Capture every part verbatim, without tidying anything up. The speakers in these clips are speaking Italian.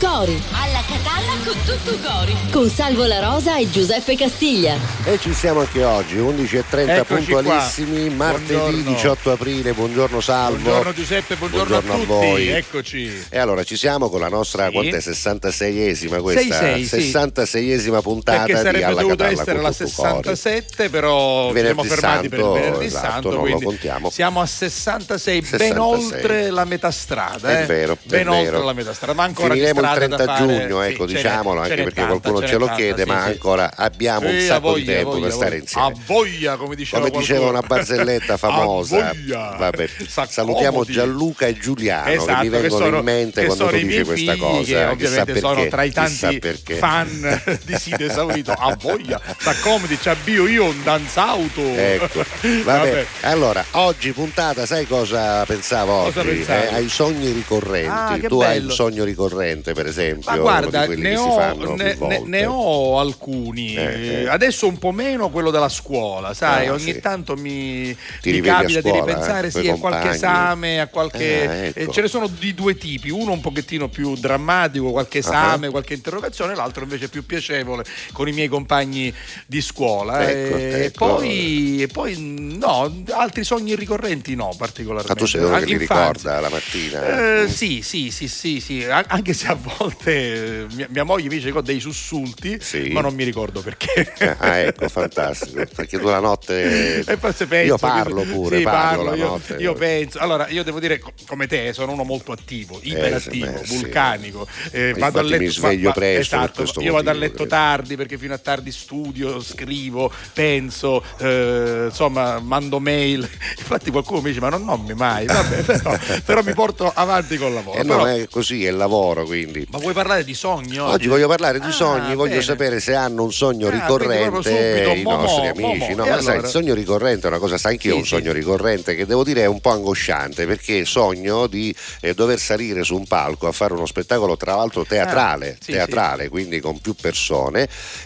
Gori. Alla Catalla con tutto Gori. Con Salvo La Rosa e Giuseppe Castiglia. E ci siamo anche oggi, undici e trenta, Eccoci puntualissimi, qua. martedì Buongiorno. diciotto aprile. Buongiorno Salvo. Buongiorno Giuseppe, buongiorno, buongiorno a tutti. a voi. Eccoci. E allora ci siamo con la nostra, Sì. quant'è, sessantaseiesima questa? sei sei, sì. sessantaseiesima puntata Perché di sarebbe Alla dovuto Catalla essere con la tutto sessantasette, però ci Venerdì siamo fermati Santo, per il venerdì esatto, santo, non lo quindi contiamo. siamo a sessantasei, ben sessantasei. oltre la metà strada. È eh? vero, ben è oltre vero. la metà strada, ma ancora di Finiremo il strada trenta da fare. giugno, ecco, Sì, ce n'è- diciamolo, ce anche n'è perché tanta, qualcuno ce ce n'è lo tanta, chiede, sì, ma sì. ancora abbiamo un Sì, sacco voglia, di tempo voglia, per stare voglia. insieme. A voglia, come diceva Come diceva qualcuno. una barzelletta famosa. A voglia. Vabbè, S'accomodi. salutiamo Gianluca e Giuliano, Esatto, che mi vengono sono, in mente che quando sono tu i dici miei questa figli, cosa. che Chissà ovviamente perché, sono tra i chissà tanti perché. fan di Sito Esaurito. A voglia, s'accomodi, ci avvio io un danzauto. Ecco, vabbè. Vabbè. Allora, oggi puntata, sai cosa pensavo Cosa oggi? pensavi? Eh, ai sogni ricorrenti. Ah, che tu hai bello. un sogno ricorrente, per esempio? Ma uno guarda, di quelli ne che si ho, fanno ne, più volte. ne- ne ho alcuni. Eh, eh. Adesso un po' meno quello della scuola, sai, Ah, ogni sì. tanto mi, Ti mi rivedi a capita scuola, di ripensare eh, sì, coi a qualche compagni. esame, a qualche. Ah, ecco. eh, ce ne sono di due tipi, uno un pochettino più drammatico, qualche esame, qualche interrogazione, l'altro invece più piacevole con i miei compagni di scuola. Ecco, e, ecco. Poi, e poi no, altri sogni ricorrenti no, particolarmente. Ma tu sei uno Ah, che li infanzia. ricorda la mattina? Eh, sì, sì, sì, sì, sì, An- anche se a volte eh, mia, mia moglie mi dice che ho dei sussulti, Sì. ma non mi ricordo perché. Ah, ecco, fantastico. Perché tu la notte. E forse penso, Io parlo quindi- pure, sì, parlo la io, notte. io penso. Allora, io devo dire, co- come te, sono uno molto attivo, iperattivo, beh, sì. vulcanico. Eh, Infatti vado a letto, mi sveglio va- va- presto per esatto, questo io vado a motivo, letto credo. tardi perché fino a tardi studio, scrivo, penso, eh, insomma, mando mail. Infatti qualcuno mi dice, ma non nommi mai, vabbè, però, però mi porto avanti col lavoro. Eh no, Però- è così, è il lavoro, quindi. ma vuoi parlare di sogni oggi? Oggi voglio parlare di Ah, sogni, voglio bene. sapere se hanno un sogno Ah, quindi ricorrente proprio subito, i mo, nostri mo, amici. mo, No, e ma sai, allora? il sogno ricorrente è una cosa, sai, anch'io ho Sì, un sì. sogno ricorrente che devo dire è un po' angosciante, perché sogno di eh, dover salire su un palco a fare uno spettacolo, tra l'altro teatrale, Ah, sì, teatrale, quindi con più persone,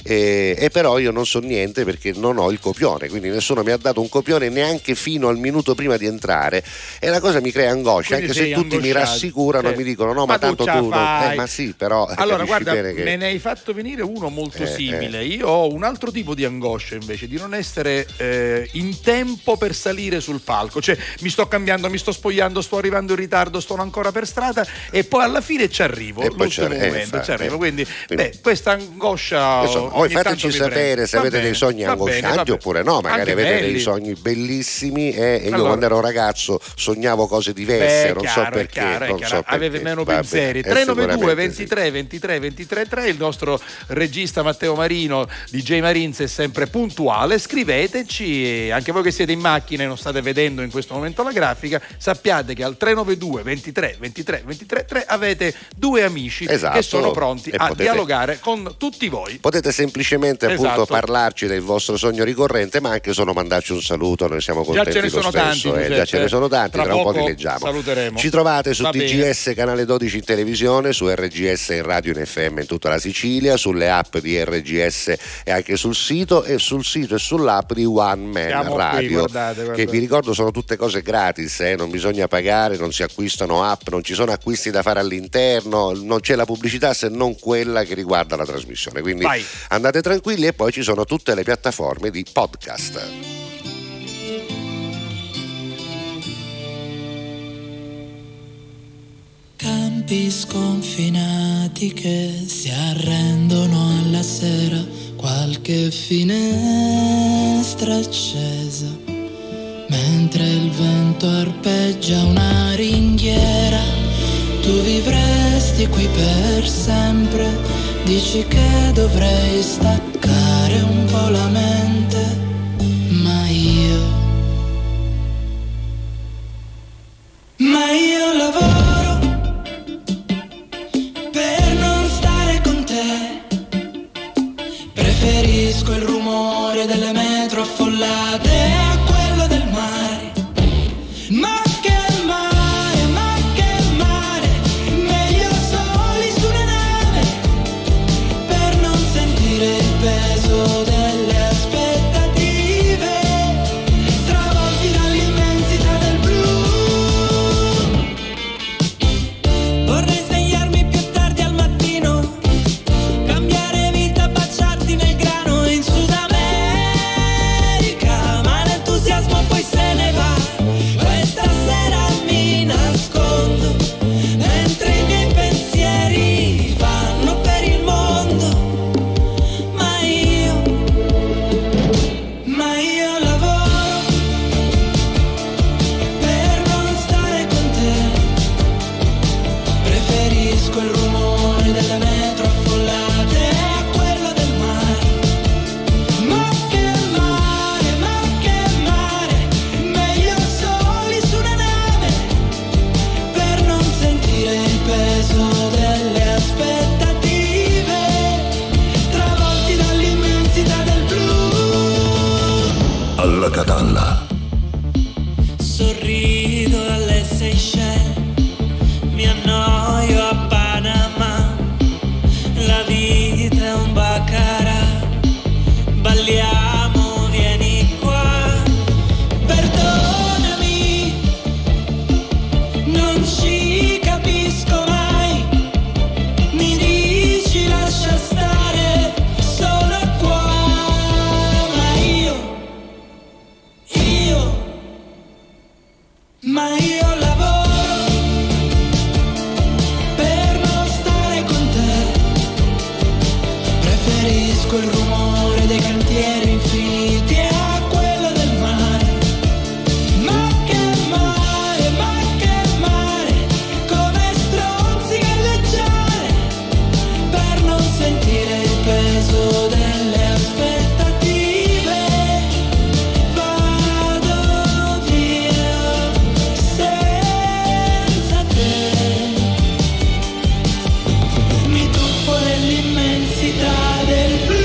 e, e però io non so niente perché non ho il copione, quindi nessuno mi ha dato un copione neanche fino al minuto prima di entrare, e la cosa mi crea angoscia, Quindi anche se sei tutti mi angosciato. rassicurano Sì. e mi dicono no, ma, Ma tu tanto ce la tu non- fai. eh, ma sì, però Allora, capisci guarda, bene che me ne hai fatto venire uno molto Eh, simile. Io ho un altro tipo di angoscia invece, di non essere eh, in tempo per salire sul palco. Cioè, mi sto cambiando, mi sto spogliando, sto arrivando in ritardo, sto ancora per strada e poi alla fine ci arrivo. E poi l'ultimo ci arri- eh, momento infatti, ci arrivo. eh. Quindi, Quindi- beh, questa angoscia. Insomma, voi ogni fateci tanto mi sapere prende. se Va avete bene, dei sogni va bene, angoscianti va bene. oppure no, magari Anche avete belli. dei sogni bellissimi e, e io Allora- quando ero ragazzo sognavo cose diverse, Beh, non chiaro, so è perché, chiaro, è non chiaro. so perché. Aveve meno Vabbè, pensieri. eh, tre nove due sicuramente ventitré ventitré ventitré tre, il nostro regista Matteo Marino di J Marines è sempre puntuale. Scriveteci, e anche voi che siete in macchina e non state vedendo in questo momento la grafica, sappiate che al tre nove due ventitré ventitré ventitré tre avete due amici Esatto. che sono pronti E a potete- dialogare con tutti voi. Potete semplicemente appunto Esatto. parlarci del vostro sogno ricorrente, ma anche solo mandarci un saluto, noi siamo Già contenti ce ne lo sono stesso, tanti, eh, Giuseppe. già ce ne sono tanti, Tra tra, un po' poco li leggiamo. saluteremo. Ci trovate su Va T G S bene. canale dodici in televisione, su R G S in radio in F M in tutta la Sicilia, sulle app di R G S e anche sul sito, e sul sito e sull'app di One Man Siamo qui, Radio, guardate, guardate. che vi ricordo sono tutte cose gratis, eh, non bisogna pagare, non si acquistano app, non ci sono acquisti da fare all'interno, non c'è la pubblicità se non quella che riguarda la trasmissione, quindi Vai. andate tranquilli, e poi ci sono tutte le piattaforme di podcast. Campi sconfinati che si arrendono alla sera, qualche finestra accesa, mentre il vento arpeggia una ringhiera. Tu vivresti qui per sempre, dici che dovrei staccare un po' la mente, ma io, ma io lavoro per non stare con te. Preferisco il rumore delle metro affollate a quello del mare. Ma che mare, ma che mare, meglio soli su una nave, per non sentire il peso delle aspettative, travolti dall'immensità del blu. Catalla. Sorrido dalle Seychelles, mi annoio a Panama, la vita è un baccarat, balliamo, vieni qua, perdonami, non ci capisco mai, mi dici lascia stare, sono qua, ma io, io, ma io lavoro per non stare con te, preferisco il rumore dei cantieri infiniti a quello del mare, ma che mare, ma che mare, come stronzi galleggiare, per non sentire il peso delle aspettative, vado via senza te, mi tuffo nell'immensità del blu.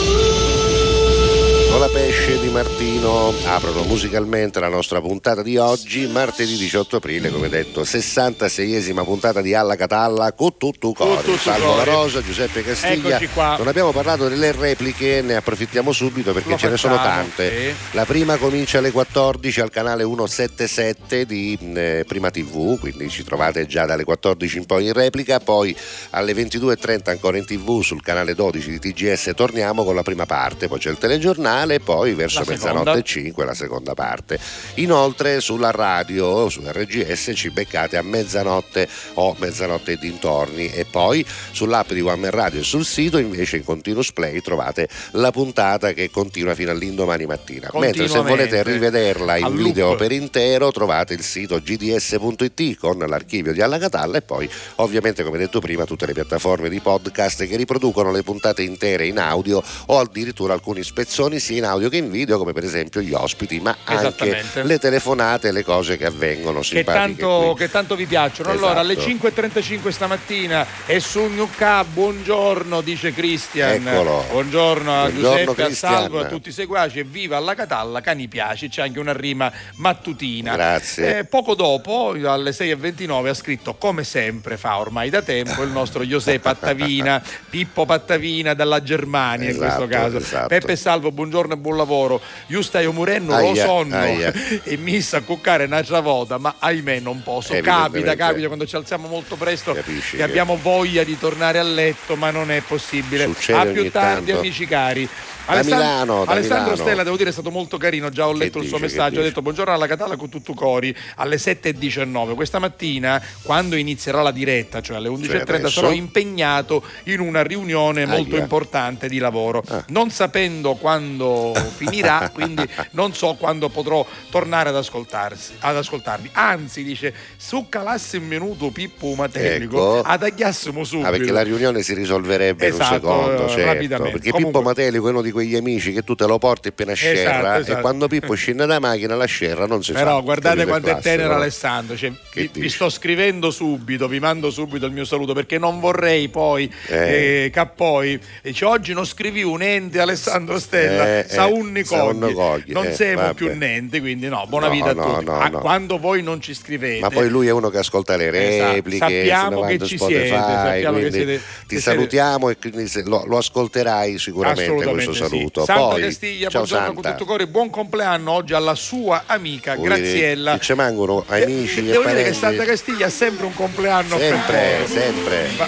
Con la pesce di Martino aprono musicalmente la nostra puntata di oggi, martedì diciotto aprile, come detto, sessantaseiesima puntata di Alla Catalla con tutto cori. tutto Salvo cori. La Rosa, Giuseppe Castiglia. Eccoci qua. Non abbiamo parlato delle repliche, ne approfittiamo subito perché Lo ce ne sono facciamo, tante. sì. La prima comincia alle quattordici al canale centosettantasette di eh, Prima tivù, quindi ci trovate già dalle quattordici in poi in replica, poi alle ventidue e trenta ancora in tivù sul canale dodici di T G S torniamo con la prima parte, poi c'è il telegiornale e poi verso La mezzanotte seconda. e cinque la seconda parte. Inoltre sulla radio, su R G S ci beccate a mezzanotte o mezzanotte e dintorni, e poi sull'app di One Man Radio e sul sito invece in Continuous Play trovate la puntata che continua fino all'indomani mattina. Mentre se volete rivederla in Al video loop. per intero trovate il sito g d s punto i t con l'archivio di Alla Catalla e poi ovviamente, come detto prima, tutte le piattaforme di podcast che riproducono le puntate intere in audio o addirittura alcuni spezzoni sia in audio che in video, come per esempio gli ospiti, ma anche Esattamente. le telefonate e le cose che avvengono Che simpatiche tanto, qui. che tanto vi piacciono. Esatto. Allora, alle cinque e trentacinque stamattina è su New K, buongiorno, dice Cristian. Eccolo. Buongiorno a Buongiorno, Giuseppe, a Cristian. Salvo, a tutti i seguaci, e viva Alla Catalla, cani piaci, c'è anche una rima mattutina. Grazie. Eh, poco dopo, alle sei e ventinove, ha scritto, come sempre fa ormai da tempo, il nostro José Pattavina, Pippo Pattavina dalla Germania, in Esatto, questo caso. esatto. Peppe e Salvo, buongiorno e buon lavoro. Io stai murenno, lo Aia, sonno aia. e mi sa cuccare un'altra volta, ma ahimè non posso. Evidentemente. Capita, capita quando ci alziamo molto presto, Capisci che che- abbiamo voglia di tornare a letto, ma non è possibile. Succede A ogni più tardi, tanto. amici cari. Da Milano, da Alessandro Milano. Stella, devo dire, è stato molto carino. Già ho Che letto il suo dice, che messaggio. Ha dice? detto buongiorno alla Catalla con tutto cori alle sette e diciannove. Questa mattina, quando inizierà la diretta, cioè alle undici e trenta, adesso? sarò impegnato in una riunione molto Aia. importante di lavoro. Ah. Non sapendo quando finirà, quindi non so quando potrò tornare ad ascoltarsi, ad ascoltarvi. Anzi, dice, su calasse un minuto Pippo Matelico, Ecco. adagliassimo subito. Ah, perché la riunione si risolverebbe Esatto, in un secondo, eh, certo. rapidamente. Perché Comunque- Pippo Matelico è uno di quegli amici che tu te lo porti appena scerra, esatto. e quando Pippo scende da macchina la scerra non si fa. Però guardate Capito? quanto è classico, tenero no? Alessandro, cioè, Che vi, vi dici? sto scrivendo subito, vi mando subito il mio saluto, perché non vorrei poi Eh. eh, che poi dice, oggi non scrivi un ente Alessandro Stella, Eh, sa eh, un sa un Nicogli, Nicogli, non eh, siamo vabbè. più niente, quindi no, buona No, vita a no, tutti. no, Ah, no. quando voi non ci scrivete, Ma poi lui è uno che ascolta le Esatto. repliche, se Sappiamo ne va che su ci Spotify, siete, sappiamo che quindi siete- ti che salutiamo e quindi se- lo, lo ascolterai sicuramente assolutamente questo sì. saluto. Santa Poi, Castiglia, ciao buongiorno Santa. con tutto cuore, buon compleanno oggi alla sua amica Ui, Graziella. che ci mancano amici Eh, e devo dire che parenti. Santa Castiglia ha sempre un compleanno Sempre, affettuoso. sempre. Va-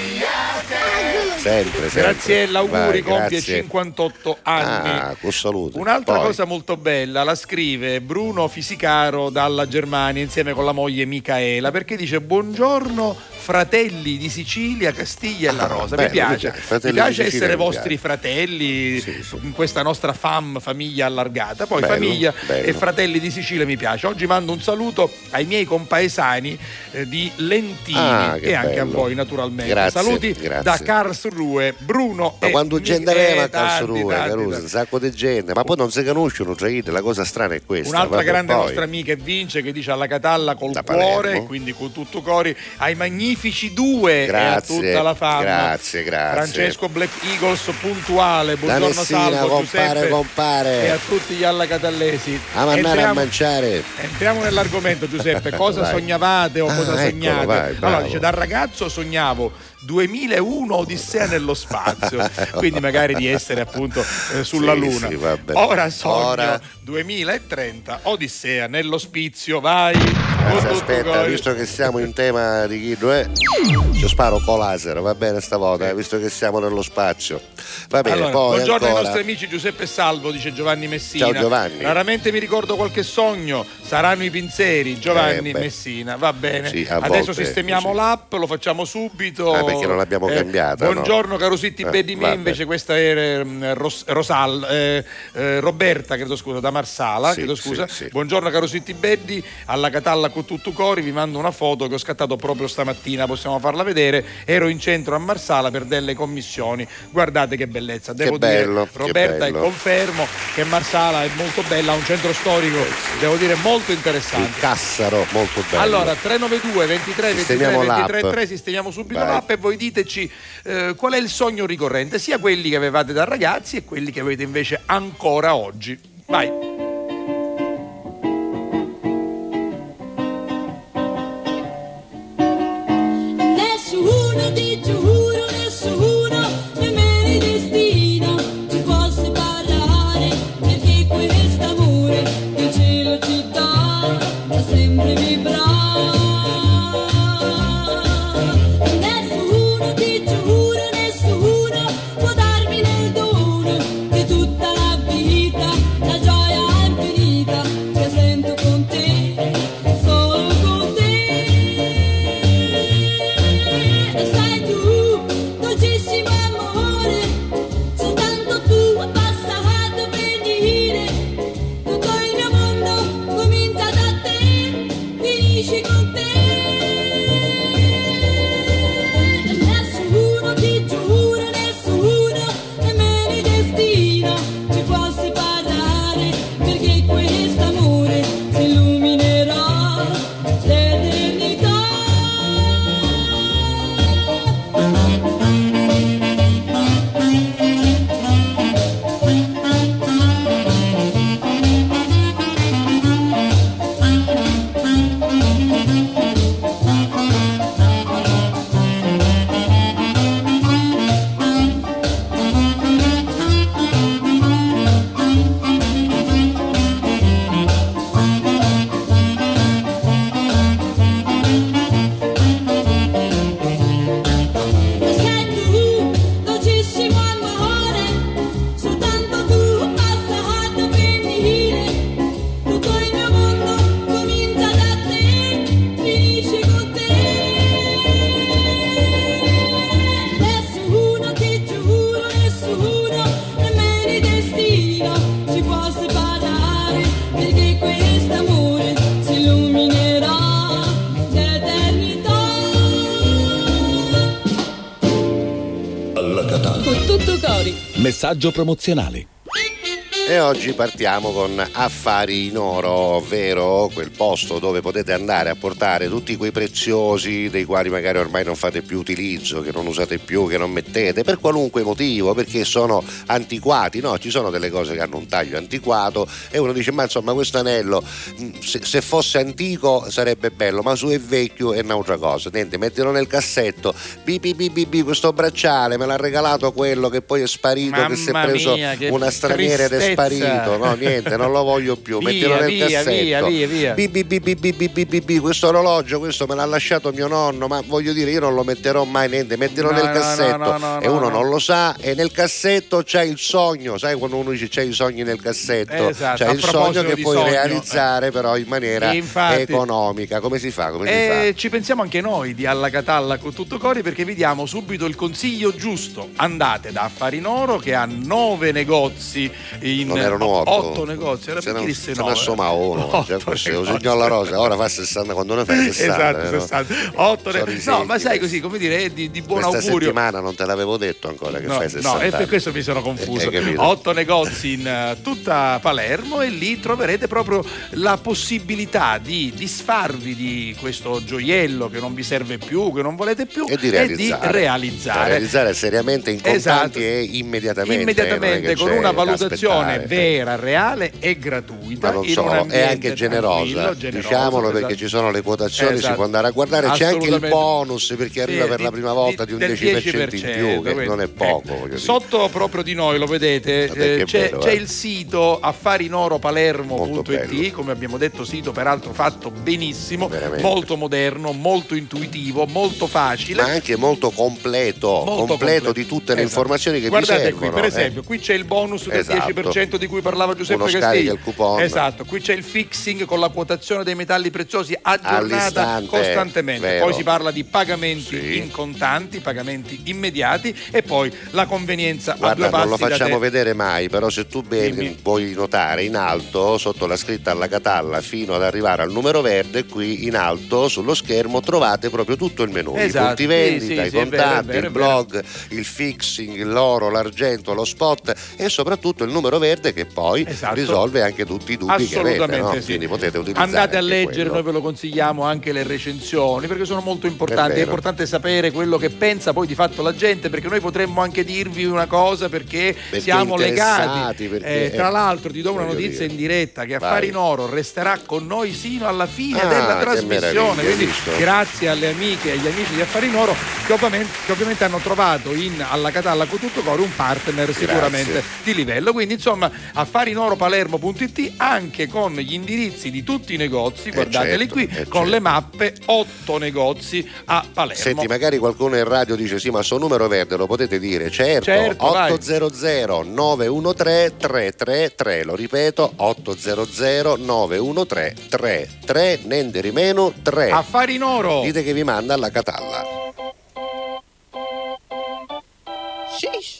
Sempre, sempre. Graziella, auguri, Vai, compie grazie. cinquantotto anni. Ah, con salute. Un'altra Poi, cosa molto bella la scrive Bruno Fisicaro dalla Germania insieme con la moglie Micaela, perché dice buongiorno fratelli di Sicilia, Castiglia e La Ah, Rosa. bello, mi piace, mi piace. mi Fratelli piace di Sicilia essere mi vostri piace. fratelli Sì, sì. in questa nostra fam, famiglia allargata. Poi Bello, famiglia bello. e fratelli di Sicilia mi piace. Oggi mando un saluto ai miei compaesani eh, di Lentini Ah, che e anche a bello. voi naturalmente. Grazie, Saluti grazie. da Karlsruhe, Bruno Ma e quando gente Mi- aveva eh, a Karlsruhe, tanti, tanti, Caruso, tanti. un sacco di gente, ma poi non si conoscono tra di, la cosa strana è questa. Un'altra vabbè, grande poi. nostra amica è Vince, che dice alla Catalla col Da cuore, Palermo. quindi con tutto cori, ai magnifici Magnifici due Grazie, e a tutta la fama. Grazie, grazie. Francesco Black Eagles puntuale, Da buongiorno Messina, Salvo, compare, Giuseppe compare. e a tutti gli allacatallesi. A mannare Entriamo- a mangiare. Entriamo nell'argomento, Giuseppe. Cosa Vai. sognavate o Ah, cosa eccolo, sognate? vai, bravo. Allora, dice, da ragazzo sognavo duemilauno Odissea nello spazio, quindi magari di essere appunto eh, sulla Sì, Luna. sì, vabbè. Ora sogno Ora- duemilatrenta Odissea nello spizio, vai. Aspetta, Con tutto aspetta, cori. visto che siamo in tema di chi è, ci sparo con laser, va bene stavolta, eh, visto che siamo nello spazio. Va bene, Allora, poi buongiorno ai ancora. nostri amici Giuseppe e Salvo, dice Giovanni Messina. Ciao, Giovanni. Raramente mi ricordo qualche sogno, saranno i pinzeri. Giovanni Eh, beh. Messina, va bene. Sì, a Adesso volte sistemiamo così. l'app, lo facciamo subito. Ah, perché non l'abbiamo cambiata, no? Buongiorno Carusitti Eh, Beddi vabbè. invece questa è ehm, Ros- Rosal, eh, eh, Roberta, credo scusa, da Marsala, Sì, credo scusa. sì, sì. Buongiorno Carusitti Beddi, alla Catalla con tutto cori, vi mando una foto che ho scattato proprio stamattina, possiamo farla vedere. Ero in centro a Marsala per delle commissioni. Guardate che bellezza. Devo Che dire, bello, che Roberta, e bello. confermo che Marsala è molto bella, ha un centro storico, devo dire, molto Il interessante. Cassaro, molto bello. Allora, tre nove due ventitré ventitré Sistemiamo ventitré l'app. tre, sistemiamo subito Vai. l'app e voi diteci eh, qual è il sogno ricorrente, sia quelli che avevate da ragazzi e quelli che avete invece ancora oggi. Vai. Nessuno, ti giuro, nessuno, nemmeno il destino ci può separare, perché quest'amore che il cielo ci dà da sempre vivrà. Nessuno, ti giuro, nessuno può darmi nel dono di tutta la vita, la gioia infinita che sento con te, solo con te. E sai tu, dolcissimo amore, soltanto tu hai passato a venire. Tutto il mio mondo comincia da te, finisce con te. Nessuno, ti giuro, nessuno, nemmeno il destino ci può separare, perché quest'amore si illuminerà l'eternità. E sei tu, dolcissimo amore, soltanto tu hai passato a venire. Tutto il mio mondo comincia da te, finisce con te. Nessuno, ti giuro, nessuno, nemmeno il destino ci può separare, perché quest'amore si illuminerà l'eternità. Alla Catalla. Con tutto cori. Messaggio promozionale. E oggi partiamo con Affari in Oro, ovvero quel posto dove potete andare a portare tutti quei preziosi dei quali magari ormai non fate più utilizzo, che non usate più, che non mettete, per qualunque motivo, perché sono antiquati. No, ci sono delle cose che hanno un taglio antiquato e uno dice, ma insomma questo anello mh, se, se fosse antico sarebbe bello, ma su è vecchio è un'altra cosa. Niente, mettilo nel cassetto, bi bi bi bi bi, questo bracciale me l'ha regalato quello che poi è sparito, Mamma che si è preso mia, che una straniera ed è tristezza. sparito. No, niente, non lo voglio più. Via, Mettilo nel via, cassetto. via, via, via. Bi, bi, bi, bi, bi, bi, bi, bi, bi. Questo orologio, questo me l'ha lasciato mio nonno, ma voglio dire, io non lo metterò mai, niente, mettilo No, nel no, cassetto. no, no, e no, uno no. non lo sa, e nel cassetto c'è il sogno, sai quando uno dice c'è i sogni nel cassetto, Esatto, c'è a il sogno proposito che di puoi sogno, realizzare però in maniera E infatti- economica. Come si fa? Come si E fa? ci pensiamo anche noi di Alla Catalla con tutto cori, perché vi diamo subito il consiglio giusto. Andate da Affari in Oro, che ha nove negozi in in non erano otto, otto negozi, era se perché non, disse se no, ne assoma uno, otto cioè, questo, negozi. il signor La Rosa ora fa sessanta, quando ne fai sessanta, esatto, no? sessanta. otto Sono ne- i no, ma segni sai questi. così, come dire, è di, di buon Questa augurio. settimana non te l'avevo detto ancora che No, fai sessanta no, e per anni. questo mi sono confuso. Hai capito? Otto negozi in eh, tutta Palermo e lì troverete proprio la possibilità di disfarvi di questo gioiello che non vi serve più, che non volete più E di realizzare, realizzare. realizzare seriamente in contanti Esatto. e immediatamente, Immediatamente eh, con non è una che c'è da valutazione aspettare. vera, reale e gratuita. Ma non in un solo, è ambiente anche generosa, tranquillo, generoso, diciamolo, perché esatto. ci sono le quotazioni, si Esatto. può andare a guardare, c'è anche il Assolutamente. bonus per chi arriva Sì, per di- la prima volta di, di- un del dieci per cento in più, che quindi, non è poco. eh, voglio dire. Sotto proprio di noi, lo vedete, Vabbè, che eh, c'è, bello, c'è eh. il sito affarinoropalermo punto Molto bello. it, come abbiamo detto, sito peraltro fatto benissimo, Veramente. molto moderno, molto intuitivo, molto facile. Ma anche molto completo, Molto completo di tutte le Esatto. informazioni che Guardate vi servono. qui, per eh. esempio, qui c'è il bonus del Esatto. dieci per cento di cui parlava Giuseppe Uno scarica Castiglia. il coupon. Esatto, qui c'è il fixing con la quotazione dei metalli preziosi aggiornata All'istante, costantemente. vero. Poi si parla di pagamenti Sì. in contanti, pagamenti immediati e poi la convenienza a Guarda, due passi non lo da facciamo te. vedere mai, però se tu be- Dimmi. puoi notare in alto, sotto la scritta alla Catalla, fino ad arrivare al numero verde, qui in alto sullo schermo trovate proprio tutto il menù, Esatto, i punti sì, vendita, sì, i sì, è vero, è contanti, vero, il è blog, il fixing, l'oro, l'argento, lo spot e soprattutto il numero verde che poi Esatto. risolve anche tutti i dubbi che avete, Assolutamente no? sì. Quindi potete utilizzare Andate a anche leggere, quello. noi ve lo consigliamo, anche le recensioni, perché sono molto importanti. È, vero. importante sapere quello che pensa poi di fatto la gente, perché noi potremmo anche dirvi una cosa perché, Perché siamo legati. interessati, perché, Eh, tra eh, l'altro ti do una voglio notizia dire. in diretta che Vai. Affari in Oro resterà con noi sino alla fine Ah, della che trasmissione. meraviglia, Quindi hai visto? grazie alle amiche e agli amici di Affari in Oro che ovviamente, che ovviamente hanno trovato in alla Catalla con tutto coro un partner sicuramente di livello. Quindi insomma affarinoropalermo punto it, anche con gli indirizzi di tutti i negozi, guardateli certo, qui, eh con certo. le mappe, otto negozi a Palermo. Senti, magari qualcuno in radio dice sì, ma sto numero verde lo potete dire? Certo, Certo, vai. otto zero zero nove uno tre tre tre tre, lo ripeto, otto zero zero nove uno tre tre tre, nende rimeno tre. Affari in Oro. Dite che vi manda alla Catalla. Sheesh.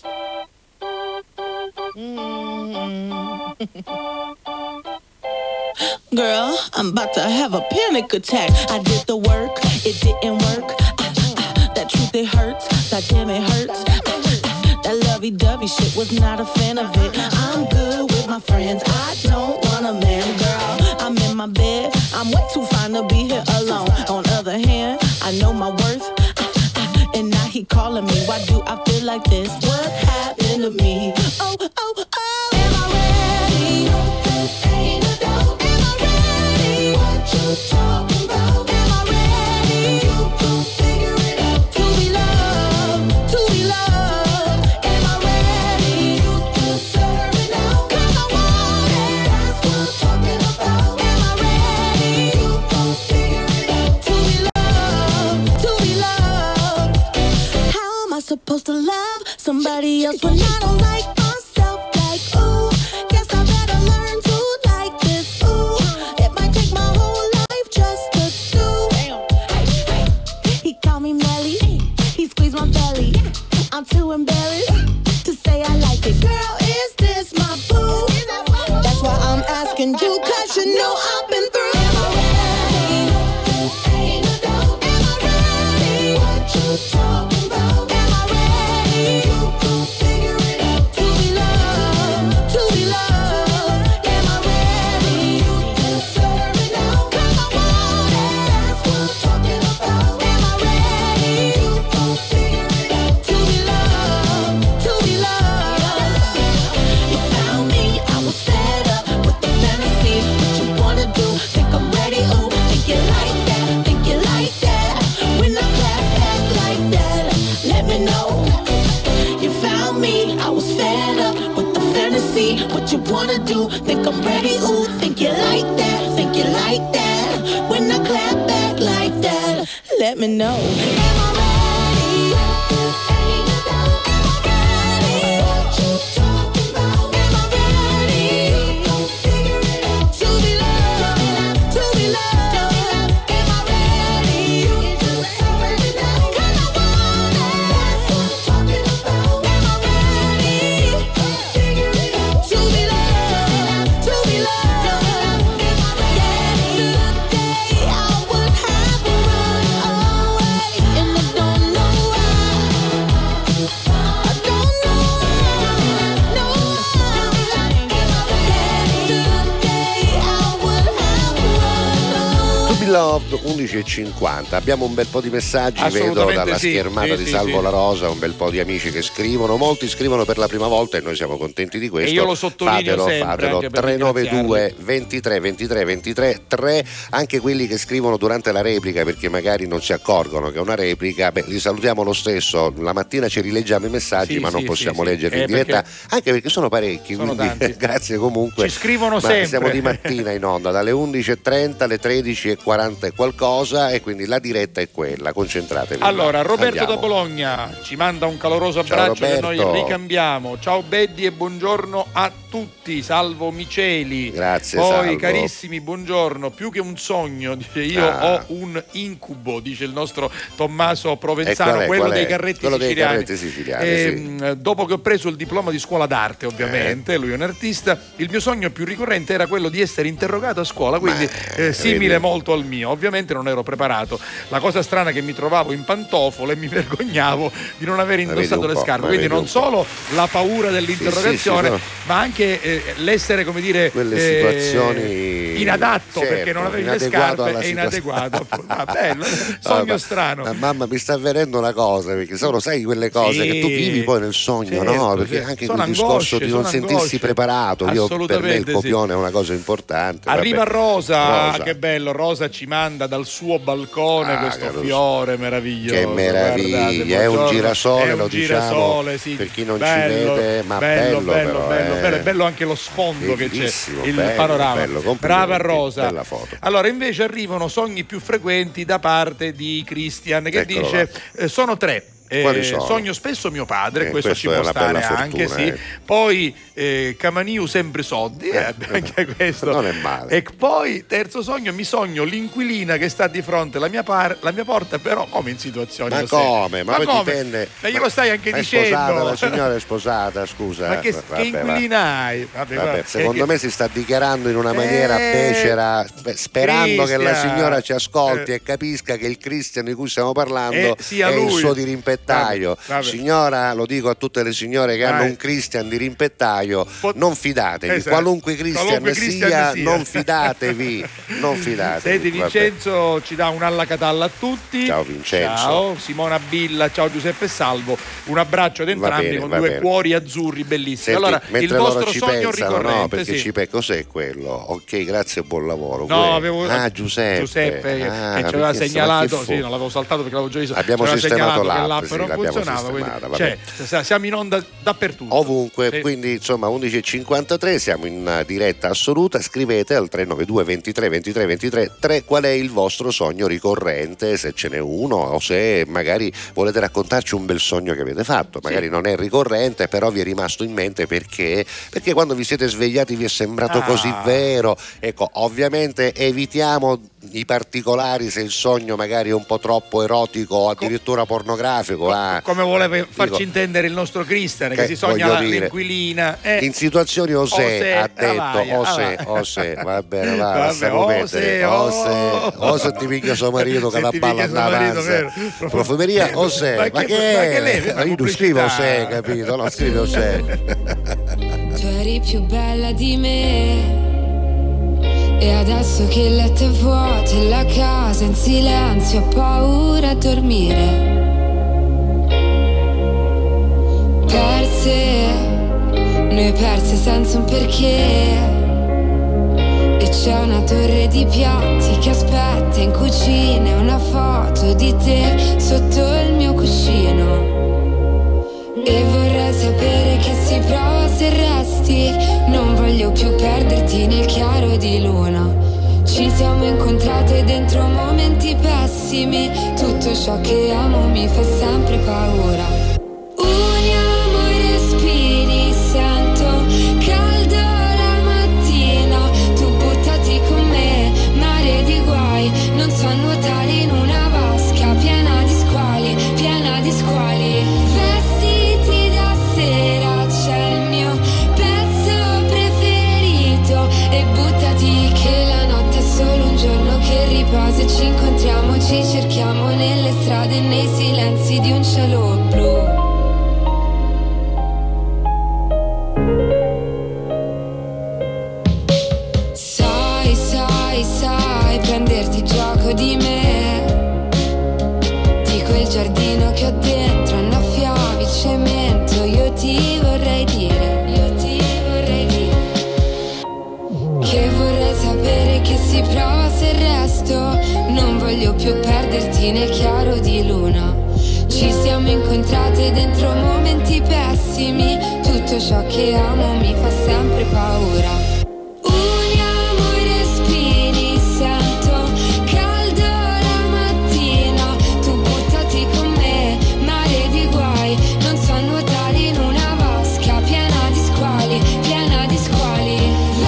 Girl, I'm about to have a panic attack. I did the work, it didn't work. Ah, ah, that truth, it hurts. That damn, it hurts. Ah, ah, that lovey-dovey shit, was not a fan of it. I'm good with my friends. I don't want a man, girl. I'm in my bed. I'm way too fine to be here alone. On other hand, I know my worth. Ah, ah, and now he calling me. Why do I feel like this? What's happened to me? Oh, oh, oh. Am I ready? Ain't no doubt. Am I ready? What you talking about? Am I ready? You gon' figure it out. To be loved, to be loved. Am I ready? You deserve it now. 'Cause I want it. That's what I'm talking about. Am I ready? You gon' figure it out. To be loved, to be loved. How am I supposed to love somebody else when I don't like myself? Like, ooh, guess I better learn to like this. Ooh, it might take my whole life just to do. He called me Melly, he squeezed my belly. I'm too embarrassed to say I like it. Girl, is this my boo? That's why I'm asking you, 'cause you know I've been through. Am I ready? Ain't no doubt. Am I ready? What you talking about? Am I ready? You gon' figure it out. To be loved, to be loved. Am I ready? You deserve it now. 'Cause I want it. That's what I'm talking about. Am I ready? You gon' figure it out. To be loved, to be loved. You found me, I was fed up with the fantasy. What you wanna do? Think I'm ready? Ooh, think you like that? Think you like that? When I clap back like that, let me know. You found me, I was fed up with the fantasy. What you wanna do? Think I'm ready? Ooh, think you like that? Think you like that? When I clap back like that, let me know. Am I ready? Ain't no doubt. Am I ready? What you talking about? Am I ready? You gon' figure it out. To be loved, to be loved. Am I ready? You deserve it now. 'Cause I want it. That's what I'm talking about. Am I ready? You gon' figure it out. To be loved. Beloved undici e cinquanta. Abbiamo un bel po' di messaggi, vedo dalla sì, schermata sì, di sì, Salvo sì. La Rosa, un bel po' di amici che scrivono, molti scrivono per la prima volta e noi siamo contenti di questo. E io lo sottolineo fatelo, sempre, fatelo. anche per tre nove due ringraziarli. ventitré ventitré ventitré tre, anche quelli che scrivono durante la replica perché magari non si accorgono che è una replica, beh, li salutiamo lo stesso. La mattina ci rileggiamo i messaggi, Sì, ma non sì, possiamo sì, leggerli sì. in Eh, diretta, perché anche perché sono parecchi, sono quindi tanti. grazie comunque. Ci scrivono Ma sempre. siamo di mattina in onda dalle undici e trenta alle tredici e quaranta e qualcosa, e quindi la diretta è quella, concentratevi. Allora, Roberto Andiamo. da Bologna ci manda un caloroso Ciao, abbraccio che Roberto. noi ricambiamo. Ciao Beddi e buongiorno a tutti, salvo Miceli. Grazie, Poi Salvo. carissimi, buongiorno. Più che un sogno, dice io Ah. ho un incubo, dice il nostro Tommaso E Provenzano, qual è, quello qual è? dei carretti Quello dei siciliani. carretti siciliani, Ehm, Dopo che ho preso il diploma di scuola d'arte, ovviamente, Eh. lui è un artista, il mio sogno più ricorrente era quello di essere interrogato a scuola, quindi Ma, eh, simile vedi. molto al mio. Ovviamente non ero preparato. La cosa strana è che mi trovavo in pantofole e mi vergognavo di non aver Ma vedi indossato un le po', scarpe. ma Quindi vedi non un po'. solo la paura dell'interrogazione, Sì, sì, sì, ma anche eh, l'essere, come dire, Quelle eh, situazioni inadatto, certo, perché non avevi le inadeguato scarpe alla e situazione. inadeguato. Ah, bello, Ah, sogno ma- strano. ma mamma, mi sta avvenendo una cosa, perché sono, sai, quelle cose Sì, che tu vivi poi nel sogno, certo, no? Perché certo. anche Sono quel discorso angosce, di non sono sentirsi angosce. preparato, io, per me il Assolutamente copione sì. è una cosa importante. Arriva vabbè. Rosa, Rosa. che bello, Rosa ci manda dal suo balcone Ah, questo che fiore meraviglioso. Che meraviglia, guardate, è un buongiorno. girasole, È un lo girasole, diciamo, sì. per chi non bello, ci vede, ma bello, bello, bello, però, bello, eh. bello, è bello anche lo sfondo che c'è, Bellissimo, il bello, panorama. bello, complimenti, Brava Rosa. bella foto. Allora, invece arrivano sogni più frequenti da parte di Christian che Eccolo dice eh, sono tre. Eh, Quali sono? sogno spesso mio padre, Eh, questo questo ci è può una stare bella anche, fortuna, sì. eh. Poi eh, Camaniu sempre soldi, eh, anche questo. Non è male. E poi terzo sogno, mi sogno l'inquilina che sta di fronte alla mia, par- la mia porta, però come in situazioni Ma così? come? Ma, poi come? dipende. Ma glielo stai anche Ma è dicendo. sposata, la signora è sposata, scusa. Ma che, Vabbè, che inquilina hai? Vabbè, Vabbè, guarda, secondo è che- me si sta dichiarando in una maniera Eh, becera, spe- sperando che la Christian, signora ci ascolti eh. e capisca che il Christian di cui stiamo parlando Eh, sia è il lui. suo dirimpettaio. Vabbè, vabbè. Signora, lo dico a tutte le signore che Vai. hanno un Christian dirimpettaio, Pot- non fidatevi, Esatto. qualunque Christian, Qualunque Christian sia, sia. non fidatevi, non fidatevi. Senti, vabbè. Vincenzo ci dà un alla catalla a tutti. Ciao, Vincenzo. Ciao, Simona Billa, ciao Giuseppe e Salvo. Un abbraccio ad entrambi bene, con va due bene. cuori azzurri bellissimi. Senti, allora, il mentre vostro loro ci sogno pensano, ricorrente, no, perché sì. ci pe- cos'è quello? Ok, grazie e buon lavoro. No, Quello. avevo ah, Giuseppe, Giuseppe che- Ah, che ci aveva perché- ma segnalato, che sì, fu? non l'avevo saltato perché l'avevo già visto. Abbiamo ci aveva sistemato segnalato che l'app, l'app sì, non l'abbiamo funzionava, quindi, sistemata, vabbè. cioè, siamo in onda dappertutto. Ovunque, Sì. quindi insomma undici e cinquantatré, siamo in diretta assoluta, scrivete al tre nove due ventitré ventitré ventitré tre qual è il vostro sogno ricorrente, se ce n'è uno, o se magari volete raccontarci un bel sogno che avete fatto, magari Sì. non è ricorrente però vi è rimasto in mente perché perché quando vi siete svegliati vi è sembrato Ah. così vero. Ecco, ovviamente evitiamo i particolari se il sogno magari è un po' troppo erotico o addirittura pornografico. ah. Come voleva farci Dico, intendere il nostro Christian, che, che si sogna voglio la- dire, l'inquilina. eh. in situazioni osè, Osè, ha detto avaia, osè, avaia. osè, va bene, va, Vabbè, lasciamo osè, mettere, oh. osè, osè ti picchia suo marito che Se la ti palla picchia in suo marito, avanza, vero? profumeria osè, Ma ma che- che ma che lei- è? Io non scrivo pubblicità. osè, capito? No, scrivo osè. Tu eri più bella di me. E adesso che il letto è vuoto e la casa in silenzio, ho paura a dormire. Perse, noi perse senza un perché. E c'è una torre di piatti che aspetta in cucina e una foto di te sotto il mio cuscino. E vorrei sapere che si prova se resti. Non voglio più perderti nel chiaro di luna. Ci siamo incontrate dentro momenti pessimi. Tutto ciò che amo mi fa sempre paura. Uniamo i respiri, sento caldo la mattina. Tu buttati con me, mare di guai. Non so nuotare in una vasca piena di squali, piena di squali. Vestiti da sera, c'è il mio pezzo preferito. E buttati che la notte è solo un giorno che riposa. E ci incontriamo, ci cerchiamo nelle strade e nei silenzi di un cielo blu. ti vorrei dire, io ti vorrei dire che vorrei sapere che si prova se resto. Non voglio più perderti nel chiaro di luna. Ci siamo incontrate dentro momenti pessimi. Tutto ciò che amo mi fa sempre paura. Uniamo i respiri, sento caldo la mattina. Tu buttati con me, mare di guai. Non so nuotare in una vasca piena di squali, piena di squali.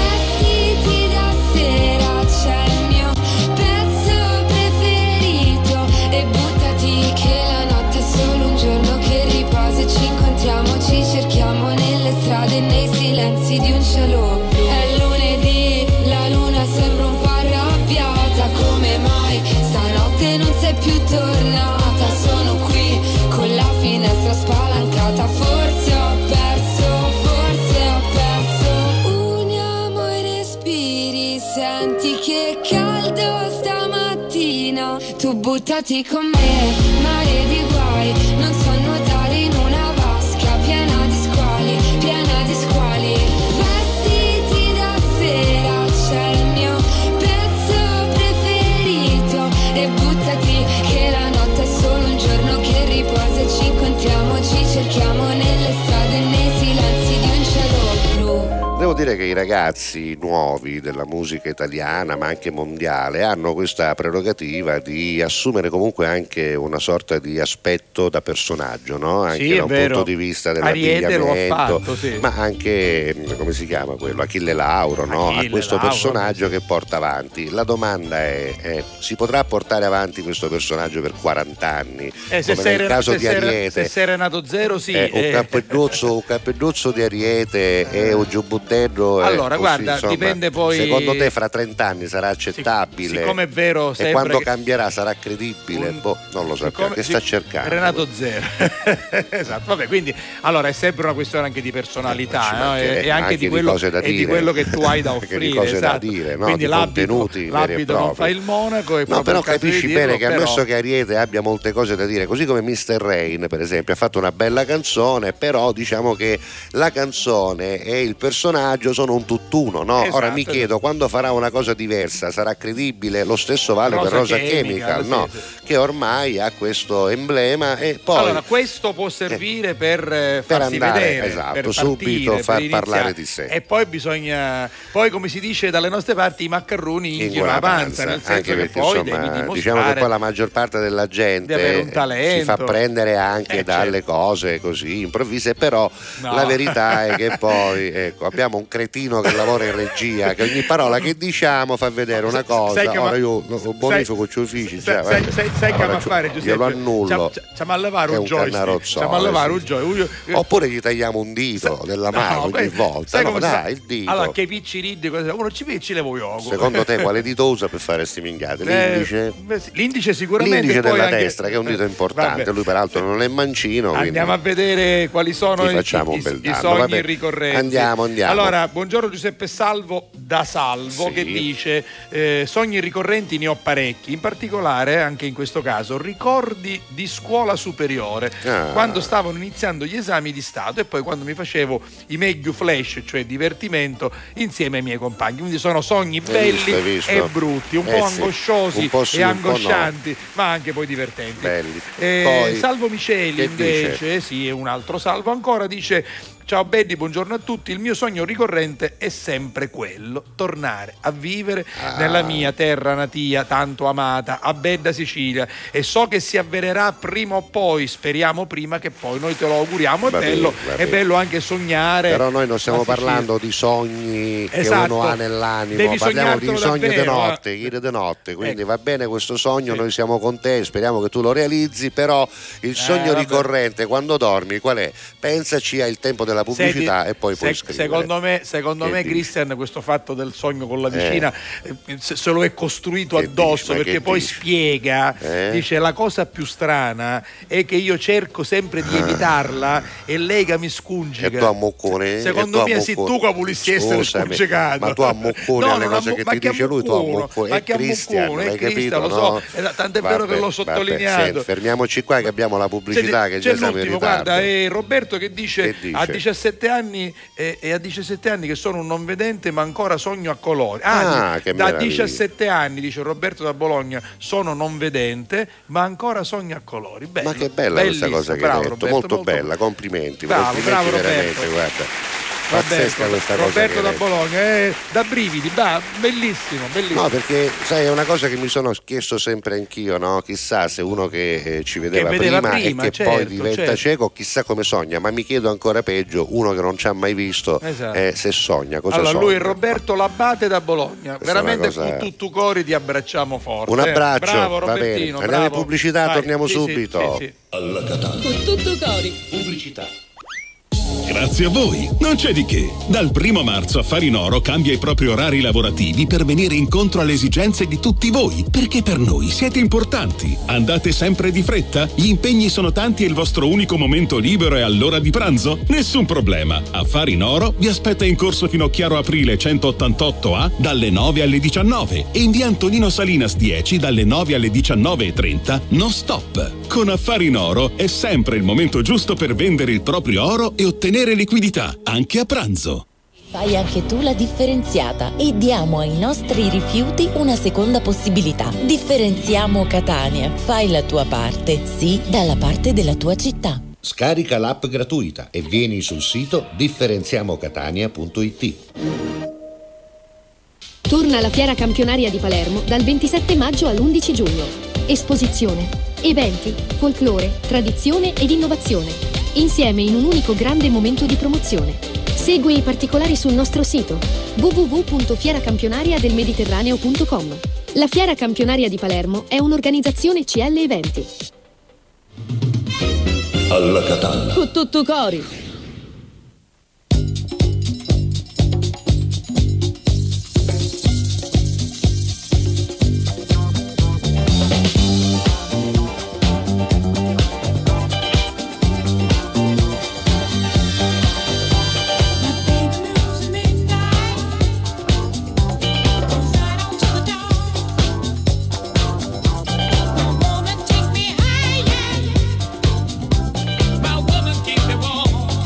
Vestiti da sera, c'è il mio pezzo preferito. E buttati che la notte è solo un giorno che riposa. E ci incontriamo, ci cerchiamo nelle strade e nei silenzi di un cielo blu. È lunedì, la luna sembra un po' arrabbiata. Come mai stanotte non sei più tornata? Sono qui con la finestra spalancata. Forse ho perso, forse ho perso. Uniamo i respiri, senti che caldo stamattina. Tu buttati con me, mare di guai. Non so nuotare in una vasca piena di squali, piena di squali. Vestiti da sera, c'è il mio pezzo preferito. E buttati che la notte è solo un giorno che riposa. E ci incontriamo, ci cerchiamo nelle strade e nei silenzi di un cielo blu. Devo dire che i ragazzi nuovi della musica italiana, ma anche mondiale, hanno questa prerogativa di assumere comunque anche una sorta di aspetto da personaggio, no? Anche Sì, da un vero. punto di vista Ariete lo ha dell'abbigliamento, fatto, sì. ma anche, come si chiama quello? Achille Lauro, no? Achille A questo Lauro, personaggio sì. che porta avanti. La domanda è, è, si potrà portare avanti questo personaggio per quaranta anni? Eh, se come sei nel re- caso se di sei re- Ariete. se sei Renato Zero, sì. Eh, un, eh. cappelluzzo, un cappelluzzo di Ariete e un giubbottello. Allora, così, guarda, insomma, dipende poi- Secondo te fra trenta anni sarà accettabile? Siccome è vero, E sempre quando che- cambierà sarà credibile? Un- Boh, non lo sappiamo. Siccome- Che sta sì, cercando? Renato Zero. Esatto, vabbè, quindi allora è sempre una questione anche di personalità, Eh, ci no? mancherebbe, e, e anche, anche di di quello, cose da e di dire. quello che tu hai da Anche offrire. di cose da esatto. dire, no? Quindi Di l'abito, contenuti veri e l'abito non propri. fa il monaco. È No, proprio però il caso di capisci dirlo, bene che però- ammesso che Ariete abbia molte cose da dire, così come mister Rain per esempio ha fatto una bella canzone, però diciamo che la canzone e il personaggio sono un tutt'uno, no? Esatto, Ora mi esatto. chiedo, quando farà una cosa diversa sarà credibile? Lo stesso vale Rosa per Rosa Chemical, Chemical, sì, no? sì. Che ormai ha questo emblema e poi Allora, questo può servire per eh, per farsi andare, vedere, esatto, per subito partire, far per iniziare. parlare di sé. E poi bisogna, poi come si dice dalle nostre parti, i maccaroni in ingiano la panza, nel senso anche che perché poi insomma, devi dimostrare diciamo che poi la maggior parte della gente di avere un talento. si fa prendere anche Eh, dalle certo. cose così improvvise, però No. la verità è che poi ecco, abbiamo un cretino che lavora in regia, che ogni parola che diciamo fa vedere una cosa. Sai che Ora ma- io no, bonifico c'ho uffici, sai, cioè, sai, vabbè. sai, sai che Ora ama fare Giuseppe? io lo annullo. Stiamo a levare È un un joystick. cannarozzone, Stiamo a levare sì. un joystick. Oppure gli tagliamo un dito della mano ogni beh, volta. sai No, come dai, sta- il dito. Allora, che picciriddi, cosa- uno ci picci le voglio. Secondo te quale dito usa per fare sti minchiate? L'indice? Eh, beh, sì, l'indice sicuramente. L'indice poi della anche- destra, che è un dito eh, importante, vabbè. lui peraltro non è mancino. Andiamo a quindi vedere quali sono ti i, facciamo i- un bel i danno. sogni Vabbè, ricorrenti. andiamo, andiamo. Allora, buongiorno Giuseppe Salvo da Salvo Sì. che dice eh, sogni ricorrenti ne ho parecchi, in particolare anche in questo caso ricordi di scuola superiore, Ah. quando stavano iniziando gli esami di Stato e poi quando mi facevo i meglio flash, cioè divertimento insieme ai miei compagni, quindi sono sogni belli visto, hai visto? e brutti, un Eh po' sì, angosciosi un po' sì, e un po' no. angoscianti, ma anche poi divertenti. Belli. Eh, Poi, Salvo Miceli che invece, dice? sì, è un altro Salvo ancora, dice: ciao Benny, buongiorno a tutti, il mio sogno ricorrente è sempre quello, tornare a vivere Ah. nella mia terra natia tanto amata, a Bedda Sicilia, e so che si avvererà prima o poi, speriamo prima che poi, noi te lo auguriamo, è Va bene, bello, va è bene. bello anche sognare. Però noi non stiamo la Sicilia. parlando di sogni Esatto. che uno ha nell'animo, Devi parliamo di sognartelo sogni di davvero, notte, eh. ieri di notte, quindi Ecco. va bene questo sogno, Sì. noi siamo con te, speriamo che tu lo realizzi, però il sogno vabbè. ricorrente quando dormi qual è? Pensaci al tempo della la pubblicità Senti, e poi puoi se, scrivere. Secondo me, secondo Che me dici? Christian, questo fatto del sogno con la vicina eh. se, se lo è costruito Che addosso, dici? Ma perché che poi dici? spiega, Eh? dice la cosa più strana è che io cerco sempre di evitarla e lei che mi scongiga. E tu a moccone? Secondo E tu a me sì, moccone? tu che volessi essere Scusami, scongigato. ma tu a moccone No, alle non a cose mo- che ma ti che dice lui, tu a moccono, moccone. ma È che a Christian, moccone, l'hai è Christian, capito, lo so. no? Eh, tant'è vero Vabbè, che l'ho vabbè, sottolineato. senti, fermiamoci qua che abbiamo la pubblicità C'è, che c'è già siamo in l'ultimo, ritardo. guarda, è Roberto che dice, Che dice? a diciassette anni eh, e a diciassette anni che sono un non vedente ma ancora sogno a colori. Ah, di- che da meraviglia. diciassette anni, dice Roberto da Bologna, sono non vedente ma ancora sogno a colori. Bello, Ma che bella questa bellissimo, cosa che bravo, hai detto, Roberto, molto, bella, complimenti, Bravo, complimenti bravo, veramente, Roberto. guarda. Roberto, Pazzesca questa cosa Roberto che da hai detto. Bologna, eh, da brividi, bah, bellissimo, bellissimo. No, perché sai, è una cosa che mi sono chiesto sempre anch'io, no? Chissà se uno che eh, ci vedeva, Che vedeva prima, prima, e che certo, poi diventa certo. cieco, chissà come sogna, ma mi chiedo ancora peggio, uno che non ci ha mai visto, Esatto. eh, se sogna, cosa allora, sogna? lui è Roberto Labate da Bologna. Questa è una Veramente cosa- con tutto cuore ti abbracciamo forte. Un abbraccio, eh. Bravo, va bene. Robertino, Andiamo in bravo. pubblicità, Vai, torniamo sì, sì, subito. sì, sì. Alla Catalla. Con tutto cori. Pubblicità. Grazie a voi, non c'è di che. Dal primo marzo Affari in Oro cambia i propri orari lavorativi per venire incontro alle esigenze di tutti voi, perché per noi siete importanti. Andate sempre di fretta? Gli impegni sono tanti e il vostro unico momento libero è all'ora di pranzo? Nessun problema. Affari in Oro vi aspetta in corso Finocchiaro Aprile centottantotto A dalle nove alle diciannove e in via Antonino Salinas dieci dalle nove alle diciannove e trenta non stop. Con Affari in Oro è sempre il momento giusto per vendere il proprio oro e ottenere liquidità, anche a pranzo. Fai anche tu la differenziata e diamo ai nostri rifiuti una seconda possibilità. Differenziamo Catania. Fai la tua parte, sì, dalla parte della tua città. Scarica l'app gratuita e vieni sul sito differenziamocatania punto it. Torna la Fiera Campionaria di Palermo dal ventisette maggio all'undici giugno. Esposizione, eventi, folklore, tradizione ed innovazione. Insieme in un unico grande momento di promozione. Segui i particolari sul nostro sito w w w punto fiera campionaria del mediterraneo punto com. La Fiera Campionaria di Palermo è un'organizzazione C L Eventi. Alla Catalla. Con tutto cori. My woman keep me warm.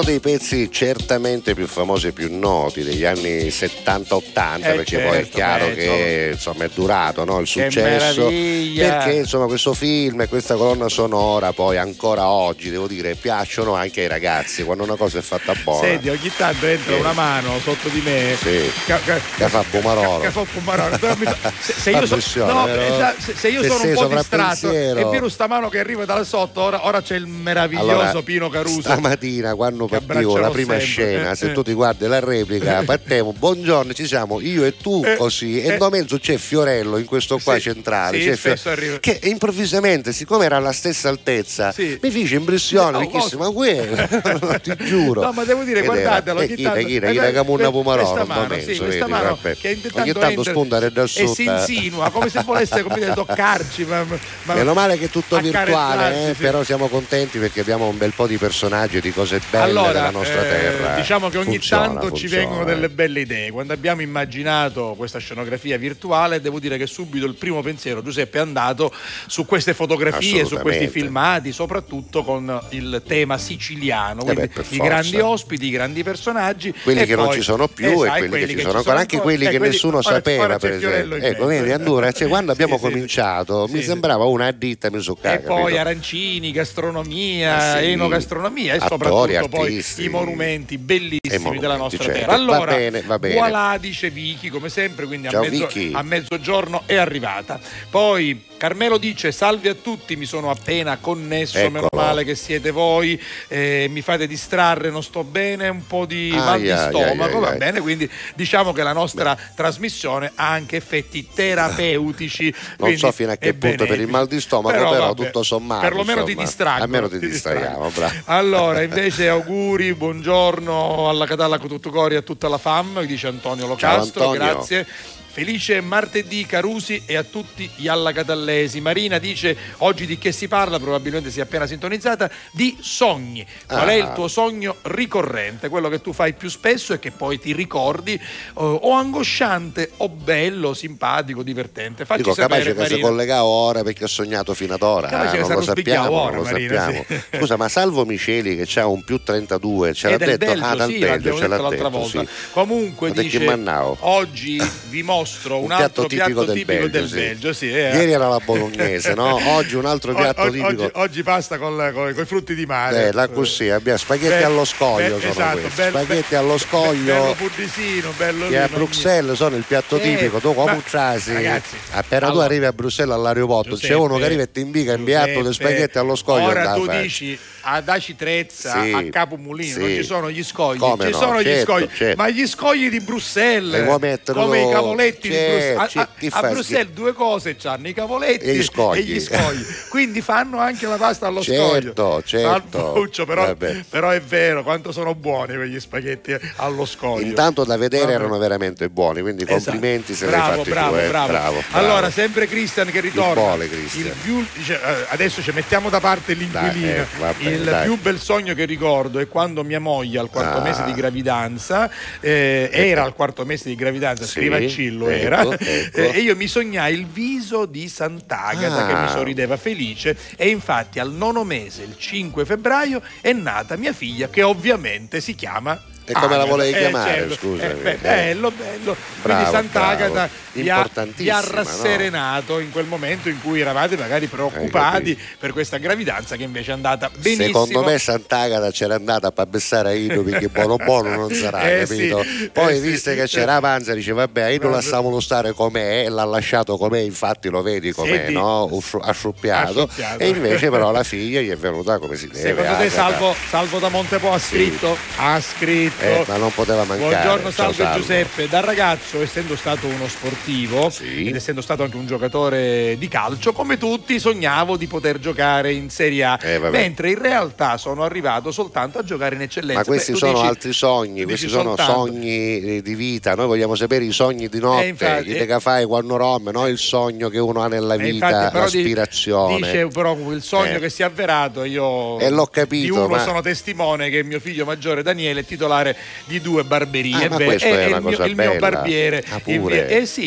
uno dei pezzi certamente più famosi e più noti degli anni settanta ottanta, eh perché certo, poi è chiaro beh, che insomma è durato, no, il Che successo, meraviglia. perché insomma questo film e questa colonna sonora poi ancora oggi devo dire piacciono anche ai ragazzi quando una cosa è fatta buona. Senti, ogni tanto entra Sì. una mano sotto di me Sì. che, che, Che fa Pomarolo. che fa Pomarolo. Però mi- se, se io, so- Pressione, no, vero? esatto, se, se io Se sono sei un po' distratto sovrappensiero. e vedo sta mano che arriva da sotto, ora, ora c'è il meraviglioso Allora, Pino Caruso. stamattina quando che partivo la abbraccerò prima sempre. scena, Eh, se eh. tu ti guardi la replica, partiamo, buongiorno, ci siamo io e tu Eh, così, e eh. in mezzo c'è Fiorello in questo qua Sì, centrale, sì, c'è spesso Fior- arriva. che improvvisamente, siccome era alla stessa altezza, Sì. mi fece impressione, No, perché cosa? disse, ma quello, ti giuro. No, ma devo dire, Ed guardatelo, era, ogni e chi, tanto- chi, chi, eh, chi, que- Camunna que- Pomarolo, questa un mano, momento, sì, questa vedi, mano vabbè. che intanto ogni tanto entra spunta da e sotto. si insinua come se volesse, come dire, toccarci, ma, ma- Meno male che è tutto virtuale, accarezzarci, eh, sì. però siamo contenti perché abbiamo un bel po' di personaggi e di cose belle Allora, della nostra eh, terra. diciamo che ogni Funziona, tanto ci funziona, vengono delle eh. belle idee. Quando abbiamo immaginato questa scenografia virtuale, devo dire che subito il primo pensiero, Giuseppe, è andato su queste fotografie, su questi Assolutamente. filmati, soprattutto con il tema siciliano, quindi beh, per i forza. grandi ospiti, i grandi personaggi. Quelli e che non poi- ci sono più esatto, e quelli che ci sono ancora, anche quelli e che quelli- nessuno ora- sapeva, ora c'è per Fiorello esempio. in Ecco, mezzo. vedi, allora, cioè, quando abbiamo Sì, sì. cominciato mi Sì, sembrava una ditta mi so E poi arancini, gastronomia, Ah, sì. enogastronomia e Attori, soprattutto poi artisti. i monumenti bellissimi E monumenti, della nostra certo. terra. Allora, Va bene, va bene. voilà, dice Vicky, come sempre, quindi a, Ciao, mezzo- Vicky. a mezzogiorno è arrivata. Poi Carmelo dice: salve a tutti, mi sono appena connesso, Eccolo. meno male che siete voi, eh, mi fate distrarre, non sto bene, un po' di mal di Ai, ai, stomaco, ai, va ai. bene, quindi diciamo che la nostra trasmissione ha anche effetti terapeutici. Non quindi so fino a che è punto per il benefico. mal di stomaco, però, vabbè, tutto sommato. perlomeno ti insomma, distraggo. Almeno ti ti distraiamo, bravo. Allora, invece, auguri, buongiorno alla Catalla Cotuttucori e a tutta la fam, dice Antonio Locastro, Antonio. grazie. Felice martedì Carusi e a tutti gli allacatallesi. Marina dice: oggi di che si parla? Probabilmente si è appena sintonizzata. Di sogni. Qual è Ah. il tuo sogno ricorrente? Quello che tu fai più spesso e che poi ti ricordi, o, o angosciante o bello, simpatico, divertente. Facci Dico, sapere, capace che si Marina. collega ora perché ho sognato fino ad ora, Capace eh, che non si lo arruspicchiava sappiamo, ora, non lo Marina, sappiamo. sì. Scusa, ma Salvo Miceli che c'ha un più trentadue, ce È l'ha del detto? Belgio, ah, dal sì, Belgio, l'abbiamo ce l'ha detto l'altra detto, volta. sì. Comunque Ma di chi dice: mannavo? oggi vi mostro un, Un altro piatto tipico del tipico Belgio, del sì. Belgio, sì, eh. Ieri era la bolognese, no? Oggi un altro piatto O- o- tipico. Oggi, oggi pasta con i frutti di mare. Eh, là così, abbiamo spaghetti Be- allo scoglio, be- sono esatto, questi. bello- spaghetti be- allo be- scoglio. bello puddisino, bello Che a lì, Bruxelles sono il piatto Eh, tipico, tu come ma- un trasi, ragazzi, appena tu allora- arrivi a Bruxelles all'aeroporto, c'è Giuseppe, uno che arriva e ti indica in piatto di Giuseppe, spaghetti allo scoglio. Ora da tu fare. dici ad Aci Trezza, Sì, a Capomulino, sì. non ci sono gli scogli, Come ci no, sono gli certo, scogli, certo. ma gli scogli di Bruxelles, Le vuoi mettere come i tu? cavoletti di Certo, Bruxelles. A, sì, a- chi a fa? Bruxelles due cose c'hanno, i cavoletti E gli scogli. e gli scogli. Quindi fanno anche la pasta allo Certo, scoglio. certo. Salvuccio, però, Vabbè. però è vero, quanto sono buoni quegli spaghetti allo scoglio. Intanto da vedere Vabbè. erano veramente buoni, quindi Esatto. complimenti se bravo, li hai fatti bravo, tu. eh. bravo. bravo, Allora, bravo. sempre Christian che ritorna. buole, Christian. Il più, dice, eh, adesso ci mettiamo da parte l'inquilino. Dai, eh, va bene, il dai. più bel sogno che ricordo è quando mia moglie al quarto Ah. mese di gravidanza, eh, era al quarto mese di gravidanza, Sì, scriva Cillo ecco, era, ecco. eh, e io mi sognai il viso di Sant'Agata Ah. che mi sorrideva felice, e infatti al nono mese, il cinque febbraio, è nata mia figlia, che ovviamente si chiama E come la Agata. volevi Eh, chiamare, certo. scusami? Eh, beh, Eh. bello, bello. Quindi Bravo, Sant'Agata bravo. vi ha, vi ha Importantissima, rasserenato in quel momento in cui eravate magari preoccupati per questa gravidanza, che invece è andata benissimo. Secondo me Sant'Agata c'era andata a pabessare a Ido perché buono buono non sarà, Eh, capito? sì, Poi eh, visto sì. che c'era panza dice vabbè Ido Vabbè. lasciamolo stare com'è, e l'ha lasciato com'è, infatti lo vedi com'è, Senti, no? Usci- Asciuppiato. asciuppiato. E invece però la figlia gli è venuta come si deve. Secondo te Agata. Salvo, Salvo da Montepo ha scritto? Ha scritto. Eh, ma non poteva mancare. Buongiorno Ciao, Salvo e Salvo. Giuseppe. Da ragazzo, essendo stato uno sportivo Sì. ed essendo stato anche un giocatore di calcio, come tutti sognavo di poter giocare in Serie A, Eh, vabbè. mentre in realtà sono arrivato soltanto a giocare in eccellenza. Ma questi Beh, tu sono dici- altri sogni, tu questi dici sono soltanto. sogni eh, di vita. Noi vogliamo sapere i sogni di notte, Eh, infatti, chi eh. te che fai quando rom, no? Il sogno che uno ha nella Eh, vita, infatti, però di- l'aspirazione. dice però il sogno Eh. che si è avverato, io E l'ho capito, di uno ma- sono testimone, che mio figlio maggiore Daniele è titolare di due barberie. Ah, ma Beh, questa è il una mio, cosa il mio bella. barbiere Ah, in pure? via- eh sì,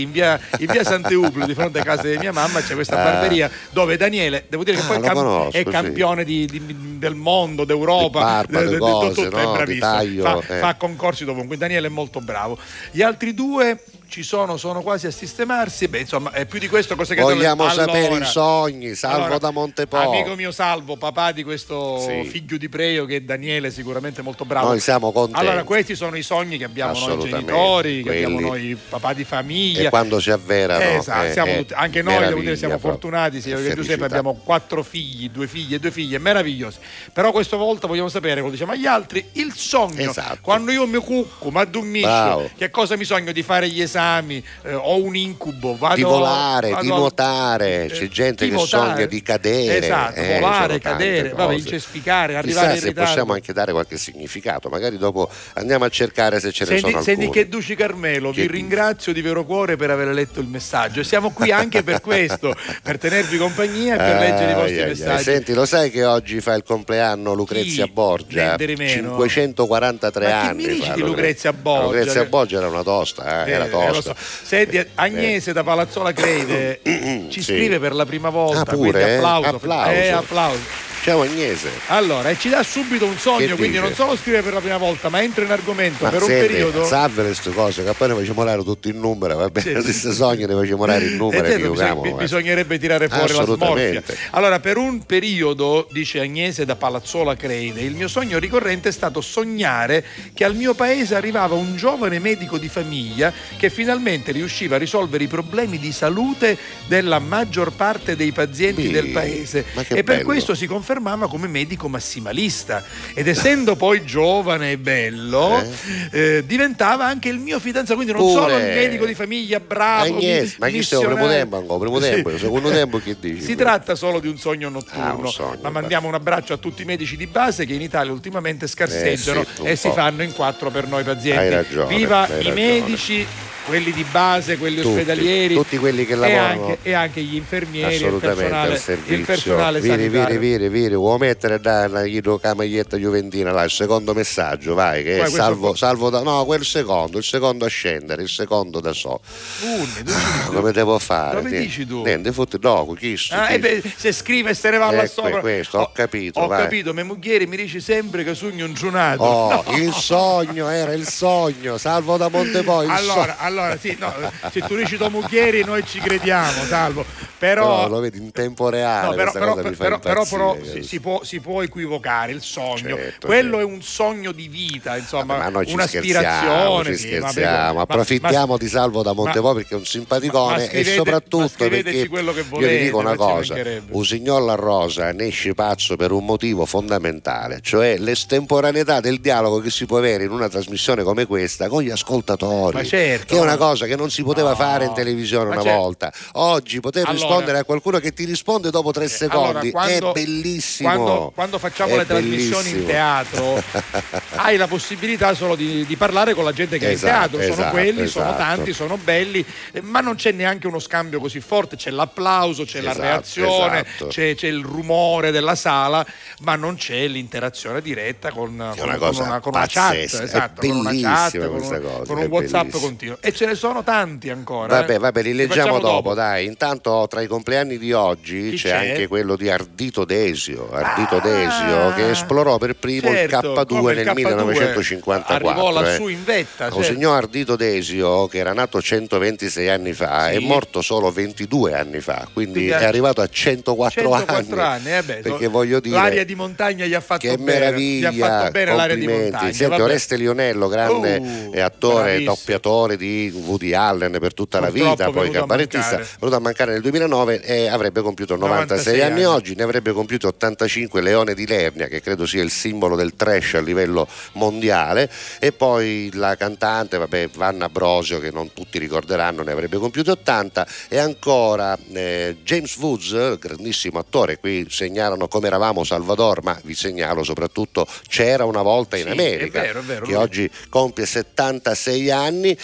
in via, in via Sant'Euplo, di fronte a casa di mia mamma, c'è questa barberia dove Daniele, devo dire che Ah, poi lo cam- conosco, è sì. campione di, di- del mondo, d'Europa, Di barba, de- di de- cose, tutto, no? è Di bravissimo, taglio, fa, eh. fa concorsi dovunque. Daniele è molto bravo. Gli altri due ci sono, sono quasi a sistemarsi. Beh, insomma, è più di questo cosa che Vogliamo allora, sapere i sogni, Salvo allora, da Montepo. amico mio Salvo, papà di questo Sì. figlio di Preo che è Daniele, sicuramente molto bravo. Noi siamo contenti. Allora, questi sono i sogni che abbiamo noi Assolutamente, genitori, che abbiamo quelli- noi papà di famiglia. E quando si avverano, Esatto, eh, siamo eh, tutti- anche noi devo dire meraviglia siamo proprio. fortunati, sì, Che perché Giuseppe felicità. abbiamo quattro figli, due figlie e due figlie, meravigliosi. Però questa volta vogliamo sapere, come diciamo agli altri, il sogno. Esatto. Quando io mi cucco, mi addormisco, Bravo. che cosa mi sogno di fare gli esami, eh, ho un incubo, vado Di volare, vado di a- nuotare, c'è eh, gente di che nuotare. sogna di cadere. Esatto, eh, volare, sono tante cadere, vabbè, cose. incespicare, arrivare Chissà in se ritardo. possiamo anche dare qualche significato, magari dopo andiamo a cercare se ce ne Senti, sono senti alcuni. che Duci Carmelo, Che vi dici? ringrazio di vero cuore per aver letto il messaggio e siamo qui anche per questo, per tenervi compagnia e per leggere i vostri Ai, ai, ai. messaggi. Senti, lo sai che oggi fa il compleanno Lucrezia Chi? Borgia? Niente di meno. cinquecentoquarantatré Ma chi anni mi dici fa, di Lucrezia Borgia? Lucrezia Borgia era una tosta, eh, era Eh, eh, lo tosta. so. Senti, Agnese da Palazzola Crede ci Sì. scrive per la prima volta, Ah, pure, quindi eh? applauso. Applauso. Eh, applauso. Ciao Agnese. Allora, e ci dà subito un sogno, Che quindi dice? non solo scrive per la prima volta, ma entra in argomento Ma per un senti, periodo. salve queste cose, che poi ne facciamo morare tutto il numero, va bene? Questi sogni ne facciamo morare il E numero e certo, bisogna- giocamo. eh. bisognerebbe tirare fuori la smorfia. Assolutamente. Allora, per un periodo, dice Agnese da Palazzola Crede, il mio sogno ricorrente è stato sognare che al mio paese arrivava un giovane medico di famiglia che finalmente riusciva a risolvere i problemi di salute della maggior parte dei pazienti Sì, del paese ma che e per bello. questo si confermava come medico massimalista ed essendo poi giovane e bello eh, diventava anche il mio fidanzato, quindi non Pure. solo il medico di famiglia bravo, Agnese, mi- ma chi stiamo primo missionario. tempo ancora? Primo Sì. tempo, secondo tempo che dici? Si tratta solo di un sogno notturno, Ah, un sogno, ma mandiamo un abbraccio a tutti i medici di base che in Italia ultimamente scarseggiano Eh sì, un e si po'. fanno in quattro per noi pazienti. Hai ragione, Viva hai i ragione. medici, quelli di base, quelli Tutti, ospedalieri, tutti quelli che e lavorano. anche, e anche gli infermieri, il Assolutamente personale, al servizio. il personale Viri, sanitario. viri, viri, viri, vuoi mettere da una camaglietta juventina là, il secondo messaggio, vai, che Poi è questo salvo, qua- salvo da. No, quel secondo, il secondo a scendere, il secondo da so. Unni, tu dici- Come devo fare? Dove Niente, dici tu? Niente, fotti, no, chi sto, Ah, chi e beh, se scrive e se ne va là Ecco, sopra. è questo, ho capito, Ho vai. capito, mia moglie mi dice sempre che sogno un giunato. Oh, No. il sogno, era il sogno, salvo da Montepò, il Allora, allora sì, no, se tu dici Tom Mucchieri noi ci crediamo, Salvo. Però, No, lo vedi in tempo reale, no, però, questa però, cosa mi fa però, però, impazzire, però capito? si, si può, si può equivocare il sogno. Certo, Quello certo. è un sogno di vita, insomma, Ma noi ci un'aspirazione. scherziamo, ci sì, ma scherziamo, prego, approfittiamo ma- di Salvo da Montepò ma- perché è un simpaticone ma e scrivete- ma soprattutto scriveteci perché quello che io volete, vi dico una ma ci cosa, mancherebbe. un signor La Rosa ne esce pazzo per un motivo fondamentale, cioè l'estemporaneità del dialogo che si può avere in una trasmissione come questa con gli ascoltatori, Ma certo, che è una no. cosa che non si poteva No. fare in televisione Ma una certo. volta. Oggi poter Allora- rispondere a qualcuno che ti risponde dopo tre secondi Allora, quando- è bellissimo. Quando, quando facciamo È le trasmissioni in bellissimo. teatro hai la possibilità solo di, di parlare con la gente che Esatto, è in teatro. Sono esatto, quelli, sono esatto. tanti, sono belli, eh, ma non c'è neanche uno scambio così forte. C'è l'applauso, c'è la Esatto, reazione, esatto. c'è, c'è il rumore della sala, ma non c'è l'interazione diretta con, È con- una con cosa una, con una chat, pazzesca, è esatto, con una bellissima chat, con, questa un- cosa, con è un WhatsApp bellissima. continuo. E ce ne sono tanti ancora. Vabbè, eh. vabbè, li Li leggiamo facciamo dopo, dai. Intanto tra i compleanni di oggi Chi c'è, c'è? anche quello di Ardito Desio, Ardito Ah, Desio che esplorò per primo certo, il K due come il nel K due. millenovecentocinquantaquattro. Arrivò eh. lassù in vetta. Un certo. signor Ardito Desio che era nato centoventisei anni fa Sì. è morto solo ventidue anni fa, quindi Quindi è ha- arrivato a centoquattro, centoquattro anni, eh beh, perché so- voglio dire l'aria di montagna gli ha fatto che bene, meraviglia, gli ha fatto bene l'aria di complimenti. montagna. Senti, vabbè. Oreste Lionello, grande Uh, eh, attore, bravissimo. doppiatore di Woody Allen per tutta la Purtroppo vita, è poi venuto a cabarettista, mancare. è venuto a mancare nel duemilanove e avrebbe compiuto novantasei, novantasei anni anni. oggi, ne avrebbe compiuto ottantacinque Leone di Lernia, che credo sia il simbolo del trash a livello mondiale, e poi la cantante, vabbè, Vanna Brosio, che non tutti ricorderanno, ne avrebbe compiuto ottanta, e ancora eh, James Woods, grandissimo attore, qui segnalano Come eravamo Salvador, ma vi segnalo C'era una volta in Sì, America, è vero, è vero, che lui- oggi compie settantasei anni, e poi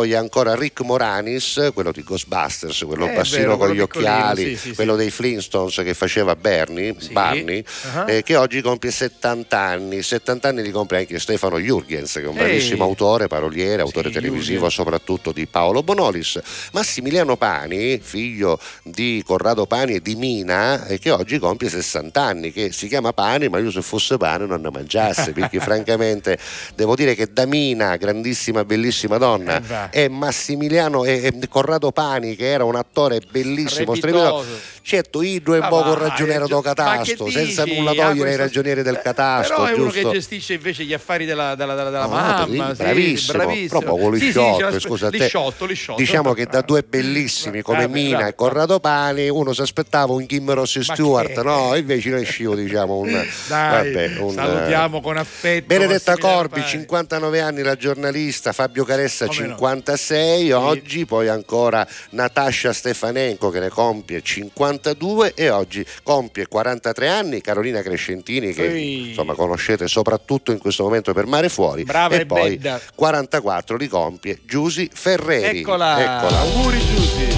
poi ancora Rick Moranis, quello di Ghostbusters, quello Eh, bassino vero, con quello gli occhiali, piccolino, sì, sì, quello sì. dei Flintstones che faceva Bernie, Sì. Barney, Uh-huh. eh, che oggi compie settanta anni. settanta anni li compie anche Stefano Jurgens, che è un bravissimo Ehi. autore, paroliere, autore Sì, televisivo Jurgens. soprattutto di Paolo Bonolis. Massimiliano Pani, figlio di Corrado Pani e di Mina, eh, che oggi compie sessanta anni, che si chiama Pani, ma io se fosse pane non ne mangiasse, perché francamente devo dire che da Mina, grandissima bellissima donna, Eh, va. e Massimiliano e, e Corrado Pani, che era un attore bellissimo, strepitoso, Strepitoso. certo i due Ma un po' con vai, ragioniere gio- do ma catasto, che senza dici? nulla Ah, togliere ai questo- ragionieri del catasto, Però è uno giusto? che gestisce invece gli affari della, della, della, della No, mamma. sì, sì, bravissimo, bravissimo. proprio con Sì, sì, Lisciotto, ce l'ha- scusa te. Lisciotto, Lisciotto. Diciamo che da due bellissimi come Ah, beh, Mina bravo, e Corrado Pani uno si aspettava un Kim Rossi Ma Stewart, che- no? Invece noi scivo diciamo un, Dai, vabbè, un salutiamo con affetto Benedetta Massimiliano Corbi, Pani. cinquantanove anni, la giornalista, Fabio Caressa Come no? cinquantasei oggi, poi ancora Natascia Stefanenko che ne compie cinquantadue e oggi compie quarantatré anni Carolina Crescentini che Sì. insomma conoscete soprattutto in questo momento per Mare Fuori, Brava e e poi bella. quarantaquattro li compie Giusy Ferreri. Eccola, Eccola. auguri Giusy.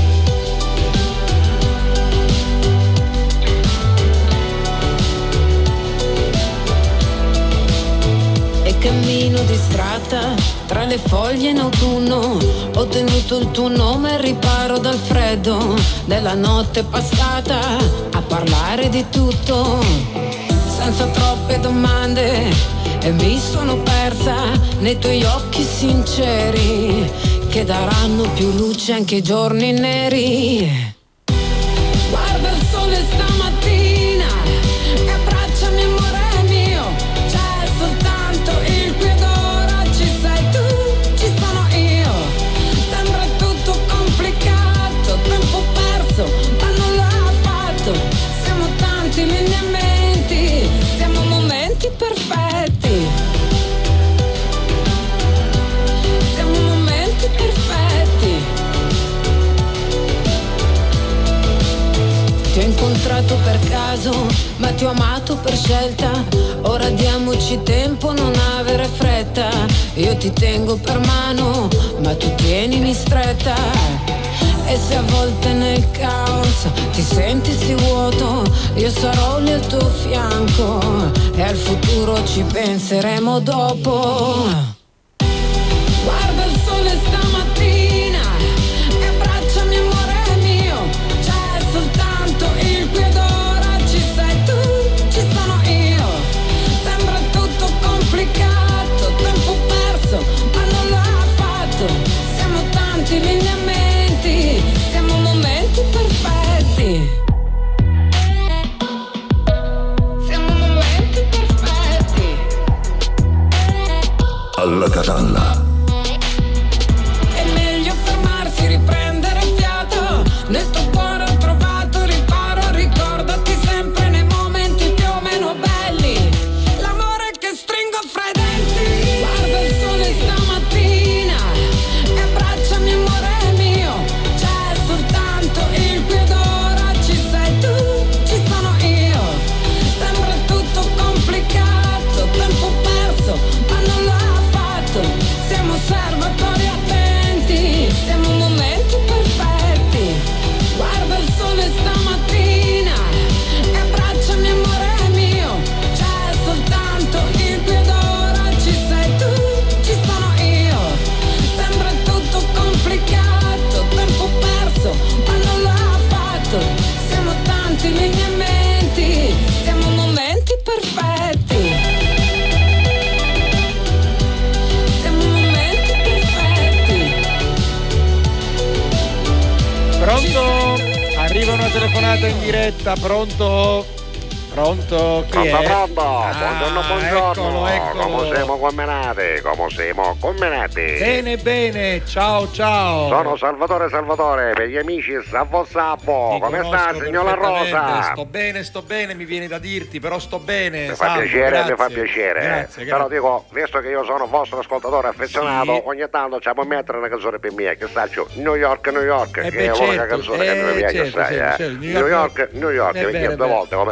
E cammino distratta tra le foglie in autunno. Ho tenuto il tuo nome al riparo dal freddo della notte passata, a parlare di tutto senza troppe domande. E mi sono persa nei tuoi occhi sinceri, che daranno più luce anche ai giorni neri. Guarda il sole stamattina e abbracciami amore mio. C'è soltanto il qui ed ora, ci sei tu, ci sono io. Sembra tutto complicato, tempo perso, ma non l'ha fatto. Siamo tanti lineamenti, siamo momenti perfetti. Siamo momenti perfetti. Ti ho incontrato per caso, ma ti ho amato per scelta. Ora diamoci tempo, non avere fretta. Io ti tengo per mano, ma tu tienimi stretta. E se a volte nel caos ti senti sì vuoto, io sarò lì al tuo fianco e al futuro ci penseremo dopo. Guarda il sole stamattina e abbracciami amore mio. C'è soltanto il qui ed ora, ci sei tu, ci sono io. Sembra tutto complicato, tempo perso, ma non l'ha fatto. Siamo tanti lineamenti, siamo momenti perfetti. Siamo momenti perfetti. Alla Catalla. È meglio fermarsi, riprendere fiato. Nel tuo cuore ho trovato riparo. Ricordati sempre nei momenti più o meno belli l'amore che stringo fra i denti. Guarda il sole stamattina e abbracciami amore mio. C'è soltanto il qui ed ora, ci sei tu, ci sono io. Sembra tutto complicato, tempo perso, ma non l'ha fatto. Siamo osservatori attenti, siamo momenti perfetti. Guarda il sole stamattina e abbracciami amore mio. C'è soltanto il qui ed ora, ci sei tu, ci sono io. Sembra tutto complicato, tempo perso, ma non l'ha fatto. Siamo tanti lineamenti, siamo momenti perfetti. Siamo momenti perfetti. Pronto? Arriva una telefonata in diretta, pronto? Pronto? Chi Pronto, è? pronto, Ah, buongiorno, buongiorno, Eccolo, eccolo. come siamo combinati, come siamo combinati. Bene, bene, ciao, ciao. Sono Salvatore Salvatore, per gli amici Savo Savo, Ti come conosco sta signora perfettamente. Rosa? Sto bene, sto bene, mi viene da dirti, però sto bene. Mi fa Salvo, piacere, grazie. mi fa piacere. Grazie, Però grazie. dico, visto che io sono vostro ascoltatore affezionato, Sì. ogni tanto ci può mettere una canzone per me, che faccio New York, New York, Eh che beh, è l'unica certo, canzone che eh, mi piace certo, assai. certo, eh. certo. New York, New York, Eh perché bene, due bene. volte come Eh Savo bene.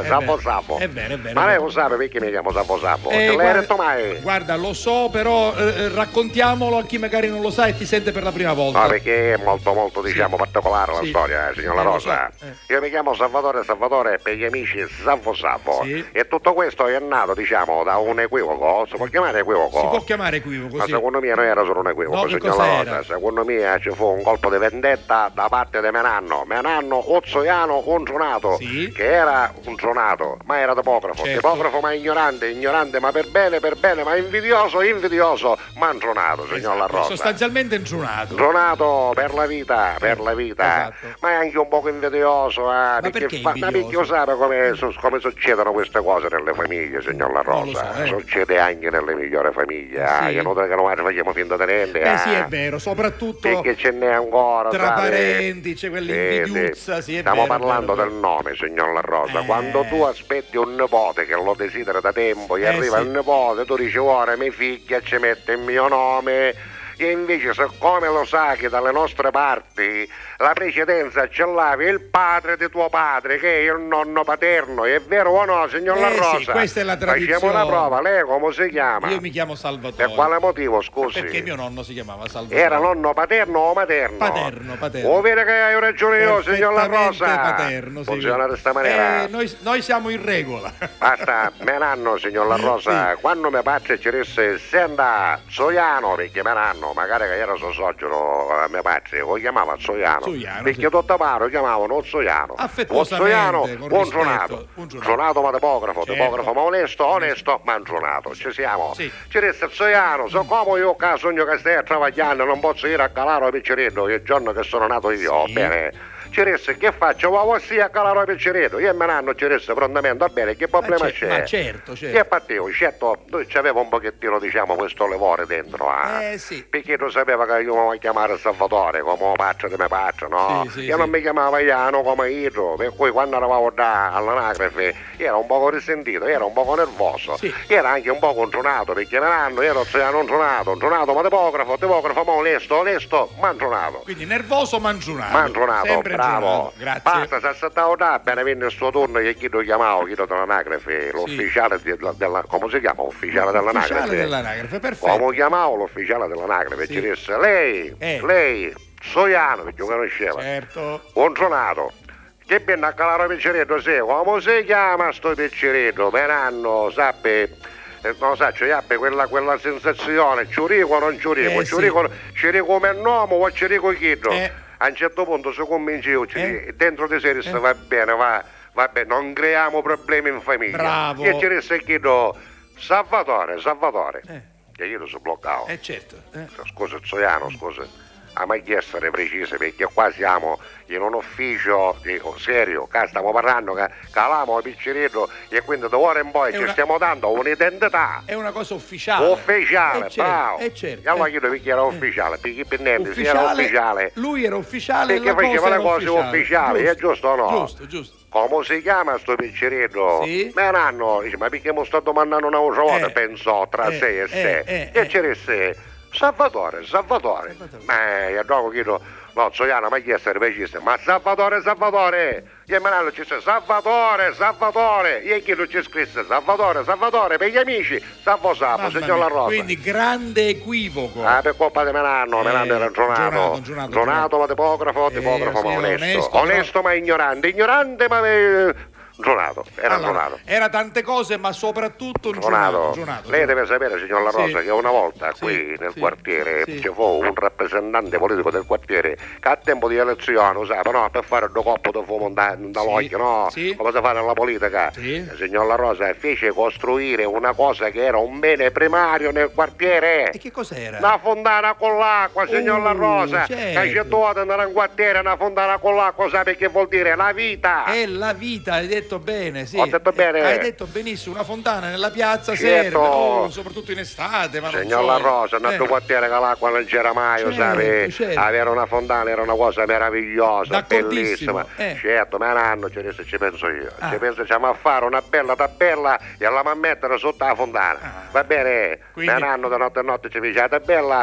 Saffo. È vero, è vero. Ma lei lo sa perché mi chiamo Saffo Saffo? Eh, Ce l'hai guarda, detto mai? Guarda, lo so, però eh, raccontiamolo a chi magari non lo sa e ti sente per la prima volta. No, perché è molto molto diciamo Sì. particolare la Sì. storia, eh, signor La Eh, lo Rosa. so, eh. Io mi chiamo Salvatore Salvatore per gli amici Saffo Saffo. Sì. E tutto questo è nato, diciamo, da un equivoco. Si può chiamare equivoco? Si può chiamare equivoco, Ma sì. secondo me non era solo un equivoco, No, che signor La cos'era? Rosa. Secondo me ci fu un colpo di vendetta da parte di Menanno. Menanno Ozzoiano Contronato, Sì. che era un tronato, ma era topografo. Certo. Topografo ma ignorante, ignorante ma per bene, per bene, ma invidioso, invidioso, ma un tronato, signor La Esatto, Rosa. sostanzialmente intronato. Tronato per la vita, per la vita, Esatto. ma è anche un poco invidioso, eh, perché fa- ma invidioso? perché sa come, su- come succedono queste cose nelle famiglie, signor La Non lo Rosa? so, eh. Succede anche nelle migliori famiglie, Sì. eh, che non che noi facciamo finta di niente, Eh eh. sì, è vero, soprattutto Perché ce n'è ancora, tra sai? parenti, c'è quell'invidiuzza, sì, è Stiamo vero, è parlando vero, è del nome, signor La Rosa. Eh. Quando tu aspetti un nipote che lo desidera da tempo, gli Eh, arriva sì. il nipote, tu dici ora mia figlia ci mette il mio nome. E invece, siccome lo sa che dalle nostre parti la precedenza ce l'avi il padre di tuo padre, che è il nonno paterno, è vero o no, signor La Eh, sì, Rosa? questa è la tradizione. Facciamo una prova, lei come si chiama? Io mi chiamo Salvatore. Per quale motivo, scusi? Perché mio nonno si chiamava Salvatore. Era nonno paterno o materno? Paterno, paterno. O vede che hai ragione io, signor La Perfettamente Rosa? paterno, sì. Funziona di questa maniera. Eh, noi, noi siamo in regola. Basta, menanno, signor La Rosa, quando mio padre ci disse senta Soiano, perché menanno, magari che era suo soggioro a mio padre, lo chiamava Soiano, Soiano, perché sì. tutto paro lo chiamavano Soiano. Affettuosamente, Soiano, con un rispetto, tronato, un tronato. tronato ma topografo, Certo. topografo ma onesto, onesto ma un tronato, ci siamo. Sì. Ci disse Soiano, so come io che sogno che stai travagliando, non posso ir a calare il piccerino, che il giorno che sono nato io, Sì. bene. Ci disse che faccio? Va sia a calare il piccerino, io e menanno ci disse prontamente, va bene, che problema Ma cer- c'è? ma certo, certo. Che partito, certo, lui c'aveva un pochettino, diciamo, questo levore dentro, eh. Eh, sì. Perché tu sapeva che io mi volevo chiamare Salvatore, come padre di mio padre, no? Sì, sì, io sì. non mi chiamavo Iano come Idro, per cui quando eravamo da all'anagrafe era un poco risentito, era un poco nervoso, Sì. era anche un po' contronato, perché menanno ero un tronato, un tronato ma topografo, topografo ma onesto, onesto, ma un tronato. Quindi nervoso mangiunato. Mantronato, Sempre bravo. intronato. Grazie. Basta, si aspettavo da appena venne il suo turno che chi lo chiamavo, chi lo dell'anagrafe, l'ufficiale della, della, come si chiama? Ufficiale dell'anagrafe. Ufficiale dell'anagrafe, perfetto. Come chiamavo l'ufficiale dell'anagrafe? Sì. Ci disse, lei, Eh. lei, Soiano, perché lo conosceva, Certo. un tronato. Che viene a calare il picceretto, sì, come si chiama sto picceretto? Per anno, sappe, eh, non so, c'è quella, quella sensazione, ci rico o non ci rico, Eh, ci sì. rico, ci rico come nome o ci rico chiedo. Eh. A un certo punto si convince io, ci Eh. dico, dentro di sé disse, va bene, va, va bene, non creiamo problemi in famiglia. Bravo. E ci disse chiedo, Salvatore, Salvatore. Eh. E io sono bloccato. Eh certo. Eh. Scusa Zoiano, scusa. A mai essere precise perché qua siamo in un ufficio dico, serio, qua stiamo parlando che calamo il piccerino e quindi da ora in poi È ci una- stiamo dando un'identità È una cosa ufficiale. ufficiale, Eh, certo, bravo. eh, certo, E allora eh. chiedo perché era ufficiale, perché per niente si era ufficiale. Lui era ufficiale e Perché la cosa faceva era le cose ufficiale. ufficiali, è giusto o no? Giusto, giusto. Come si chiama sto piccerino? Sì. Ma un anno, dice, ma perché mi sto domandando una volta, Eh. pensò tra Eh, sé e eh, sé. eh, e eh. ci disse, Salvatore, Salvatore. Salvatore. Ma io dopo chiedo, no, Zoiano, ma chi è essere precise? Ma Salvatore, Salvatore. E me l'hanno ci disse, Salvatore, Salvatore. E chi non ci scrisse, Salvatore, Salvatore, per gli amici, Salvo Salvo, Mamma signor La mia, Rosa. Quindi grande equivoco. Ah, per colpa di Menanno, Eh, Menanno era Gionato, Gionato, Gionato, Gionato ma tipografo, Eh, tipografo sì, ma onesto, onesto, onesto, però- ma ignorante, ignorante ma eh, Gionato, era Allora, Gionato. era tante cose, ma soprattutto un Gionato. giornato. giornato Lei deve sapere, signor La Rosa, Sì. che una volta Sì, qui nel sì, quartiere sì. ci fu un rappresentante politico del quartiere che a tempo di elezione, sai, no, per fare due coppe di fumo da, dall'occhio, no? Sì. Come si fa nella politica? Sì. Il signor La Rosa fece costruire una cosa che era un bene primario nel quartiere. E che cos'era? Una fontana con l'acqua, signor Oh, La Rosa. certo. Che c'è tuota nel quartiere, una fontana con l'acqua, sai che vuol dire? La vita. È la vita, hai detto bene, sì. Ho detto bene. Eh, Hai detto benissimo, una fontana nella piazza Certo. serve, oh, soprattutto in estate, ma non Signor so. La Rosa, nel Eh, tuo quartiere che l'acqua non c'era mai, Certo, sai? certo. Avere una fontana era una cosa meravigliosa, D'accordissimo, bellissima. eh. Certo, ma un anno ci adesso ci penso io. Ah. Ci penso, siamo a fare una bella tabella e la a mettere sotto la fontana. Ah. Va bene? Quindi- Un anno da notte a notte ci dice la tabella, Eh.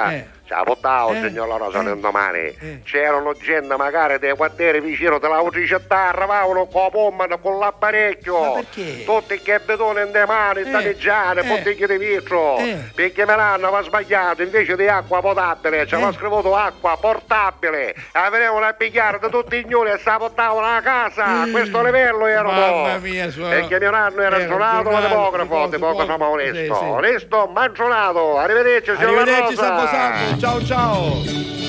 Ciao, portavo, Eh, signor La Rosa, eh, nel domani. eh. C'erano gente magari dei quartieri vicino della Utricetta, arrivavano con la pomma, con l'apparecchio. Ma perché? Tutti che betone in le mani, Eh, danneggiate, eh. bottiglie di vetro. Eh. Perché me l'hanno aveva sbagliato, invece di acqua potabile, ci aveva Eh. scritto acqua portabile. La venivano a pigliare da tutti i gnoli e se la portavano a casa. A questo livello erano. Mamma mia, suo- Perché mio nonno era Era un giornato giornale, demografo, tipo- demografo tipo- onesto. sì, sì. Onesto, ma giornato. Arrivederci, signor La Arrivederci, Rosa. Sambo Sambo. Ciao, ciao.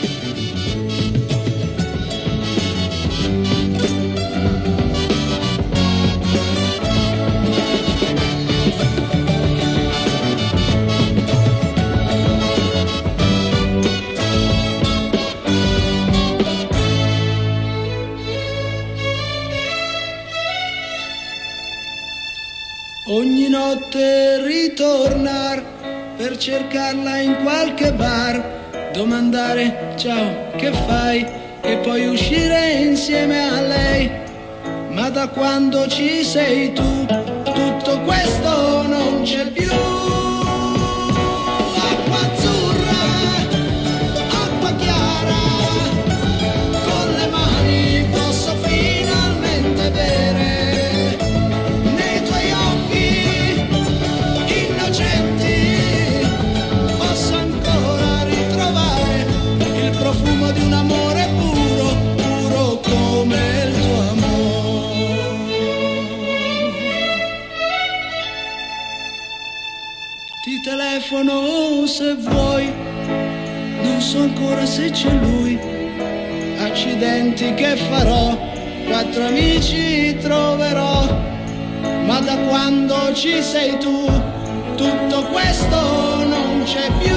Ogni notte ritornar per cercarla in qualche bar, domandare ciao che fai e poi uscire insieme a lei. Ma da quando ci sei tu tutto questo non c'è più. Acqua azzurra, acqua chiara, con le mani posso finalmente bere. Nei tuoi occhi innocenti posso ancora ritrovare il profumo di un amore puro, puro come il tuo amore. Ti telefono se vuoi, non so ancora se c'è lui. Accidenti che farò, quattro amici troverò. Ma da quando ci sei tu, tutto questo non c'è più.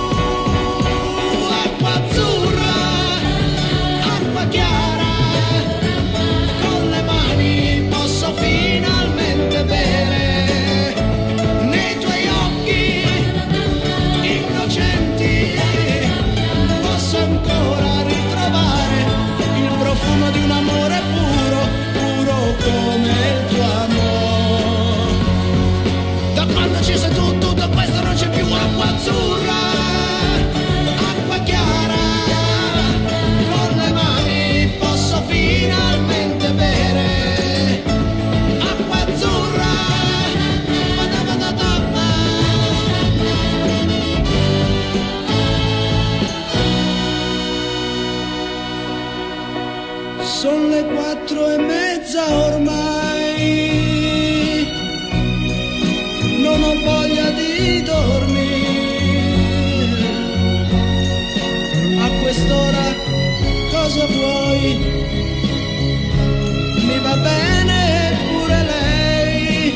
Acqua azzurra, acqua chiara, con le mani posso finalmente bere. Nei tuoi occhi innocenti posso ancora ritrovare il profumo di un amore puro, puro come il tuo amore. Da quando ci sei tu, tutto questo non c'è più. Acqua azzurra, acqua chiara, con le mani posso finalmente bere. Acqua azzurra, badabadabba. Sono le quattro e mezza ormai, non ho voglia di dormire. A quest'ora cosa vuoi? Mi va bene pure lei,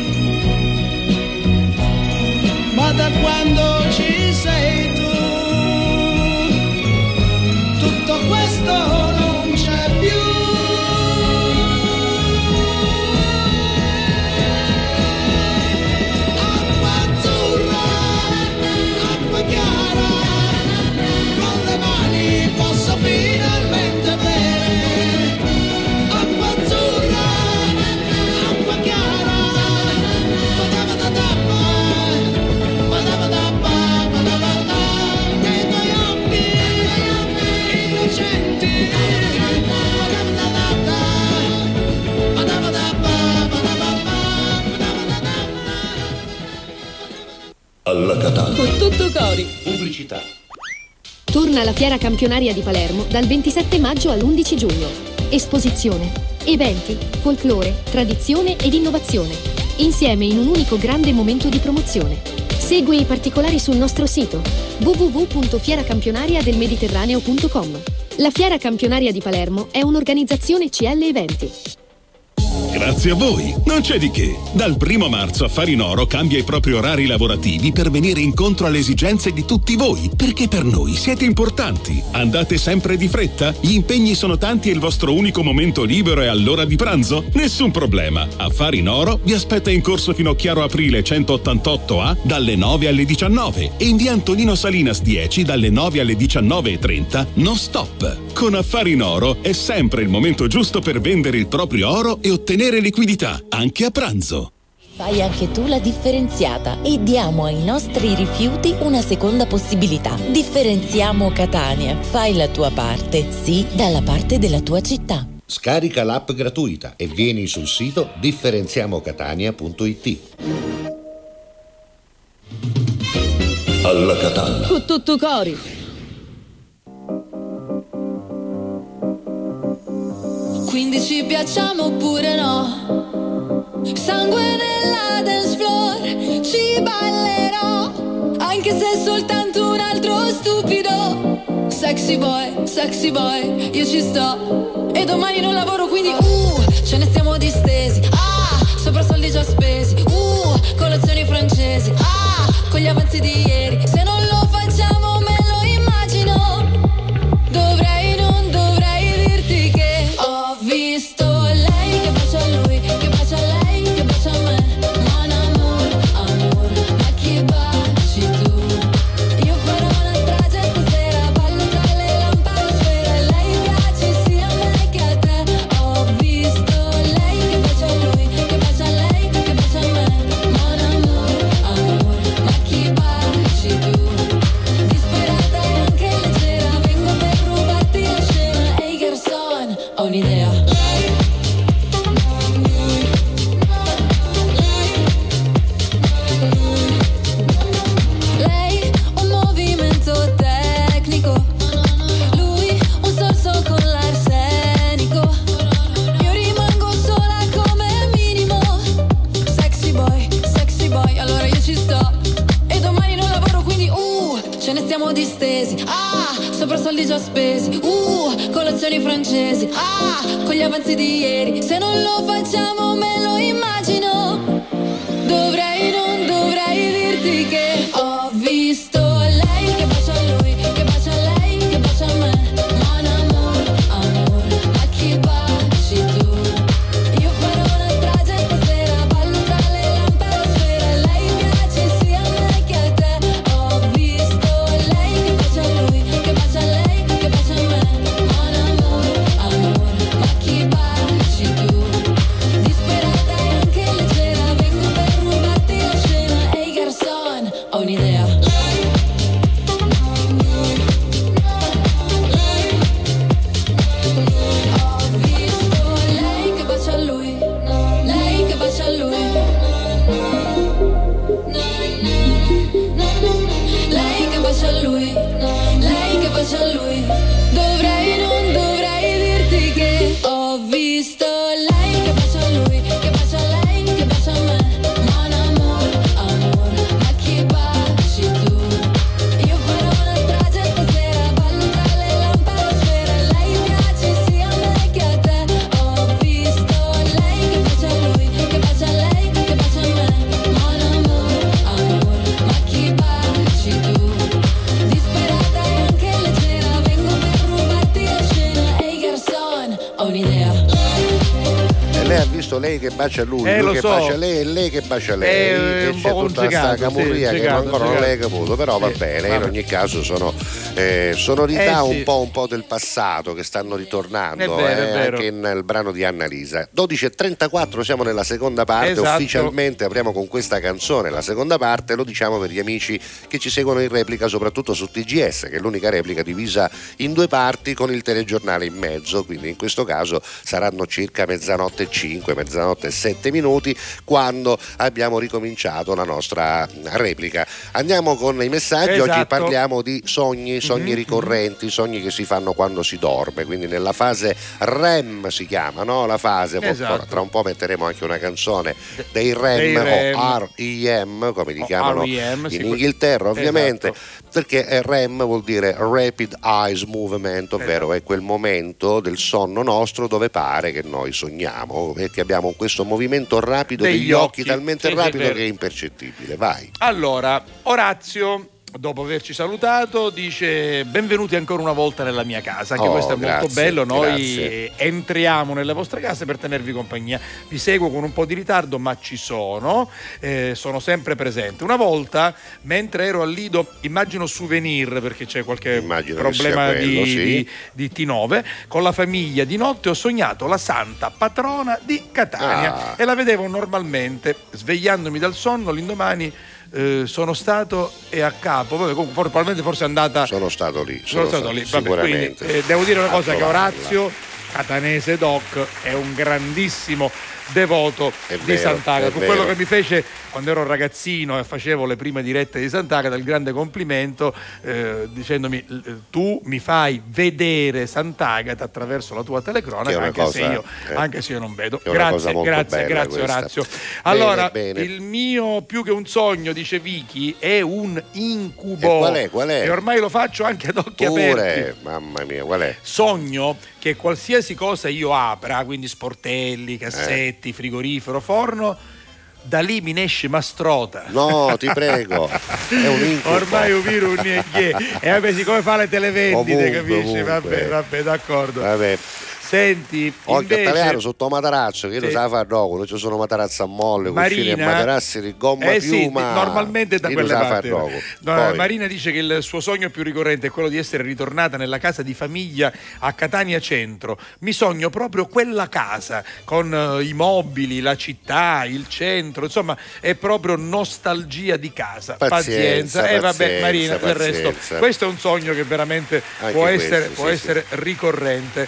ma da quando ci sei tu, tutto questo non c'è più. Acqua azzurra, acqua chiara, con le mani posso finalmente bere. Acqua azzurra, acqua chiara, badabadabba, badabadabba, badabadabba. Nei tuoi occhi innocenti, badabadabba, badabadabba, badabadabba, badabadabba. Alla Catalla. Con tutto cori. Pubblicità. Torna la Fiera Campionaria di Palermo dal ventisette maggio all'undici giugno. Esposizione, eventi, folklore, tradizione ed innovazione. Insieme in un unico grande momento di promozione. Segui i particolari sul nostro sito w w w punto fiera campionaria del mediterraneo punto com. La Fiera Campionaria di Palermo è un'organizzazione C L Eventi. Grazie a voi, non c'è di che. Dal primo marzo Affari in Oro cambia i propri orari lavorativi per venire incontro alle esigenze di tutti voi, perché per noi siete importanti. Andate sempre di fretta? Gli impegni sono tanti e il vostro unico momento libero è all'ora di pranzo? Nessun problema. Affari in Oro vi aspetta in corso Finocchiaro Aprile centottantotto A dalle nove alle diciannove e in via Antonino Salinas dieci dalle nove alle diciannove e trenta non stop. Con Affari in Oro è sempre il momento giusto per vendere il proprio oro e ottenere liquidità, anche a pranzo. Fai anche tu la differenziata e diamo ai nostri rifiuti una seconda possibilità. Differenziamo Catania. Fai la tua parte, sì, dalla parte della tua città. Scarica l'app gratuita e vieni sul sito differenziamo catania punto it. Alla Catalla. Con tutto cori. Quindi ci piacciamo oppure no? Sangue nella dance floor, ci ballerò, anche se è soltanto un altro stupido. Sexy boy, sexy boy, io ci sto. E domani non lavoro, quindi uh, ce ne stiamo distesi. Ah, sopra soldi già spesi. Uh, colazioni francesi. Ah, con gli avanzi di ieri. Se non lo facciamo me lo immagino. Dovrei, non dovrei dirti che ho visto lei che bacia a lui, che bacia a lei, che bacia a me. Mon amour, amour, ma chi baci tu? Io farò una strage stasera, ballo tra le lampadosfere. Lei piace sia a me che a te. Ho visto lei che bacia a lui, che bacia a lei, che bacia a me. Mon amour, amour, ma chi baci tu? Disperata e anche leggera, vengo per rubarti la scena. Ehi garçon, ho un'idea. Lei un movimento tecnico, lui un sorso con l'arsenico. Io rimango sola come minimo. Sexy boy, sexy boy, allora io ci sto. E domani non lavoro, quindi uh, ce ne stiamo distesi. Ah, sopra soldi già spesi. Uh, colazioni francesi. Ah, con gli avanzi di ieri. Se non lo facciamo me lo immagino. Dovrei, non dovrei dirti che ho visto lei che bacia a lui, che bacia a lei, che bacia a me. Mon amour, amour, ma chi baci tu? Io farò una strage stasera, ballo tra le lampadosfere. Lei piace sia a me che a te. Ho visto lei che bacia a lui, che bacia a lei, che bacia a me. Mon amour, amour, ma chi baci tu? Disperata e anche leggera, vengo per rubarti la scena. Ehi garçon, ho un'idea. Ho visto lei che bacia a lui, lei che bacia a lui. Lei che bacia a lui, lei che bacia a lui. Dovrei, non dovrei dirti che ho visto lei che bacia a lui, che bacia a lei, che bacia a me. Mon amour, amour, ma chi baci tu? Io farò una strage stasera, ballo tra le lampadosfere. Lei piace sia a me che a te. Ho visto lei che bacia a lui, che bacia a lei, che bacia a me. Mon amour, amour, ma chi baci tu? Disperata e anche leggera, vengo per rubarti la scena. Ehi garçon, ho un'idea. E lei ha visto lei che bacia lui, Eh, lui lo che so. bacia lei e lei che bacia lei. È E un c'è po' tutta questa complicato, camurria sì, che complicato, ancora non lei complicato. caputo, però va Sì, bene. vabbè. In ogni caso sono eh, sonorità Eh, sì. un po' un po' del passato che stanno ritornando, È vero, è eh, vero. anche nel brano di Annalisa. dodici e trentaquattro, siamo nella seconda parte, Esatto. ufficialmente apriamo con questa canzone la seconda parte, lo diciamo per gli amici che ci seguono in replica soprattutto su T G S, che è l'unica replica divisa in due parti con il telegiornale in mezzo, quindi in questo caso saranno circa mezzanotte e cinque, mezzanotte e sette minuti quando abbiamo ricominciato la nostra replica. Andiamo con i messaggi, Esatto. oggi parliamo di sogni, sogni Mhm. ricorrenti, sogni che si fanno quando si dorme, quindi nella fase R E M si chiama, no? La fase, Esatto. tra un po' metteremo anche una canzone dei R E M, Dei R E M. o R E M come li O chiamano R E M, in sì, Inghilterra ovviamente, esatto. perché R E M vuol dire Rapid Eyes Movement, ovvero è quel momento del sonno nostro dove pare che noi sogniamo e che abbiamo questo movimento rapido Degli degli occhi, occhi. talmente Sì, sì, rapido vero. che è impercettibile. Vai. Allora, Orazio dopo averci salutato, dice: benvenuti ancora una volta nella mia casa. Anche Oh, questo è grazie, molto bello. Noi grazie. entriamo nelle vostre case per tenervi compagnia. Vi seguo con un po' di ritardo, ma ci sono, eh, sono sempre presente. Una volta, mentre ero al Lido, immagino Souvenir, perché c'è qualche Immagino che problema sia quello, di, sì. di, di T nove, con la famiglia di notte ho sognato la santa patrona di Catania Ah. e la vedevo normalmente. Svegliandomi dal sonno l'indomani, eh, sono stato e a capo, vabbè, comunque, for- probabilmente forse è andata. Sono stato lì, sono, sono stato stato lì, vabbè, sicuramente. quindi, eh, devo dire una A cosa, che trovarla. Orazio, catanese doc, è un grandissimo devoto È di vero, Sant'Agata. è Fu quello vero. che mi fece quando ero ragazzino e facevo le prime dirette di Sant'Agata, il grande complimento, eh, dicendomi: tu mi fai vedere Sant'Agata attraverso la tua Che è telecronaca, una anche, cosa, se io, eh, anche se io non vedo. che è una cosa Grazie, molto grazie, bella grazie questa. Orazio. Bene, Allora, bene. il mio più che un sogno, dice Vicky, è un incubo. E qual è, qual è? E ormai lo faccio anche ad occhi aperti. Pure, mamma mia, qual è? Sogno che qualsiasi cosa io apra, quindi sportelli, cassetti, frigorifero, forno, da lì mi ne esce mastrota. No, ti prego, è un incubo. Ormai un virus non è che. E vabbè, siccome fa le televendite, Ovunque, capisci? ovunque. Vabbè, vabbè, d'accordo. Vabbè. Senti, Occhio invece, italiano sotto matarazzo, che io Sì. non sa fare dopo, non ci sono matarazzi a molle, cuscine e Marina, materassi di gomma eh sì, piuma. normalmente da Io quelle non sa parti. fare dopo. No, Poi, Marina dice che il suo sogno più ricorrente è quello di essere ritornata nella casa di famiglia a Catania Centro. Mi sogno proprio quella casa con eh, i mobili, la città, il centro, insomma è proprio nostalgia di casa. Pazienza, E vabbè, pazienza, Marina, del resto pazienza. questo è un sogno che veramente Anche può questo, essere, sì, può sì. essere ricorrente.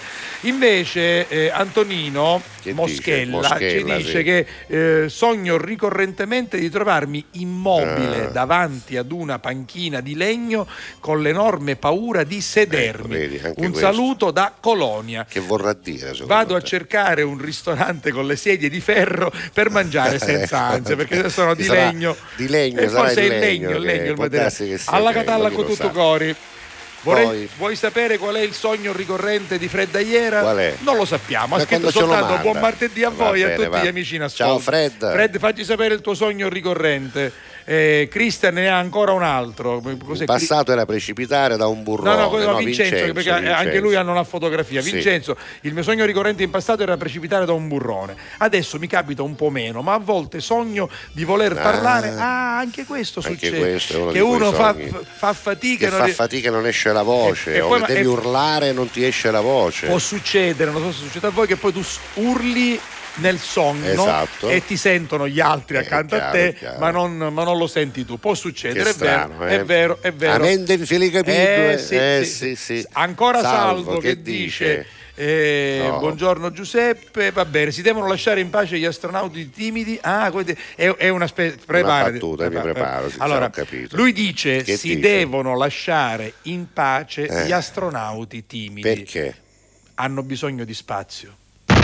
Invece eh, Antonino Che Moschella, dice? Moschella, ci dice sì. che eh, sogno ricorrentemente di trovarmi immobile Ah. davanti ad una panchina di legno con l'enorme paura di sedermi. Ecco, vedi, anche un questo. saluto da Colonia. Che vorrà dire? secondo Vado a te? cercare un ristorante con le sedie di ferro per mangiare senza ansia, perché sono di Sarà legno. di legno, e sarà forse di è il legno, legno, il legno che il può materiale. darsi che sia Alla quello, Catalla chi con lo tutto sa. cori. Vorrei- Poi- vuoi sapere qual è il sogno ricorrente di Fred Aiera? Qual è? Non lo sappiamo. Ha Ma scritto quando ce lo soltanto manda? buon martedì a Va voi e a bene, tutti va. gli amici in ascolto. Ciao, Fred. Fred, facci sapere il tuo sogno ricorrente. Eh, Christian ne ha ancora un altro. Cos'è? In passato era precipitare da un burrone. No, no, quello no, Vincenzo, Vincenzo, perché anche Vincenzo. lui hanno una fotografia. Sì. Vincenzo, il mio sogno ricorrente in passato era precipitare da un burrone. Adesso mi capita un po' meno, ma a volte sogno di voler Ah. parlare. Ah, anche questo Anche succede. questo è uno che di quei uno fa, sogni. fa fatica. Che non fa ri- fatica e non esce la voce, E- e o poi che ma- devi e- urlare e non ti esce la voce. Può succedere, non so se succede a voi, che poi tu s- urli nel sogno Esatto. e ti sentono gli altri Eh, accanto chiaro, a te, chiaro. ma non, ma non lo senti tu. Può succedere, Che è vero, strano, è eh. vero, è vero. A mente in fili capito, Eh, eh. sì, Eh, sì, sì, sì. Ancora Salvo, Salvo, che, che dice, dice? eh, No. buongiorno Giuseppe, va bene, si devono lasciare in pace gli astronauti timidi. Ah, quindi è, è una specie, preparati. battuta, mi preparo, sì, allora, ho capito. lui dice Che si dice? devono lasciare in pace Eh. gli astronauti timidi. Perché? Hanno bisogno di spazio.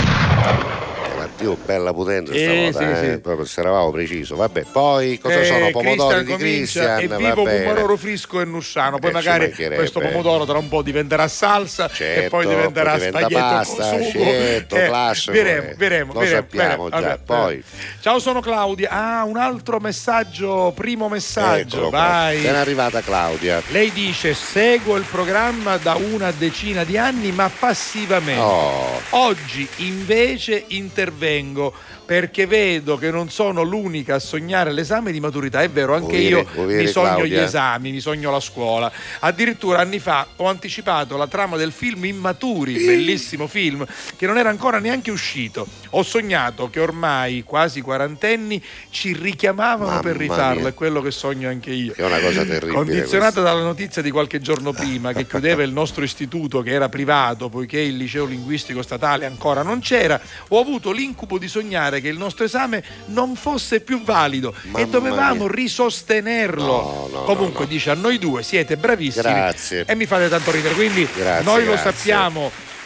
Dio, bella potenza Eh, stavolta, sì, eh, sì. proprio se eravamo preciso. Vabbè, poi cosa Eh, sono? Pomodori Christian di comincia, Christian, e va vivo bene. pomodoro frisco e nusciano, poi Eh, ci magari mancherebbe. questo pomodoro tra un po' diventerà salsa Certo, e poi diventerà poi diventa spaghetto pasta, con sugo. certo, Eh, classico, Vedremo, eh. vedremo, Lo vedremo, sappiamo vedremo. già, Vabbè, poi. vabbè. Ciao, sono Claudia. Ah, un altro messaggio, primo messaggio, Eccolo qua. vai. Appena arrivata Claudia. Lei dice: seguo il programma da una decina di anni, ma passivamente. Oh. Oggi invece intervengo perché vedo che non sono l'unica a sognare l'esame di maturità. È vero, anche Vuoi io dire- vuoi dire, mi sogno Claudia? gli esami, mi sogno la scuola. Addirittura anni fa ho anticipato la trama del film Immaturi, bellissimo film, che non era ancora neanche uscito. Ho sognato che ormai quasi quarantenni ci richiamavano Mamma per rifarlo, mia. è quello che sogno anche io. Che è una cosa terribile. Condizionata dalla notizia di qualche giorno prima che chiudeva il nostro istituto, che era privato poiché il liceo linguistico statale ancora non c'era, ho avuto l'incubo di sognare che il nostro esame non fosse più valido Mamma e dovevamo mia. risostenerlo. No, no, Comunque no, no. dice: a noi due siete bravissimi Grazie. e mi fate tanto ridere, quindi Grazie, noi lo grazie. sappiamo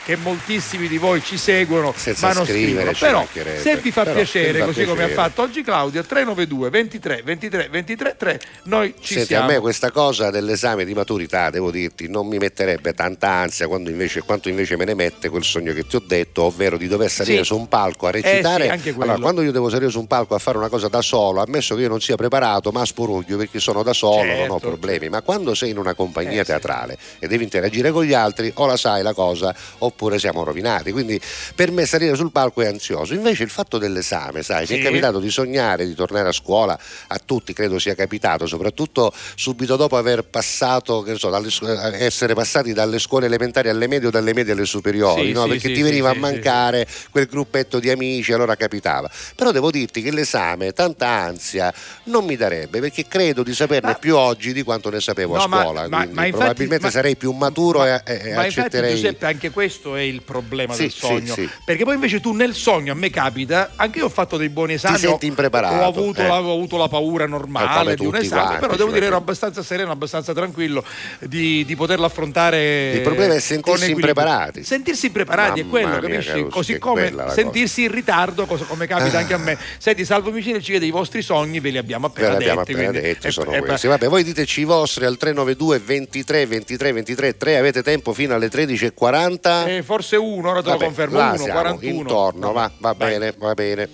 che moltissimi di voi ci seguono senza ma non scrivere, scrivono. Però mancherebbe. se vi fa Però, piacere, se vi fa così come ha piacere. fatto oggi Claudio, tre nove due ventitré ventitré ventitré tre, noi ci Senti, siamo. a me questa cosa dell'esame di maturità, devo dirti, non mi metterebbe tanta ansia quando invece, quanto invece me ne mette quel sogno che ti ho detto, ovvero di dover salire Sì. su un palco a recitare. Eh sì, anche quello. Allora, quando io devo salire su un palco a fare una cosa da solo, ammesso che io non sia preparato, ma sporuglio perché sono da solo, non ho Certo, problemi. Ma quando sei in una compagnia Eh sì. teatrale e devi interagire con gli altri, o la sai la cosa, oppure siamo rovinati. Quindi per me salire sul palco è ansioso. Invece il fatto dell'esame, sai, Sì. mi è capitato di sognare di tornare a scuola, a tutti credo sia capitato, soprattutto subito dopo aver passato, che ne so, dalle scu- essere passati dalle scuole elementari alle medie o dalle medie alle superiori, Sì, no? sì, Perché sì, ti veniva sì, a mancare quel gruppetto di amici, allora capitava. Però devo dirti che l'esame, tanta ansia, non mi darebbe, perché credo di saperne Ma- più oggi di quanto ne sapevo No, a ma- scuola. ma- quindi ma infatti- probabilmente ma- sarei più maturo e, e Ma infatti accetterei. Giuseppe, anche questo è il problema Sì, del sì, sogno, sì. perché poi invece tu nel sogno, a me capita, anche io ho fatto dei buoni esami, Ti senti ho- impreparato, ho avuto, eh. la, ho avuto la paura normale come di un tutti esame, quanti, però devo ci dire ero manca- abbastanza sereno, abbastanza tranquillo di, di poterlo affrontare. Il problema è con sentirsi equilibrio. impreparati. Sentirsi impreparati è Mamma quello, mia, capisci? Caruso, Così che come quella la sentirsi in ritardo, cosa- come capita Ah. anche a me. Senti, Salvo Micile ci chiede i vostri sogni, ve li abbiamo Ve appena l'abbiamo detti. appena quindi- detto, e- sono e- questi. Vabbè, voi diteci i vostri al tre nove due ventitré ventitré ventitré tre, avete tempo fino alle tredici e quaranta. eh, forse uno, ora te lo Vabbè, confermo, là uno, siamo, quarantuno. intorno, va, va Vai. bene, va bene.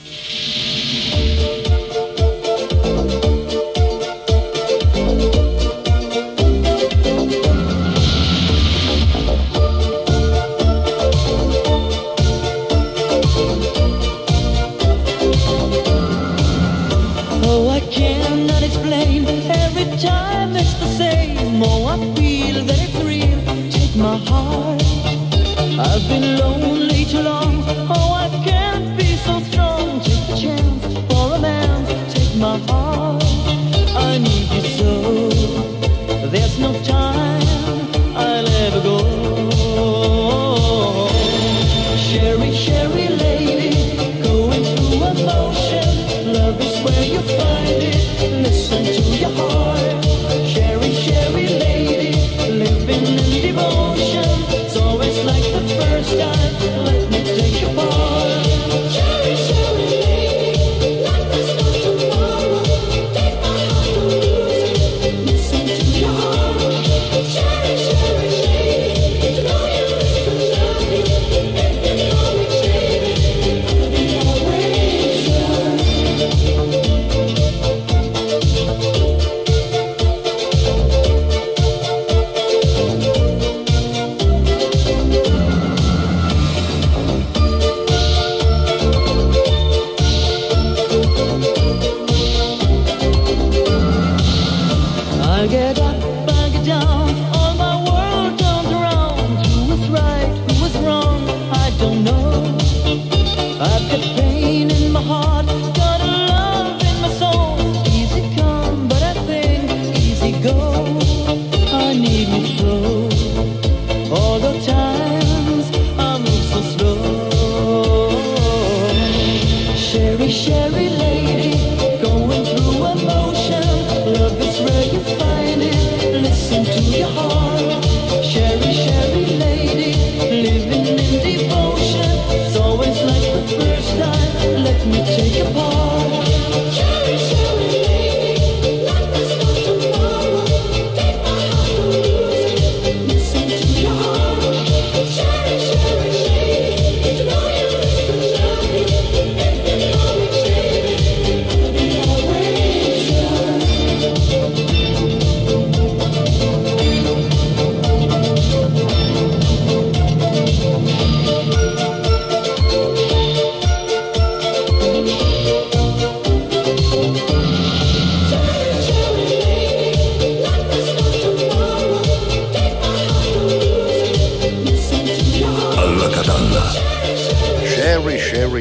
Oh, I cannot explain. Every time it's the same. Oh, I feel that it's real. Take my heart. I've been lonely too long. Oh, I can't be so strong. Take the chance for a man. Take my heart. I need you so. There's no time I'll ever go. Sherry, Sherry lady, going through emotion. Love is where you find it. Listen to your heart. Sherry, Sherry lady, living in devotion. It's always like the first time. Let me take your part. Sherry, Sherry lady, like there's no tomorrow. Take my heart and lose it. Listen to your heart. Sherry, Sherry lady, it's no use to love me. If you call me baby, I'll be always yours. I get up, I get down, all my world turns around. Who was right, who was wrong, I don't know. I've got pain in my heart, got a love in my soul. Easy come, but I think easy go. I need you so. All the times I move so slow. Sherry, Sherry lady, going through emotion. Love is where you find it. Listen to your heart. Sherry, Sherry lady, living in devotion. It's always like the first time. Let me take a part. Sherry, Sherry lady, like there's no tomorrow. Take my heart and lose it. Listen to your heart. Sherry, Sherry lady, it's no use to love me. If you call me baby, I'll be always yours. Sherry, Sherry lady, like there's no tomorrow. Take my heart and lose it. Listen to your heart. Alla Catalla. Sherry, Sherry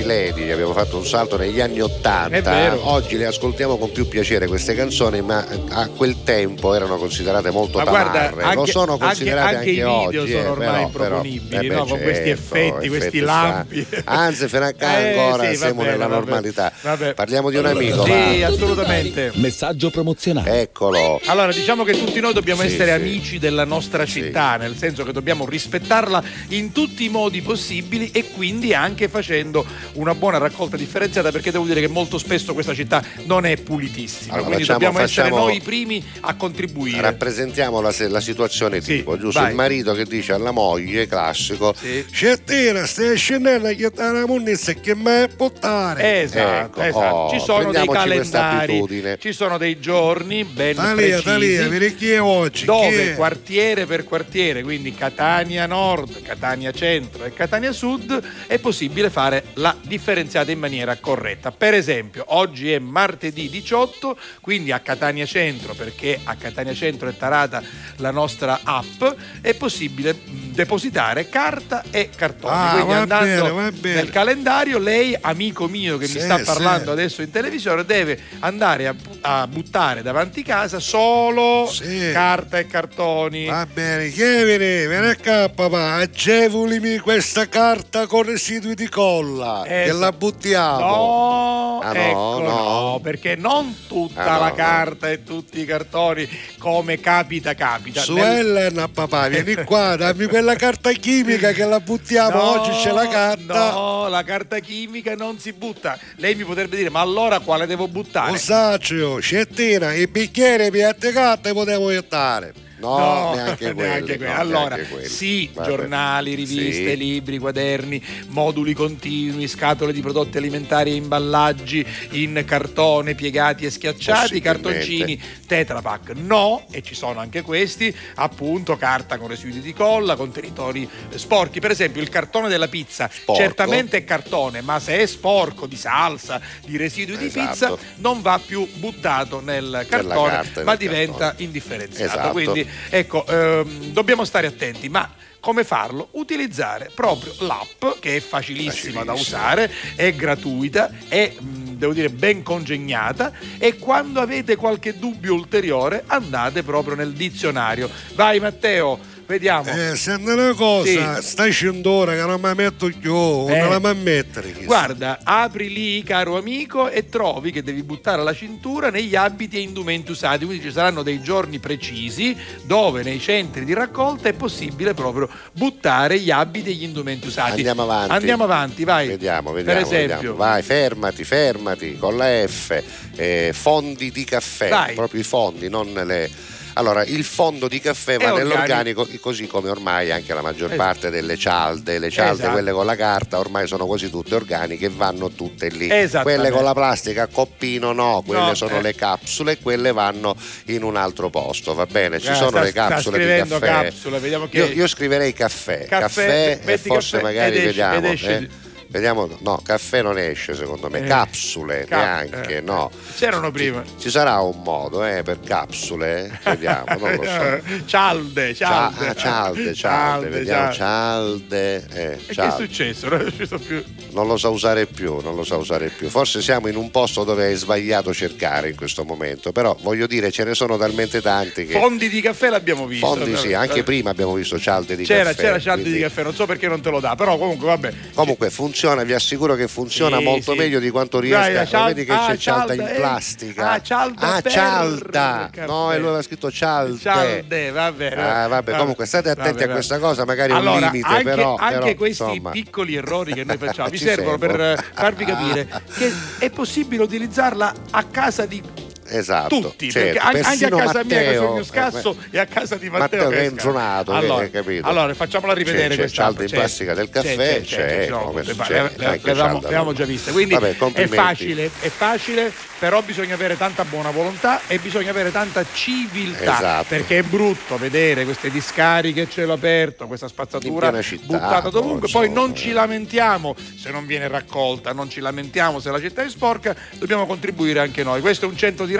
noi Lady, abbiamo fatto un salto negli anni ottanta, oggi le ascoltiamo con più piacere queste canzoni, ma a quel tempo erano considerate molto ma tamarre, guarda, anche, lo sono considerate anche, anche, anche i video oggi, sono eh, ormai però, improponibili, però, eh beh, no? Con certo, questi effetti, questi effetti lampi. Anzi, fino a che Eh, ancora sì, siamo vabbè, nella vabbè. normalità. Vabbè. Parliamo di un amico. Sì, va. assolutamente. Messaggio promozionale. Eccolo. Allora, diciamo che tutti noi dobbiamo Sì, essere sì. amici della nostra città, nel senso che dobbiamo rispettarla in tutti i modi possibili e quindi anche facendo una buona raccolta differenziata, perché devo dire che molto spesso questa città non è pulitissima, Allora, quindi facciamo- dobbiamo essere facciamo- noi i primi a contribuire. Rappresentiamo la, la situazione tipo, giusto? vai. Il marito che dice alla moglie, classico, Scettina, stai scendendo che te la munnizza che mi buttare. Esatto, Ecco, esatto. oh, Ci sono dei prendiamoci questa calendari, abitudine. ci sono dei giorni ben Talia, precisi Talia, vedi chi è oggi? dove Chi è? quartiere per quartiere, quindi Catania Nord, Catania Centro e Catania Sud, è possibile fare la differenziata in maniera corretta. Per esempio, oggi è martedì diciotto, quindi a Catania Centro, perché a Catania Centro è tarata la nostra app, è possibile mh, depositare carta e cartoni. Ah, quindi va andando bene, va bene. nel calendario, lei, amico mio che Sì, mi sta sì. parlando adesso in televisione, deve andare a, bu- a buttare davanti casa solo Sì. carta e cartoni. Va bene, chiedimi, vieni qua papà, agevolimi questa carta con residui di colla, che Esatto. la buttiamo. No, Ah, no, ecco, no. no, perché non tutta Ah, no, la no. carta e tutti i cartoni come capita capita. Su Nel- Ellen, papà, vieni qua, dammi quella carta chimica che la buttiamo, No, oggi c'è la carta. No, la carta chimica non si butta. Lei mi potrebbe dire, ma allora quale devo buttare? Osaccio, Scettina, i bicchieri piatti carta potevo gettare. No, neanche quelli. neanche quelli. no, Allora, neanche quelli. sì, Vabbè. giornali, riviste, Sì. libri, quaderni, moduli continui, scatole di prodotti alimentari e imballaggi in cartone piegati e schiacciati, Possibilmente. cartoncini, Tetra Pak. No, e ci sono anche questi, appunto, carta con residui di colla, contenitori sporchi. Per esempio, il cartone della pizza, Sporco. certamente è cartone, ma se è sporco di salsa, di residui di Esatto. pizza, non va più buttato nel cartone, carta e ma nel diventa cartone. indifferenziato. Esatto. Quindi ecco, ehm, dobbiamo stare attenti, ma come farlo? Utilizzare proprio l'app, che è facilissima da Facilissima. usare, è gratuita, è mh, devo dire ben congegnata, e quando avete qualche dubbio ulteriore andate proprio nel dizionario. Vai Matteo, vediamo. Eh, senti una cosa, Sì. stai scendora che non mi metto più, Eh. non la mi mettere. chissà. Guarda, apri lì, caro amico, e trovi che devi buttare la cintura negli abiti e indumenti usati. Quindi ci saranno dei giorni precisi dove nei centri di raccolta è possibile proprio buttare gli abiti e gli indumenti usati. Andiamo avanti. Andiamo avanti, vai. Vediamo, vediamo. Per esempio, vediamo. Vai, fermati, fermati, con la F. eh, fondi di caffè, Vai. proprio i fondi, non le... Allora, il fondo di caffè va È nell'organico, così come ormai anche la maggior Esatto. parte delle cialde, le cialde, Esatto. quelle con la carta, ormai sono quasi tutte organiche e vanno tutte lì. Esattamente. Quelle con la plastica a coppino no, quelle No, sono eh. le capsule, quelle vanno in un altro posto, va bene? Ci Eh, sono sta- le sta capsule di scrivendo caffè. capsule, vediamo che- io, io scriverei caffè, Caffè, caffè, e metti forse caffè magari ed esce- vediamo. ed esce eh. di- Vediamo, no, caffè non esce secondo me, Eh. capsule Cap- neanche, eh. no. C'erano prima. Ci sarà un modo eh, per capsule? Vediamo, non lo so. Cialde, Cia- cialde. ah, cialde, cialde, vediamo, cialde. eh, E che è cialde. successo? Non è uscito più. Non lo sa usare più, non lo sa usare più. Forse siamo in un posto dove è sbagliato cercare in questo momento, però voglio dire ce ne sono talmente tanti che... Fondi di caffè l'abbiamo visto. Fondi sì, anche prima abbiamo visto cialde di C'era, caffè. c'era cialde quindi- di caffè, non so perché non te lo dà, però comunque vabbè. Comunque funziona, vi assicuro che funziona Sì, molto sì. meglio di quanto Dai, riesca. la cial- Vedi che ah, c'è cialda cialda, in eh. plastica. Ah, cialda Ah, per cialda. caffè. No, e lui aveva scritto cialde. Cialde, vabbè. Ah, vabbè, comunque state attenti vabbè, a questa cosa, magari è allora, un limite, anche, però, anche però, questi insomma. piccoli errori che noi facciamo vi Ci servono servono. per eh, farvi capire che è possibile utilizzarla a casa di Esatto, tutti, certo. perché anche, anche a Persino casa mia che Matteo, sono il mio scasso eh, e a casa di Matteo, Matteo che è che inzonato, allora, hai capito? allora facciamola rivedere C'è- c'è questa cialda in plastica del caffè, c'è, come le, c'è, le- le- anche le avevamo, cialda le avevamo normale. già viste, quindi Vabbè, è complimenti. facile, è facile, però bisogna avere tanta buona volontà e bisogna avere tanta civiltà, Esatto. perché è brutto vedere queste discariche a cielo aperto, questa In spazzatura piena città, buttata dovunque, poi, poi non insomma. ci lamentiamo se non viene raccolta, non ci lamentiamo se la città è sporca, dobbiamo contribuire anche noi. Questo è un centro di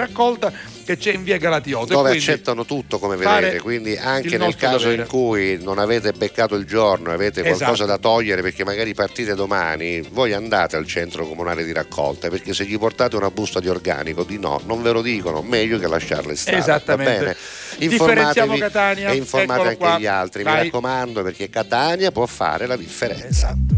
raccolta che c'è in via Galatiotto. Dove e quindi accettano tutto, come fare vedete, quindi anche il nel nostro caso dovere. in cui non avete beccato il giorno e avete qualcosa Esatto. da togliere perché magari partite domani, voi andate al centro comunale di raccolta, perché se gli portate una busta di organico di no, non ve lo dicono, meglio che lasciarla in strada. Esattamente. Va bene? Differenziamo Informatevi Catania, e informate eccolo anche qua. gli altri, Vai. mi raccomando, perché Catania può fare la differenza. Esatto.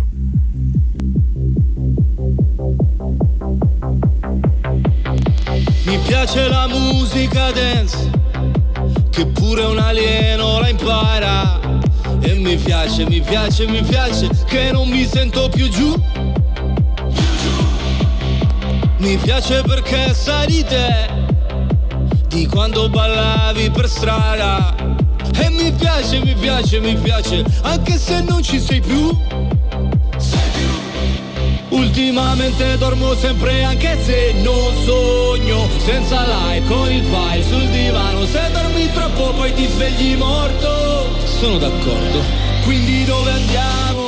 Mi piace la musica dance, che pure un alieno la impara. E mi piace, mi piace, mi piace, che non mi sento più giù. Mi piace perché sai di te, di quando ballavi per strada. E mi piace, mi piace, mi piace, anche se non ci sei più. Ultimamente dormo sempre anche se non sogno, senza like con il file sul divano. Se dormi troppo poi ti svegli morto. Sono d'accordo. Quindi dove andiamo?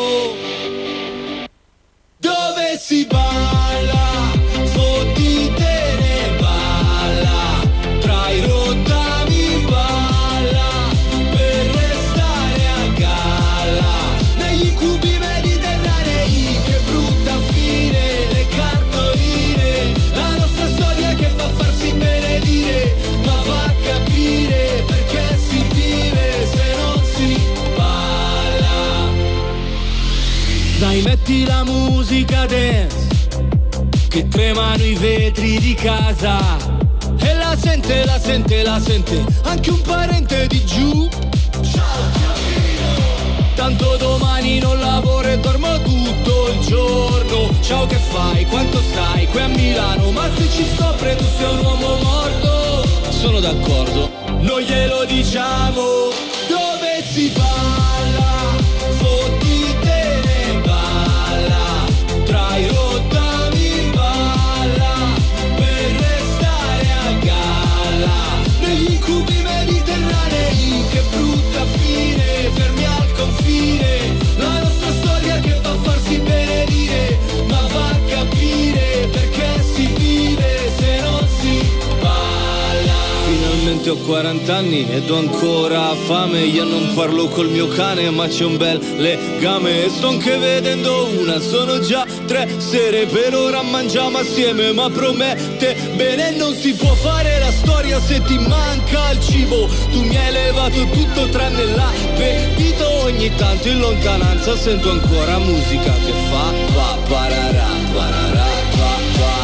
Dove si balla? Fottitene balla. Tra i rottami balla. Per restare a galla. Negli incubi mediterranei. Che brutta fine. Le cartoline. La nostra storia che fa farsi benedire. Ma fa capire perché si vive se non si balla. Dai, metti la musica dance, che tremano i vetri di casa. E la sente, la sente, la sente anche un parente di giù. Tanto domani non lavoro e dormo tutto il giorno. Ciao, che fai? Quanto stai? Qui a Milano. Ma se ci scopre tu sei un uomo morto. Sono d'accordo, non glielo diciamo. Dove si balla? Fottitene balla. Tra i rottami balla. Per restare a galla. Negli incubi mediterranei. Che brutta fine. Fermi al confine. La nostra storia che fa farsi benedire. Ma fa capire perché si vive se non si balla. Finalmente ho quaranta anni ed ho ancora fame. Io non parlo col mio cane ma c'è un bel legame. E sto anche vedendo una, sono già tre sere. Per ora mangiamo assieme ma promette bene. Non si può fare la storia se ti manca il cibo. Tu mi hai levato tutto tranne l'appetito. Ogni tanto in lontananza sento ancora musica che fa pa pararà, pararà, pa pa.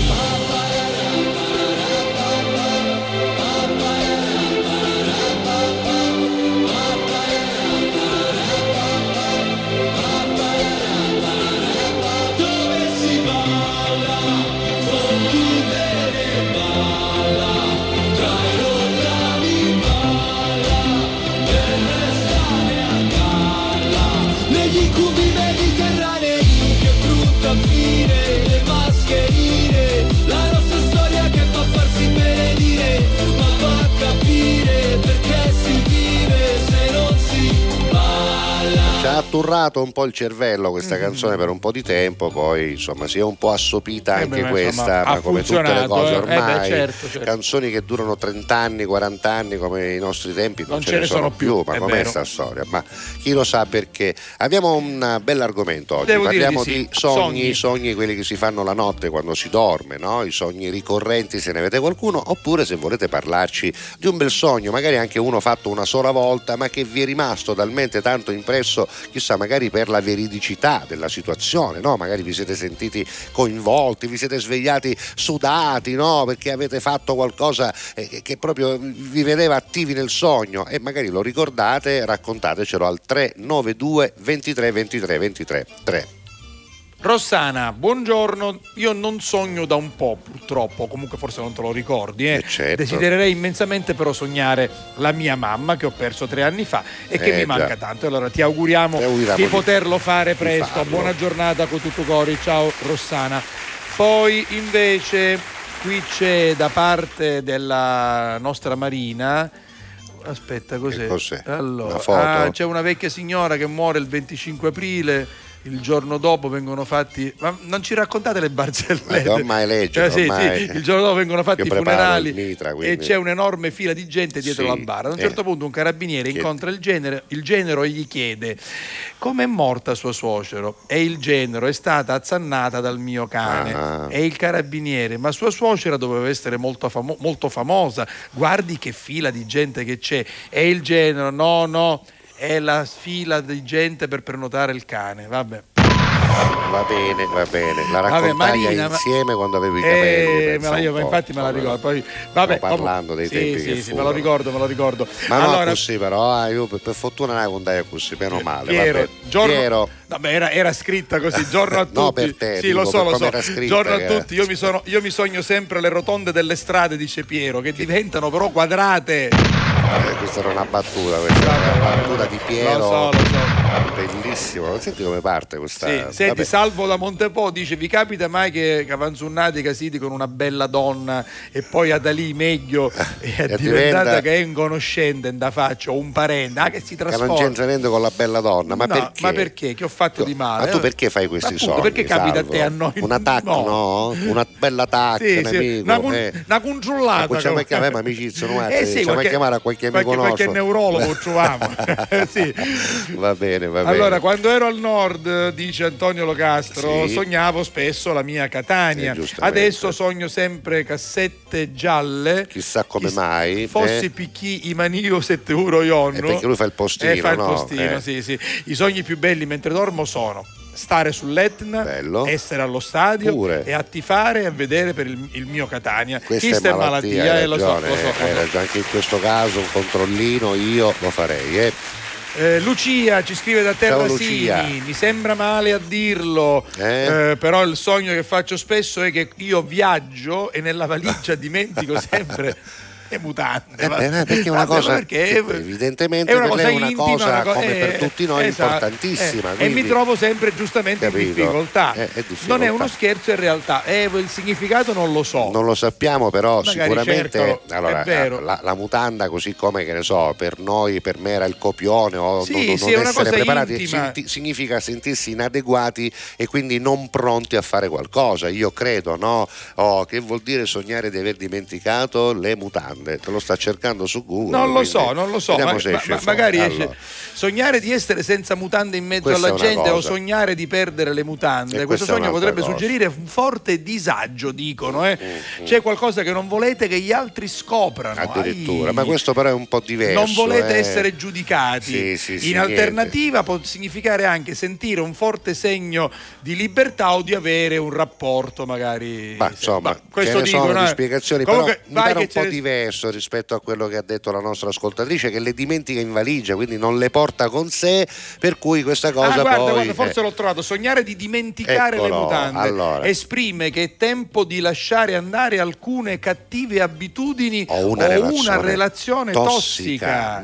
Dove si balla, fottitene balla. Tra i rottami balla. Per restare a galla. Negli incubi mediterranei. Che brutta fine. Le mascherine. La nostra storia che fa farsi benedire. Ma fa capire perché si vive se non si balla. Ci ha atturrato un po' il cervello questa canzone per un po' di tempo, poi insomma si è un po' assopita Eh anche beh, ma questa, insomma, ma ha come tutte le funzionato, cose eh. ormai, Eh beh, certo, certo. canzoni che durano trenta anni, quaranta anni come i nostri tempi non, Non ce ne sono più, ma è com'è vero. sta storia? Ma chi lo sa perché? Abbiamo un bell'argomento oggi, Devo dire parliamo di sì. di sogni, Sogni. sogni quelli che si fanno la notte quando si dorme, no? I sogni ricorrenti, se ne avete qualcuno, oppure se volete parlarci di un bel sogno, magari anche uno fatto una sola volta, ma che vi è rimasto talmente tanto impresso, chissà, magari per la veridicità della situazione, no? Magari vi siete sentiti coinvolti, vi siete svegliati sudati, no? Perché avete fatto qualcosa eh, che proprio vi vedeva attivi nel sogno e magari lo ricordate, raccontatecelo al tre nove due ventitré ventitré ventitré tre. Rossana, buongiorno. Io non sogno da un po', purtroppo, comunque forse non te lo ricordi, eh? Eh, certo. Desidererei immensamente però sognare la mia mamma che ho perso tre anni fa e che Eh, mi manca già. tanto. Allora ti auguriamo Ti auguriamo di di- poterlo fare di presto. farlo. Buona giornata con tutto cori. Ciao Rossana. Poi invece qui c'è da parte della nostra Marina. Aspetta, cos'è? Che cos'è? Allora, Una foto? ah, c'è una vecchia signora che muore il venticinque aprile. il giorno dopo vengono fatti, ma non ci raccontate le barzellette? Ma ormai legge, eh, sì, ormai. Sì, il giorno dopo vengono fatti i funerali mitra, e c'è un'enorme fila di gente dietro sì, la bara. Ad un certo eh, punto un carabiniere che... incontra il genero, il genero e gli chiede: com'è morta suo suocero? E il genero: è stata azzannata dal mio cane. Ah. E il carabiniere: ma sua suocera doveva essere molto, famo- molto famosa, guardi che fila di gente che c'è. E il genero: no, no, è la fila di gente per prenotare il cane. Vabbè. Va bene, va bene. La Vabbè, raccontai Marina, insieme ma... quando avevo i eh, capelli. ma io, infatti me la ricordo. Poi, vabbè, parlando dei sì, tempi sì, che sì, furono. me lo ricordo, me lo ricordo. Ma allora, no, così però, ah, io per, per fortuna non andai così, meno male. Piero, vabbè. giorno... Piero. Vabbè, era, era scritta così, giorno a tutti. No, per te, sì, dico, lo so, per lo come so. era scritta, Giorno a che tutti. Io mi, sono, io mi sogno sempre le rotonde delle strade, dice Piero, che diventano però quadrate. Eh, questa era una battuta, questa era una battuta di Piero. Lo so, lo so. Bellissimo, non senti come parte questa. Sì, senti, vabbè. Salvo da Montepo dice: vi capita mai che, che avanzunnati casiti con una bella donna e poi da lì meglio è E diventata diventa... che è un conoscente da faccia o un parente, ah, che si che trasforma. non c'entra niente con la bella donna, ma No, perché? ma perché? Che ho fatto di male? Ma tu perché fai questi Appunto, sogni? perché capita Salvo? a te, a noi Un attacco, no? no? Una bella attacca, Sì, un sì, amico. una, con, eh. una controllata. Possiamo chiamare amicizia, no? Eh sì, possiamo qualche, chiamare a qualche amico qualche, qualche nostro. neurologo troviamo. sì. Va bene, va bene. Allora, quando ero al nord, dice Antonio Locastro, Sì. sognavo spesso la mia Catania. Eh, giustamente. Adesso sogno sempre cassette gialle. Chissà come Chi- mai. Fossi eh? picchi i manio sette euro ionno. Eh, perché lui fa il postino, Eh, fa il no? postino, Eh. sì, sì. I sogni più belli mentre dormo sono stare sull'Etna, Bello. essere allo stadio Pure. e a tifare e a vedere per il, il mio Catania. Questa Questa è malattia, hai eh, lo so, ragione, lo so, eh, lo so. hai ragione. Anche in questo caso un controllino io lo farei. Eh. Eh, Lucia ci scrive da Ciao, Lucia. Terrasini, mi sembra male a dirlo, Eh? eh, però il sogno che faccio spesso è che io viaggio e nella valigia dimentico sempre le mutande. Eh beh, eh, perché è una Vabbè, cosa perché che evidentemente è una per cosa lei è una intima, cosa una co- come per eh, tutti noi esatto, importantissima. eh, quindi- e mi trovo sempre giustamente in Capito? difficoltà. Eh, è difficoltà. Non è uno scherzo, in realtà eh, il significato non lo so. Non lo sappiamo, però Magari sicuramente cercalo, allora, è vero. La, la mutanda, così come che ne so, per noi, per me era il copione o Sì, non, non sì, è una essere cosa preparati, intima. senti- significa sentirsi inadeguati e quindi non pronti a fare qualcosa. Io credo, no? Oh, che vuol dire sognare di aver dimenticato le mutande? Te lo sta cercando su Google. Non lo quindi so, non lo so, vediamo ma- se ma- esce ma- fuori. magari Allora, esce. Sognare di essere senza mutande in mezzo Questa alla è una gente o cosa. sognare di perdere le mutande, E questo questa è sogno un'altra potrebbe cosa. suggerire un forte disagio, dicono, eh. Mm, C'è qualcosa che non volete che gli altri scoprano. addirittura, Ai. ma questo però è un po' diverso. Non volete eh. essere giudicati. Sì, sì, sì, in niente. alternativa può significare anche sentire un forte segno di libertà o di avere un rapporto magari. Ma insomma, Ma questo ce ne sono dicono, di eh. spiegazioni, Comunque, però mi vai pare che un ce po' ne- diverso rispetto a quello che ha detto la nostra ascoltatrice, che le dimentica in valigia, quindi non le porta con sé, per cui questa cosa ah, guarda, poi guarda, forse eh, l'ho trovato. Sognare di dimenticare Eccolo, le mutande allora. esprime che è tempo di lasciare andare alcune cattive abitudini ho una o relazione, una relazione tossica.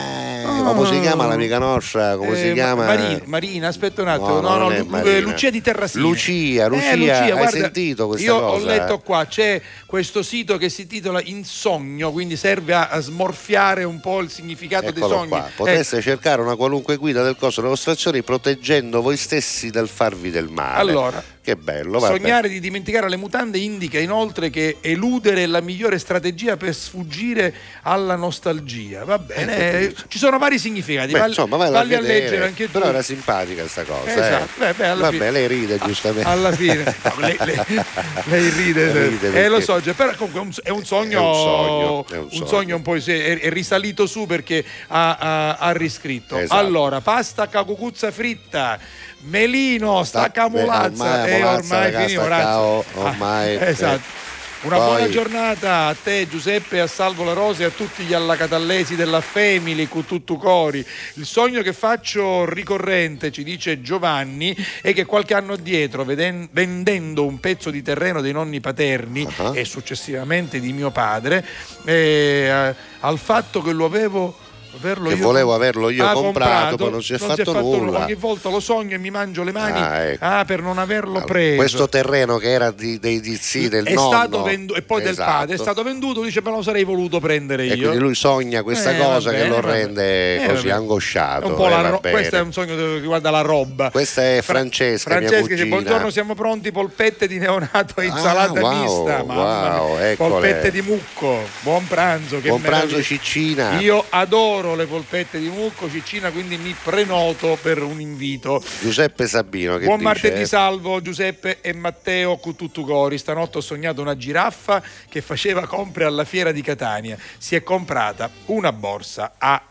Ma come si chiama l'amica nostra? Come si Eh, chiama? Marina, Marina, aspetta un attimo. No, No, no, non è Lu- Marina. Lucia di Terrasini. Lucia, Lucia, Eh, Lucia, hai guarda, sentito questa io cosa? ho letto qua, c'è questo sito che si titola Insogno, quindi serve a, a smorfiare un po' il significato dei Eccolo sogni. qua. Eh, Potreste cercare una qualunque guida del corso delle illustrazioni proteggendo voi stessi dal farvi del male. Allora, che bello, vabbè. sognare di dimenticare le mutande indica inoltre che eludere è la migliore strategia per sfuggire alla nostalgia. Va bene, eh, ci sono vari significati. Beh, Valli, insomma, vai a valli a vedere. leggere anche tu. Però era simpatica sta cosa. Esatto. eh. Beh, beh, alla Vabbè, fine- lei ride giustamente. Alla fine, no, lei, lei- lei ride, Ride eh, perché- lo so, cioè, però comunque è un, è un sogno, È un sogno, è un un sogno. sogno un po' sì, è, è risalito su perché ha, ha- ha riscritto. Esatto. Allora, pasta cacucuzza fritta. Melino, sta, Sta- camolazza, ormai, e amolazza, ormai raga, finito, sta grazie. cao, ormai, Ah, esatto. eh. Una Poi- buona giornata a te Giuseppe, a Salvo La Rosa e a tutti gli allacatallesi della Family con tutto cori. Il sogno che faccio ricorrente, ci dice Giovanni, è che qualche anno addietro, veden- vendendo un pezzo di terreno dei nonni paterni e successivamente di mio padre, eh, al fatto che lo avevo Averlo che io volevo averlo io ah, comprato, poi non si è non fatto, si è fatto nulla. nulla. Ogni volta lo sogno e mi mangio le mani Ah, ecco. ah, per non averlo Allora, preso. questo terreno che era di, dei di zii del è nonno stato venduto e poi del esatto. padre è stato venduto, dice me lo sarei voluto prendere io. E quindi lui sogna questa Eh, cosa va che bene, lo va bene. rende Eh, così vabbè. angosciato. È un po' eh, la va ro- bene. questo è un sogno che riguarda la roba. Questa è Francesca, mia Francesca dice cugina. buongiorno, siamo pronti, polpette di neonato e Ah, insalata wow, mista, mamma wow, mia. eccole. Polpette di mucco, buon pranzo, che Buon pranzo meraviglia. Ciccina. Io adoro le polpette di mucco, Ciccina, quindi mi prenoto per un invito. Giuseppe Sabino che Buon dice martedì salvo Giuseppe e Matteo Cututugori. Stanotte ho sognato una giraffa che faceva compere alla fiera di Catania. Si è comprata una borsa a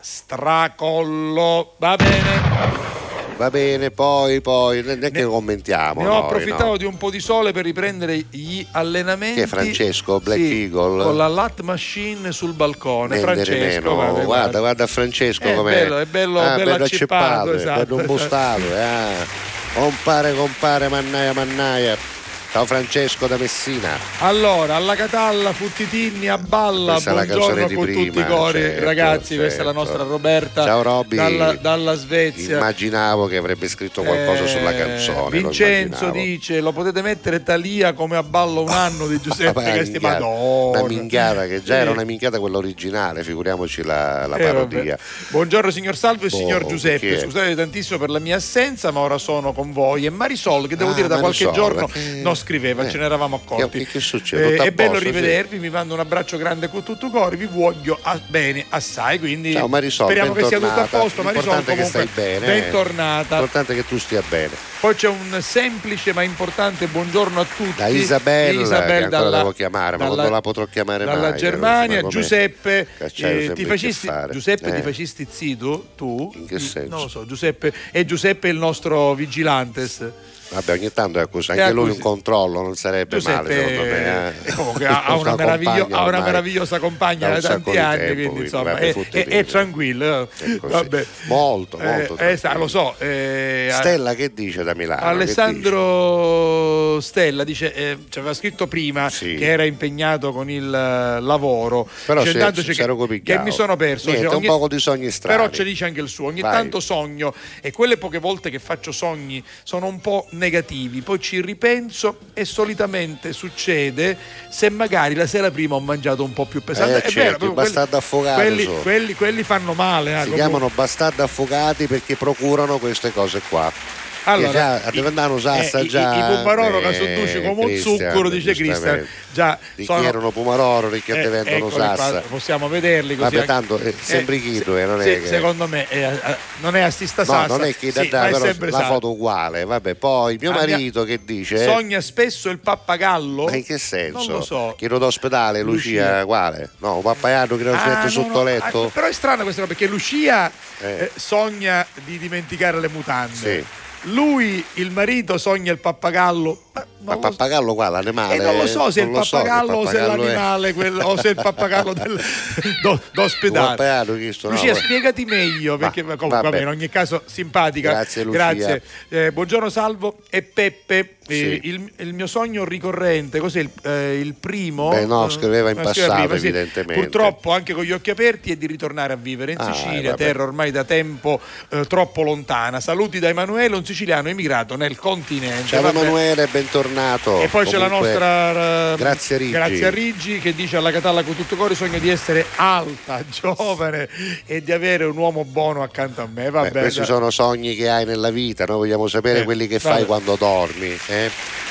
stracollo. Va bene? Va bene, poi, poi, non è che commentiamo. Ne ho noi, approfittato no? di un po' di sole per riprendere gli allenamenti. Che è Francesco, Black Sì, Eagle? con la lat machine sul balcone. Vendere Francesco, meno. vabbè, guarda, guarda Francesco È com'è. bello, è bello- ah, bello bello acceppato, acceppato, esatto, bello impostato. eh, ah. Compare, compare, mannaia, mannaia. Ciao Francesco da Messina. Allora, alla Catalla, Futtitinni a balla, Questa è la canzone buongiorno di con prima, tutti i cori, certo, ragazzi, questa è la certo. nostra Roberta. Ciao Robby. dalla, dalla Svezia. Immaginavo che avrebbe scritto qualcosa Eh, sulla canzone. lo Vincenzo immaginavo. dice lo potete mettere Talia come a ballo un anno di Giuseppe Ma Casti. minchiata, Madonna. una minchiata che già Sì. era una minchiata quella originale, figuriamoci la, la Eh, parodia. vabbè. Buongiorno signor Salvo e Boh, signor chi Giuseppe, è? scusate tantissimo per la mia assenza, ma ora sono con voi. E Marisol, che devo Ah, dire da qualche Marisol, giorno che- non scriveva, eh. ce ne eravamo accorti. Che- che succede? Tutto a è bello posto, sì. rivedervi, vi mando un abbraccio grande con tutto il cuore, vi voglio a- bene assai, quindi Ciao Marisol, speriamo che sia tutto a bentornata. posto. Marisol, L'importante è che comunque, stai bene. bentornata. L'importante è che tu stia bene. Poi c'è un semplice ma importante buongiorno a tutti. Da Isabella, Isabel che ancora dalla- devo chiamare, ma dalla- non la potrò chiamare dalla mai. Germania, come- Giuseppe, Cacciare eh, sempre ti che facisti, fare. Giuseppe Eh. ti facisti zito tu? In che senso? Non lo so, Giuseppe e Giuseppe è il nostro vigilantes. Vabbè, ogni tanto è così, È anche lui così. un controllo non sarebbe Giuseppe, male secondo me. eh. eh, comunque ha, ha una, Una meraviglio- compagna ha una ormai meravigliosa compagna da da un sacco tanti di anni, tempo, quindi quindi, insomma vabbè, è, fotte è- è via. tranquillo. È così. Vabbè. Molto, molto Eh, eh, tranquillo. sa, lo so. eh, Stella che dice da Milano? Alessandro Stella dice, eh, ci aveva scritto prima Sì. che era impegnato con il eh, lavoro. Però Dice, se- intanto se c'è c'ero che, copigliato. che mi sono perso. Niente, Cioè, un poco di sogni strani. Però ci dice anche il suo. Ogni Vai. tanto sogno e quelle poche volte che faccio sogni sono un po' negativi. Poi ci ripenso e solitamente succede se magari la sera prima ho mangiato un po' più pesante. Eh, È certo, vero, i proprio quelli- bastardi affogati quelli, sono. quelli, quelli fanno male. eh, Si comunque. chiamano bastardi affogati perché procurano queste cose qua. Allora, che già i- devo andare a usare eh, assaggiare. i, i pumaroro che eh, sono dolci come un Cristian, zucchero, dice Cristian. giustamente. Già Di sono- chi erano pumaroro, di che Eh, te vendono eccoli qua, sassa. possiamo vederli così. Vabbè, anche- tanto eh, sembri chi tu, eh, non è sì, che... secondo me eh, eh, non è assista No, sassa. non è che da sì, da, ma è però sempre la sassa. foto uguale. Vabbè, poi mio Ah, mia- marito che dice? Sogna spesso il pappagallo? Ma in che senso? Non lo so. Chiedo d'ospedale, Lucia, Lucia. quale? No, un pappaiano che non si Ah, mette no, sotto no, letto? ah, però è strana questa cosa perché Lucia Eh. eh, sogna di dimenticare le mutande. Sì. Lui, il marito, sogna il pappagallo. Ma, Ma non lo- pappagallo qua, l'animale? E non lo so se è il non lo so che pappagallo o se è pappagallo l'animale quello, o se è il pappagallo del, do, Un d'ospedale. pappagallo, Cristo, no, Lucia, va- spiegati meglio perché Va- comunque, vabbè. vabbè, in ogni caso simpatica. Grazie, Lucia. Grazie. Eh, buongiorno Salvo e Peppe. Eh, Sì. il, il mio sogno ricorrente, cos'è il, eh, il primo? Beh, no, scriveva in Eh, scriveva passato, prima, sì. evidentemente. Purtroppo anche con gli occhi aperti è di ritornare a vivere in Ah, Sicilia, vabbè. terra ormai da tempo eh, troppo lontana. Saluti da Emanuele, un siciliano emigrato nel continente. Ciao Vabbè. Emanuele, bentornato. E poi c'è la Comunque, nostra eh, Grazie Riggi. Grazie a Riggi che dice alla Catalla con tutto cuore sogno di essere alta, giovane e di avere un uomo buono accanto a me. Vabbè, Beh, questi dai. sono sogni che hai nella vita, noi vogliamo sapere Eh, quelli che vabbè. fai quando dormi. eh.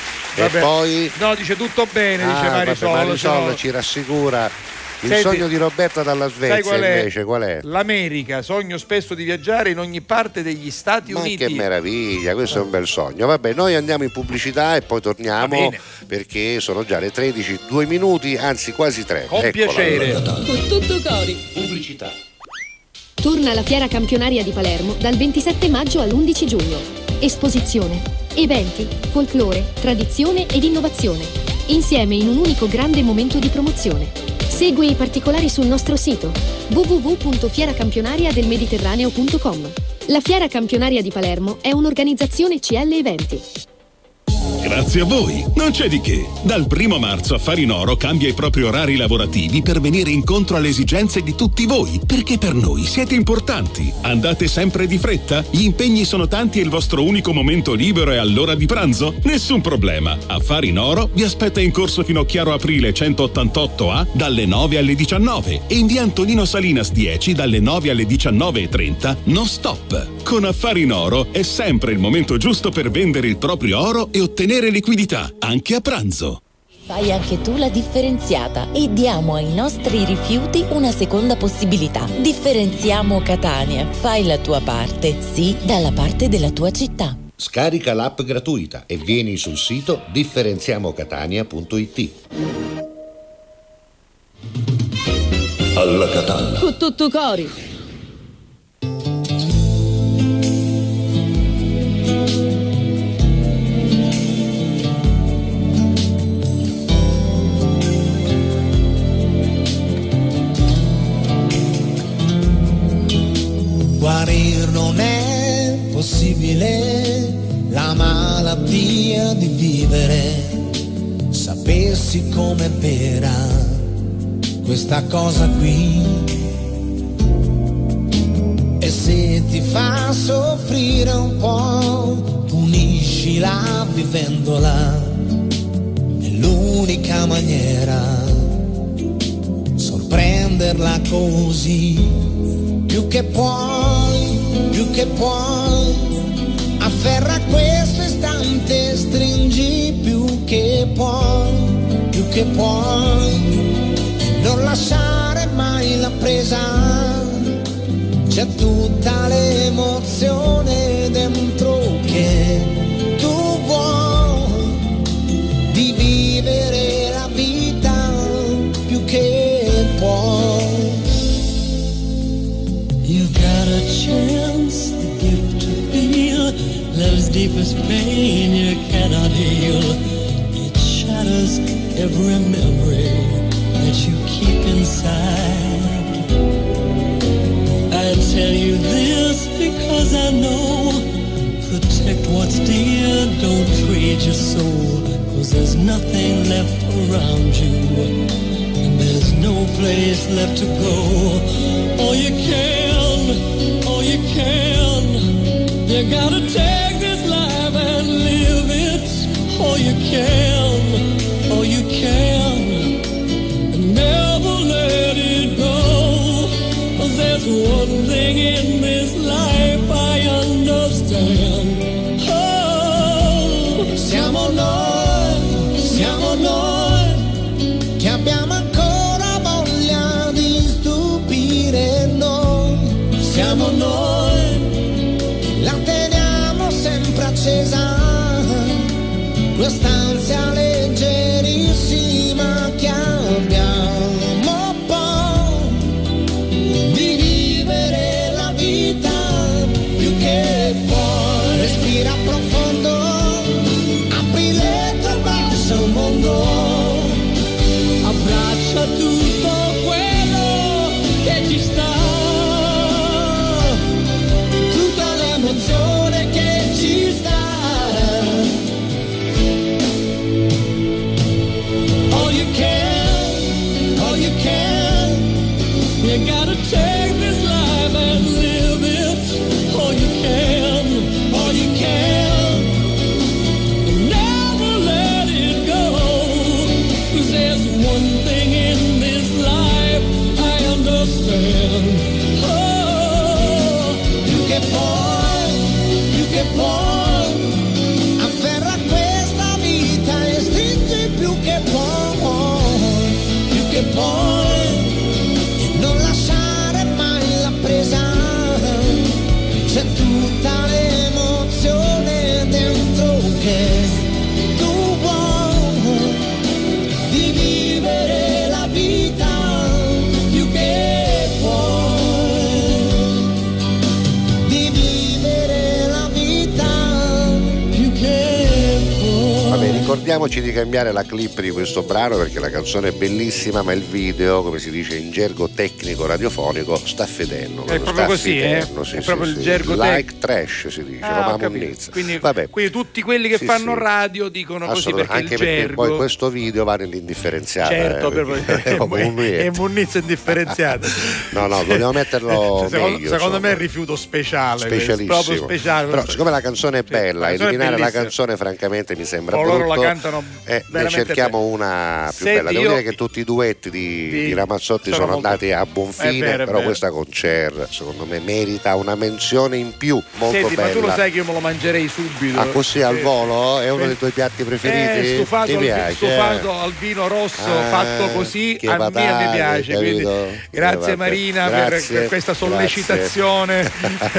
E Vabbè. poi No, dice tutto bene, dice Ah, vabbè, Marisol. Marisol se no- ci rassicura. Il Senti, sogno di Roberta dalla sai Svezia qual è? invece qual è? L'America, sogno spesso di viaggiare in ogni parte degli Stati Ma Uniti. che meraviglia, questo è un bel sogno. Vabbè, noi andiamo in pubblicità e poi Va torniamo bene. perché sono già le tredici, due minuti, anzi quasi tre. Con Eccola. piacere. Con tutto cori. Pubblicità. Torna la Fiera Campionaria di Palermo dal ventisette maggio all'undici giugno. Esposizione, eventi, folklore, tradizione ed innovazione. Insieme in un unico grande momento di promozione. Segui i particolari sul nostro sito w w w punto fiera campionaria del mediterraneo punto com. La Fiera Campionaria di Palermo è un'organizzazione C L Eventi. Grazie a voi, non c'è di che. Dal primo marzo Affari in Oro cambia i propri orari lavorativi per venire incontro alle esigenze di tutti voi, perché per noi siete importanti. Andate sempre di fretta? Gli impegni sono tanti e il vostro unico momento libero è all'ora di pranzo? Nessun problema. Affari in Oro vi aspetta in corso Finocchiaro Aprile centottantotto A dalle nove alle diciannove e in via Antonino Salinas dieci dalle nove alle diciannove e trenta non stop. Con Affari in Oro è sempre il momento giusto per vendere il proprio oro e ottenere liquidità, anche a pranzo. Fai anche tu la differenziata e diamo ai nostri rifiuti una seconda possibilità. Differenziamo Catania. Fai la tua parte, sì, dalla parte della tua città. Scarica l'app gratuita e vieni sul sito differenziamocatania punto it. Alla Catalla. Con tutto cori. Guarir non è possibile, la malattia di vivere. Sapessi com'è vera questa cosa qui. E se ti fa soffrire un po', puniscila vivendola. È l'unica maniera, sorprenderla così. Più che puoi, più che puoi, afferra questo istante, stringi più che puoi, più che puoi, non lasciare mai la presa, c'è tutta l'emozione dentro che tu vuoi, di vivere la vita più che puoi. You've got a chance, the gift to feel love's deepest pain you cannot heal. It shatters every memory that you keep inside. I tell you this because I know, protect what's dear, don't trade your soul, cause there's nothing left around you, and there's no place left to go. All you can, all you can, you gotta take this life and live it. All you can, all you can, and never let it go. Cause there's one thing in this life I understand. Oh, siamo noi, siamo noi, che abbiamo ancora voglia di stupire noi. Siamo noi, la teniamo sempre accesa, quest'ansia leggerissima che abbiamo poi, di vivere la vita più che puoi. Respira profondo, apri le tue braccia al mondo, abbraccia tutto quello che ci sta, che ci sta. ricordiamoci di cambiare la clip di questo brano perché la canzone è bellissima, ma il video, come si dice in gergo tecnico radiofonico, sta fedendo. È proprio così, eh? Sì, è sì, proprio sì, il sì. gergo like tec- trash si dice, Ah, Roma ho capito. Munnizza. Quindi, Vabbè. quindi tutti quelli che Sì, fanno sì. radio dicono così perché anche il perché gergo. poi questo video va nell'indifferenziata. Certo, eh, per- perché è come un è niente. Munnizza indifferenziata. No, no, dobbiamo metterlo secondo, meglio. secondo me è insomma. il rifiuto speciale, questo, Specialissimo. proprio speciale. Però siccome la canzone è bella, la canzone è eliminare la bellissima. canzone francamente mi sembra O brutto. loro la cantano eh, ne veramente cerchiamo bene. una più Senti, bella. Devo io- dire che tutti i duetti di, di- di Ramazzotti sono sono, molto- andati a buon È fine, vero, è però vero. questa con Cher secondo me merita una menzione in più, molto Senti, bella. ma tu lo sai che io me lo mangerei subito. Ah, così al Eh, volo? È uno eh, dei tuoi piatti preferiti? Eh, stufato, Ti al, piace? stufato al vino rosso Ah, fatto così che a me, a me patate, piace, quindi capito? grazie Eh, vabbè. Marina per- Grazie, per, questa grazie. sollecitazione.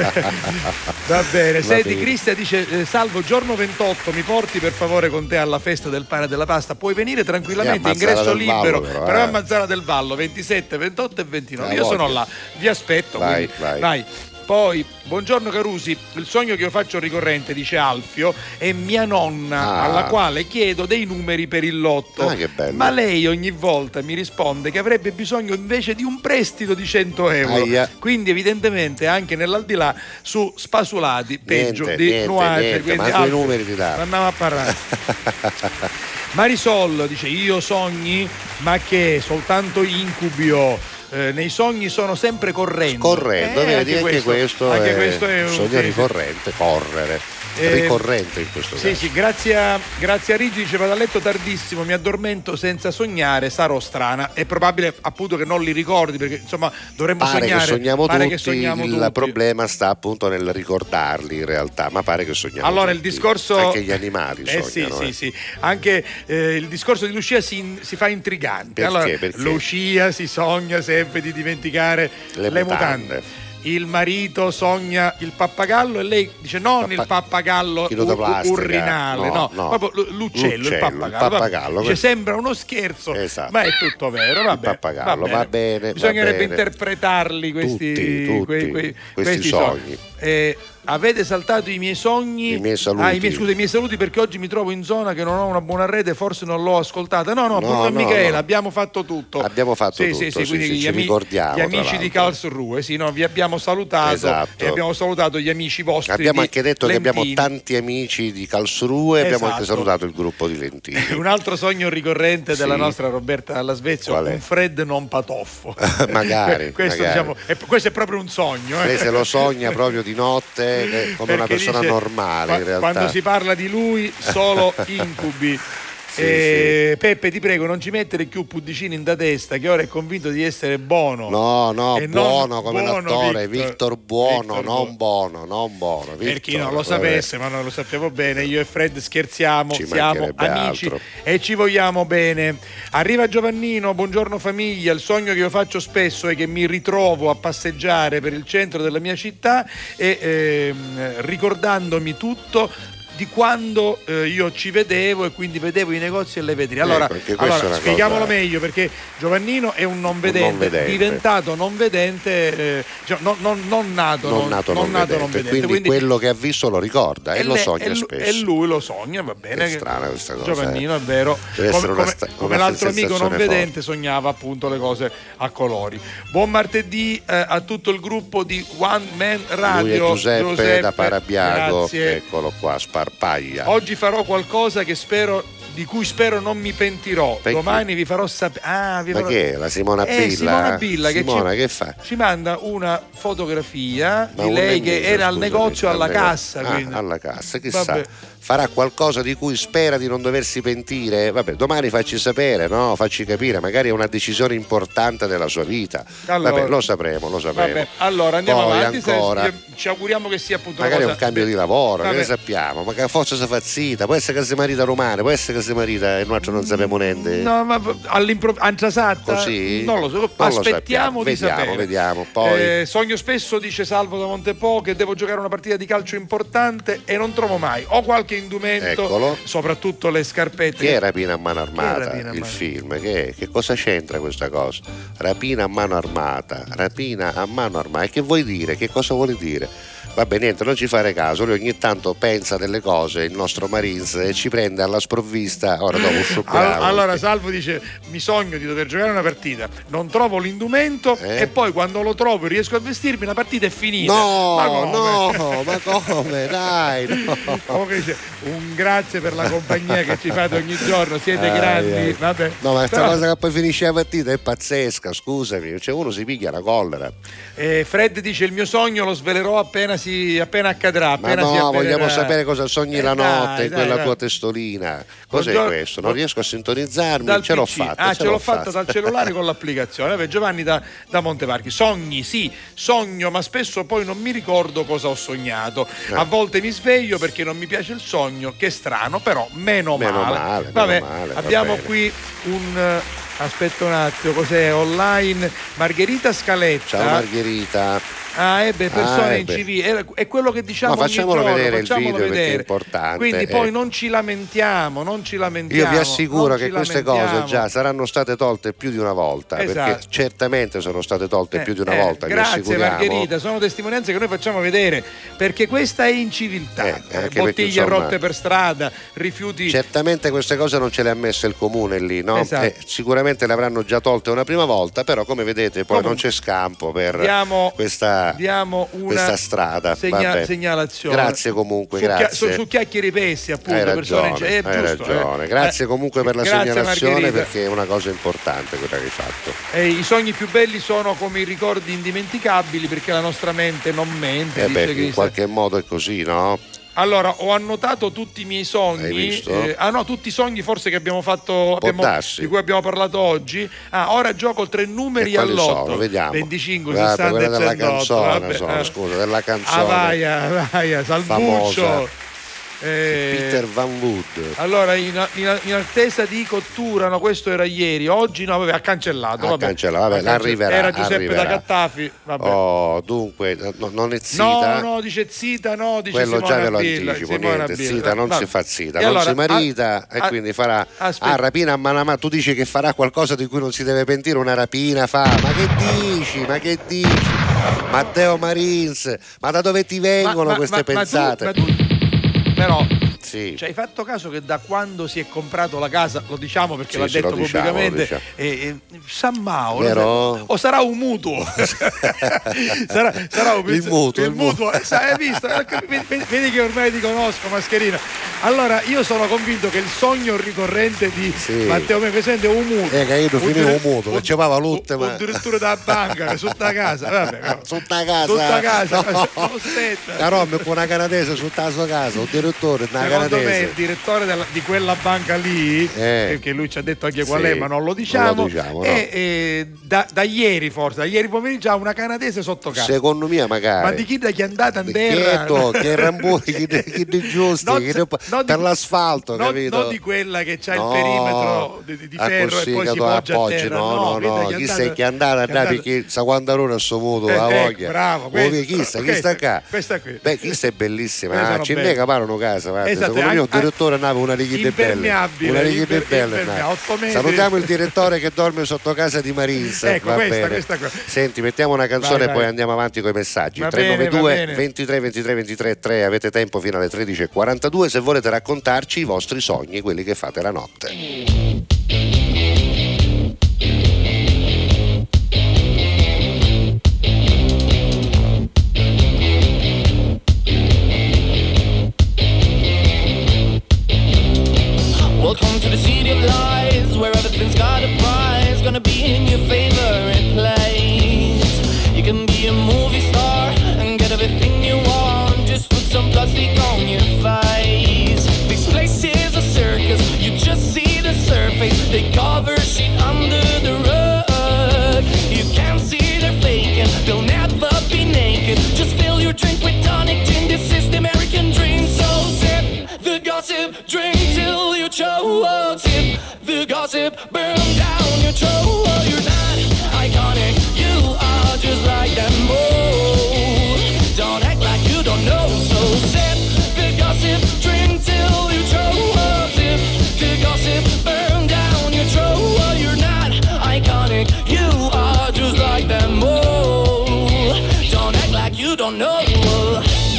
Va bene, Va senti bene. Cristian dice eh, Salvo, giorno ventotto mi porti per favore con te alla festa del pane e della pasta, puoi venire tranquillamente, E a Mazzara ingresso del Vallo, libero, però, però eh. a Mazzara del Vallo ventisette, ventotto e ventinove, Ah, io sono voglia. là, vi aspetto, Vai, quindi, vai. Poi, buongiorno Carusi, il sogno che io faccio ricorrente, dice Alfio, è mia nonna Ah. alla quale chiedo dei numeri per il lotto. Ah, che bello. Ma lei ogni volta mi risponde che avrebbe bisogno invece di un prestito di cento euro. Aia. Quindi evidentemente anche nell'aldilà su spasulati, peggio Niente, di niente, nuance. niente, Quindi, ma quei Alfio, numeri ti dà. andiamo a parlare. Marisol dice io sogni, ma che soltanto incubi ho. Eh, nei sogni sono sempre correndo. Correndo, Eh, vedi, anche, questo, anche è questo è un un sogno sì, ricorrente, correre, Eh, ricorrente in questo Sì, caso. sì, grazie a, grazie a Rigi dice vado a letto tardissimo, mi addormento senza sognare, sarò strana. È probabile appunto che non li ricordi perché insomma dovremmo Pare sognare. che sogniamo pare tutti, che sogniamo il tutti. problema sta appunto nel ricordarli in realtà, ma pare che sogniamo Allora il tutti. discorso Anche gli animali eh sognano. sì, eh. sì, sì. Anche eh, il discorso di Lucia si, si fa intrigante. Perché? Allora, Perché? Lucia si sogna sempre di dimenticare Le le, mutande. mutande. Il marito sogna il pappagallo e lei dice non Pappa- il pappagallo Chirotoplastica. ur- urrinale, no, No, no. proprio l- l'uccello, il L'uccello, pappagallo. il pappagallo. Dice, sembra uno scherzo, Esatto. ma è tutto vero. Vabbè, Il pappagallo, va bene. va bene, Bisognerebbe va bene. interpretarli questi, Tutti, tutti, que- que- questi sogni. Eh, avete saltato i miei sogni, I miei saluti. Ah, i miei, scusa, i miei saluti perché oggi mi trovo in zona che non ho una buona rete, forse non l'ho ascoltata. No, no, No, Bruno e no, Michela, no. abbiamo fatto tutto. Abbiamo fatto sì, tutto, Sì, sì, sì, quindi sì, gli, ci ami- ricordiamo, gli tra amici di l'altro. Karlsruhe, sì, no, vi abbiamo salutato Esatto. e abbiamo salutato gli amici vostri. Abbiamo di anche detto che abbiamo Lentini. tanti amici di Karlsruhe e abbiamo anche Esatto. salutato il gruppo di Lentini. Un altro sogno ricorrente della Sì. nostra Roberta dalla Svezia, Qual è? un Fred non patoffo. Magari, questo, magari. diciamo, è, questo è proprio un sogno. eh. Lei se lo sogna proprio di notte eh, come una Perché persona dice, normale qua- in realtà. Quando si parla di lui, solo incubi. Sì, Eh, Peppe, ti prego, non ci mettere più puddicini in da testa, che ora è convinto di essere buono. No, no, E non buono come buono l'attore, Victor. Victor Buono, Victor non buono, non buono. Per chi non Victor, lo vabbè. sapesse, ma noi lo sappiamo bene, io e Fred scherziamo, Ci siamo mancherebbe amici altro. e ci vogliamo bene. Arriva Giovannino, buongiorno famiglia, il sogno che io faccio spesso è che mi ritrovo a passeggiare per il centro della mia città e ehm, ricordandomi tutto di quando eh, io ci vedevo e quindi vedevo i negozi e le vetrine. Allora, Ecco, anche questa allora è una spieghiamolo cosa- meglio perché Giovannino è un non vedente, non vedente. diventato non vedente, eh, cioè, non, non- non nato, Non nato, non, nato vedente. Quindi, quello che ha visto lo ricorda e, lo le- sogna e lu- spesso. E lui lo sogna, va bene. È strana questa cosa, Giovannino, eh. è vero. Deve Come, essere una come- sta- come una l'altro amico non sensazione vedente sognava appunto le cose a colori. Buon martedì eh, a tutto il gruppo di One Man Radio. Lui è Giuseppe, da Parabiago, grazie. eccolo qua, sparpaglia. Oggi farò qualcosa che spero, di cui spero non mi pentirò. Perché? Domani vi farò sapere. Ah, vi Ma farò- che è? La Simona Eh, Billa? Simona Billa Simona, che, ci, che fa? ci manda una fotografia Ma di un lei che mese, era al scusami, negozio alla al nego- cassa. Ah, quindi. alla cassa, chissà. Vabbè. Farà qualcosa di cui spera di non doversi pentire? Vabbè, domani facci sapere, no? Facci capire, magari è una decisione importante della sua vita. Allora- Vabbè, lo sapremo, lo sapremo. Vabbè, allora andiamo Poi avanti. se- ancora. Ci auguriamo che sia appunto Magari è una un cosa. cambio di lavoro, che Vabbè. ne sappiamo, ma che forse si fa zita, può essere che si marita romana, può essere che si marita e noi non sappiamo niente. No, ma all'improvviso, Antrasatta? Così? Non lo so, Non lo aspettiamo sappiamo. di Vediamo, sapere. vediamo. Poi Eh, sogno spesso, dice Salvo da Montepo, che devo giocare una partita di calcio importante e non trovo mai. Ho qualche indumento, Eccolo. soprattutto le scarpette. che è Rapina a mano armata, Rapina a il mano- film? Che, è? Che cosa c'entra questa cosa? Rapina a mano armata, rapina a mano armata. E che vuoi dire? Che cosa vuole dire? Vabbè, niente, non ci fare caso, lui ogni tanto pensa delle cose, il nostro Marines, e ci prende alla sprovvista. Ora dopo allora, allora Salvo dice: mi sogno di dover giocare una partita, non trovo l'indumento eh? e poi quando lo trovo e riesco a vestirmi la partita è finita. No, ma come? no, ma come? Dai, no. Comunque dice: un grazie per la compagnia che ci fate ogni giorno, siete ai, grandi. ai. Vabbè. No, ma questa Però... cosa che poi finisce la partita è pazzesca, scusami, cioè uno si piglia la collera. Eh, Fred dice: il mio sogno lo svelerò appena si appena accadrà. Appena ma no, si avvererà. vogliamo sapere cosa sogni eh, la notte dai, in quella dai, tua dai. testolina. Cos'è Buongiorno. questo? Non riesco a sintonizzarmi, Dal ce l'ho P C. fatta. Ah, ce ce l'ho l'ho fatta fatta. dal cellulare con l'applicazione. Vabbè, Giovanni da, da Montevarchi. Sogni, sì, sogno, ma spesso poi non mi ricordo cosa ho sognato. Eh. A volte mi sveglio perché non mi piace il sogno, che strano, però meno, Meno male. male, Vabbè, meno male, va abbiamo bene. qui un eh, aspetta un attimo, cos'è online? Margherita Scaletta. Ciao Margherita. Ah, ebbe persone Ah, in ebbe. C V, è, è quello che diciamo Ma ogni facciamolo giorno, vedere il facciamolo video perché è vedere. importante, Quindi poi eh. non ci lamentiamo, non ci lamentiamo. Io vi assicuro non che ci queste lamentiamo. cose già saranno state tolte più di una volta, perché Esatto. certamente sono state tolte Eh, più di una eh, volta. vi grazie assicuriamo. Margherita, sono testimonianze che noi facciamo vedere perché questa è inciviltà. Eh, anche perché, Bottiglie insomma, rotte per strada, rifiuti. Certamente queste cose non ce le ha messe il comune lì, no? Esatto. Eh, sicuramente le avranno già tolte una prima volta, però come vedete poi Comunque, non c'è scampo per diamo, questa, diamo una questa strada. segna- Vabbè. segnalazione. Grazie comunque, su, grazie. Su, su chiacchiere pessi, appunto. Hai persone, ragione, è hai giusto, ragione. eh. Grazie Eh, comunque per la grazie, segnalazione, Margherita. perché è una cosa importante quella che hai fatto. Eh, I sogni più belli sono come i ricordi indimenticabili perché la nostra mente non mente. Eh dice beh, Cristian. in qualche modo è così, no? Allora, ho annotato tutti i miei sogni. Hai visto? eh, ah no, tutti i sogni forse che abbiamo fatto, abbiamo- darsi. di cui abbiamo parlato oggi. Ah, ora gioco tre numeri E quali all'otto. sono? Vediamo. venticinque, Guarda, sessanta quella e della centotto. canzone, Vabbè, sono, eh. scusa, della canzone. Ah, vaia, vaia, Salvuccio. Famosa. Eh, Peter Van Wood. Allora, in, in- in attesa di cottura, no, questo era ieri, oggi no, vabbè, ha cancellato. Ha vabbè. cancellato, vabbè, Ha cancellato. arriverà, Era Giuseppe arriverà. da Cattafi, vabbè. Oh, dunque, no- non è No, zita. no, dice zita, no, dice Quello Simona già ve lo Billa, anticipo, Simona niente, Billa. zita, non Vabbè. si fa zita, E non allora, si marita a- e a- quindi farà aspetta. ah, rapina a mano a mano. Tu dici che farà qualcosa di cui non si deve pentire, una rapina fa, ma che dici, ma che dici? Matteo Marins, ma da dove ti vengono Ma- ma- queste ma- ma tu- pensate? ma tu- però Sì. ci hai fatto caso che da quando si è comprato la casa, lo diciamo perché Sì, l'ha sì, detto lo diciamo, pubblicamente, lo diciamo. eh, eh, San Mao, Vero? o sarà un mutuo? sarà, sarà un Il mutuo, il il mutuo. Eh, sai, hai visto? Eh, Vedi, vedi- vedi che ormai ti conosco, mascherina. Allora, io sono convinto che il sogno ricorrente di Sì. Matteo me presente è un mutuo. Eh, che io non finivo dire- un mutuo, che ci va lutte, ma addirittura da banca, che sotto la casa, vabbè, però. sotto la casa, Tutta casa, no. aspetta. Carombe con una canadese sotto la sua casa, un direttore, una Secondo me il canadese. direttore della- di quella banca lì, Eh. perché lui ci ha detto anche qual Sì, è, ma non lo diciamo, non lo diciamo, no. e, e da, da ieri forse, da ieri pomeriggio ha una canadese sotto casa. Secondo me magari. Ma di chi da chi è andata in terra? Chieto, che ramburi, chi, di- chi di giusti, Non- chi di- non per di- l'asfalto, non, capito? non di quella che c'ha No, il perimetro di, di ah, ferro così e poi che si tu poggia a appoggi, terra. no, no, vedi, no, chi è chi andato- sei che è andata a chi è andato- perché sa quando ora sto muto Eh, la ecco, voglia. bravo, Oh, questa- chi sta, chi questa- sta qua? questa qui. Beh, questa è bellissima, Queste ah, sono ci belle. ne capano casa, guarda, Esatto, secondo me un anche- direttore andava una righida bella. impermeabile, Una righida imper- bella. impermeabile, andava. otto metri. Salutiamo il direttore che dorme sotto casa di Marins. Ecco, va questa, bene. questa qua. Senti, mettiamo una canzone Vai, e poi vai. andiamo avanti con i messaggi. Va bene, va trecentonovantadue bene. ventitré ventitré ventitré tre, avete tempo fino alle tredici e quarantadue se volete raccontarci i vostri sogni, quelli che fate la notte. Welcome to the city of lies, where everything's got a prize. Gonna be in your favorite place. You can be a movie star and get everything you want. Just put some plastic on your face. This place is a circus, you just see the surface. They cover shit under the rug. You can't see they're faking, they'll never be naked. Just fill your drink with tonic gin. This is the American dream. So sip the gossip, drink till you choke. Sip the gossip, burn down your throat. You're not iconic, you are just like them all. Don't act like you don't know. So sip the gossip, drink till you choke. Sip the gossip, burn down your throat. You're not iconic, you are just like them all. Don't act like you don't know.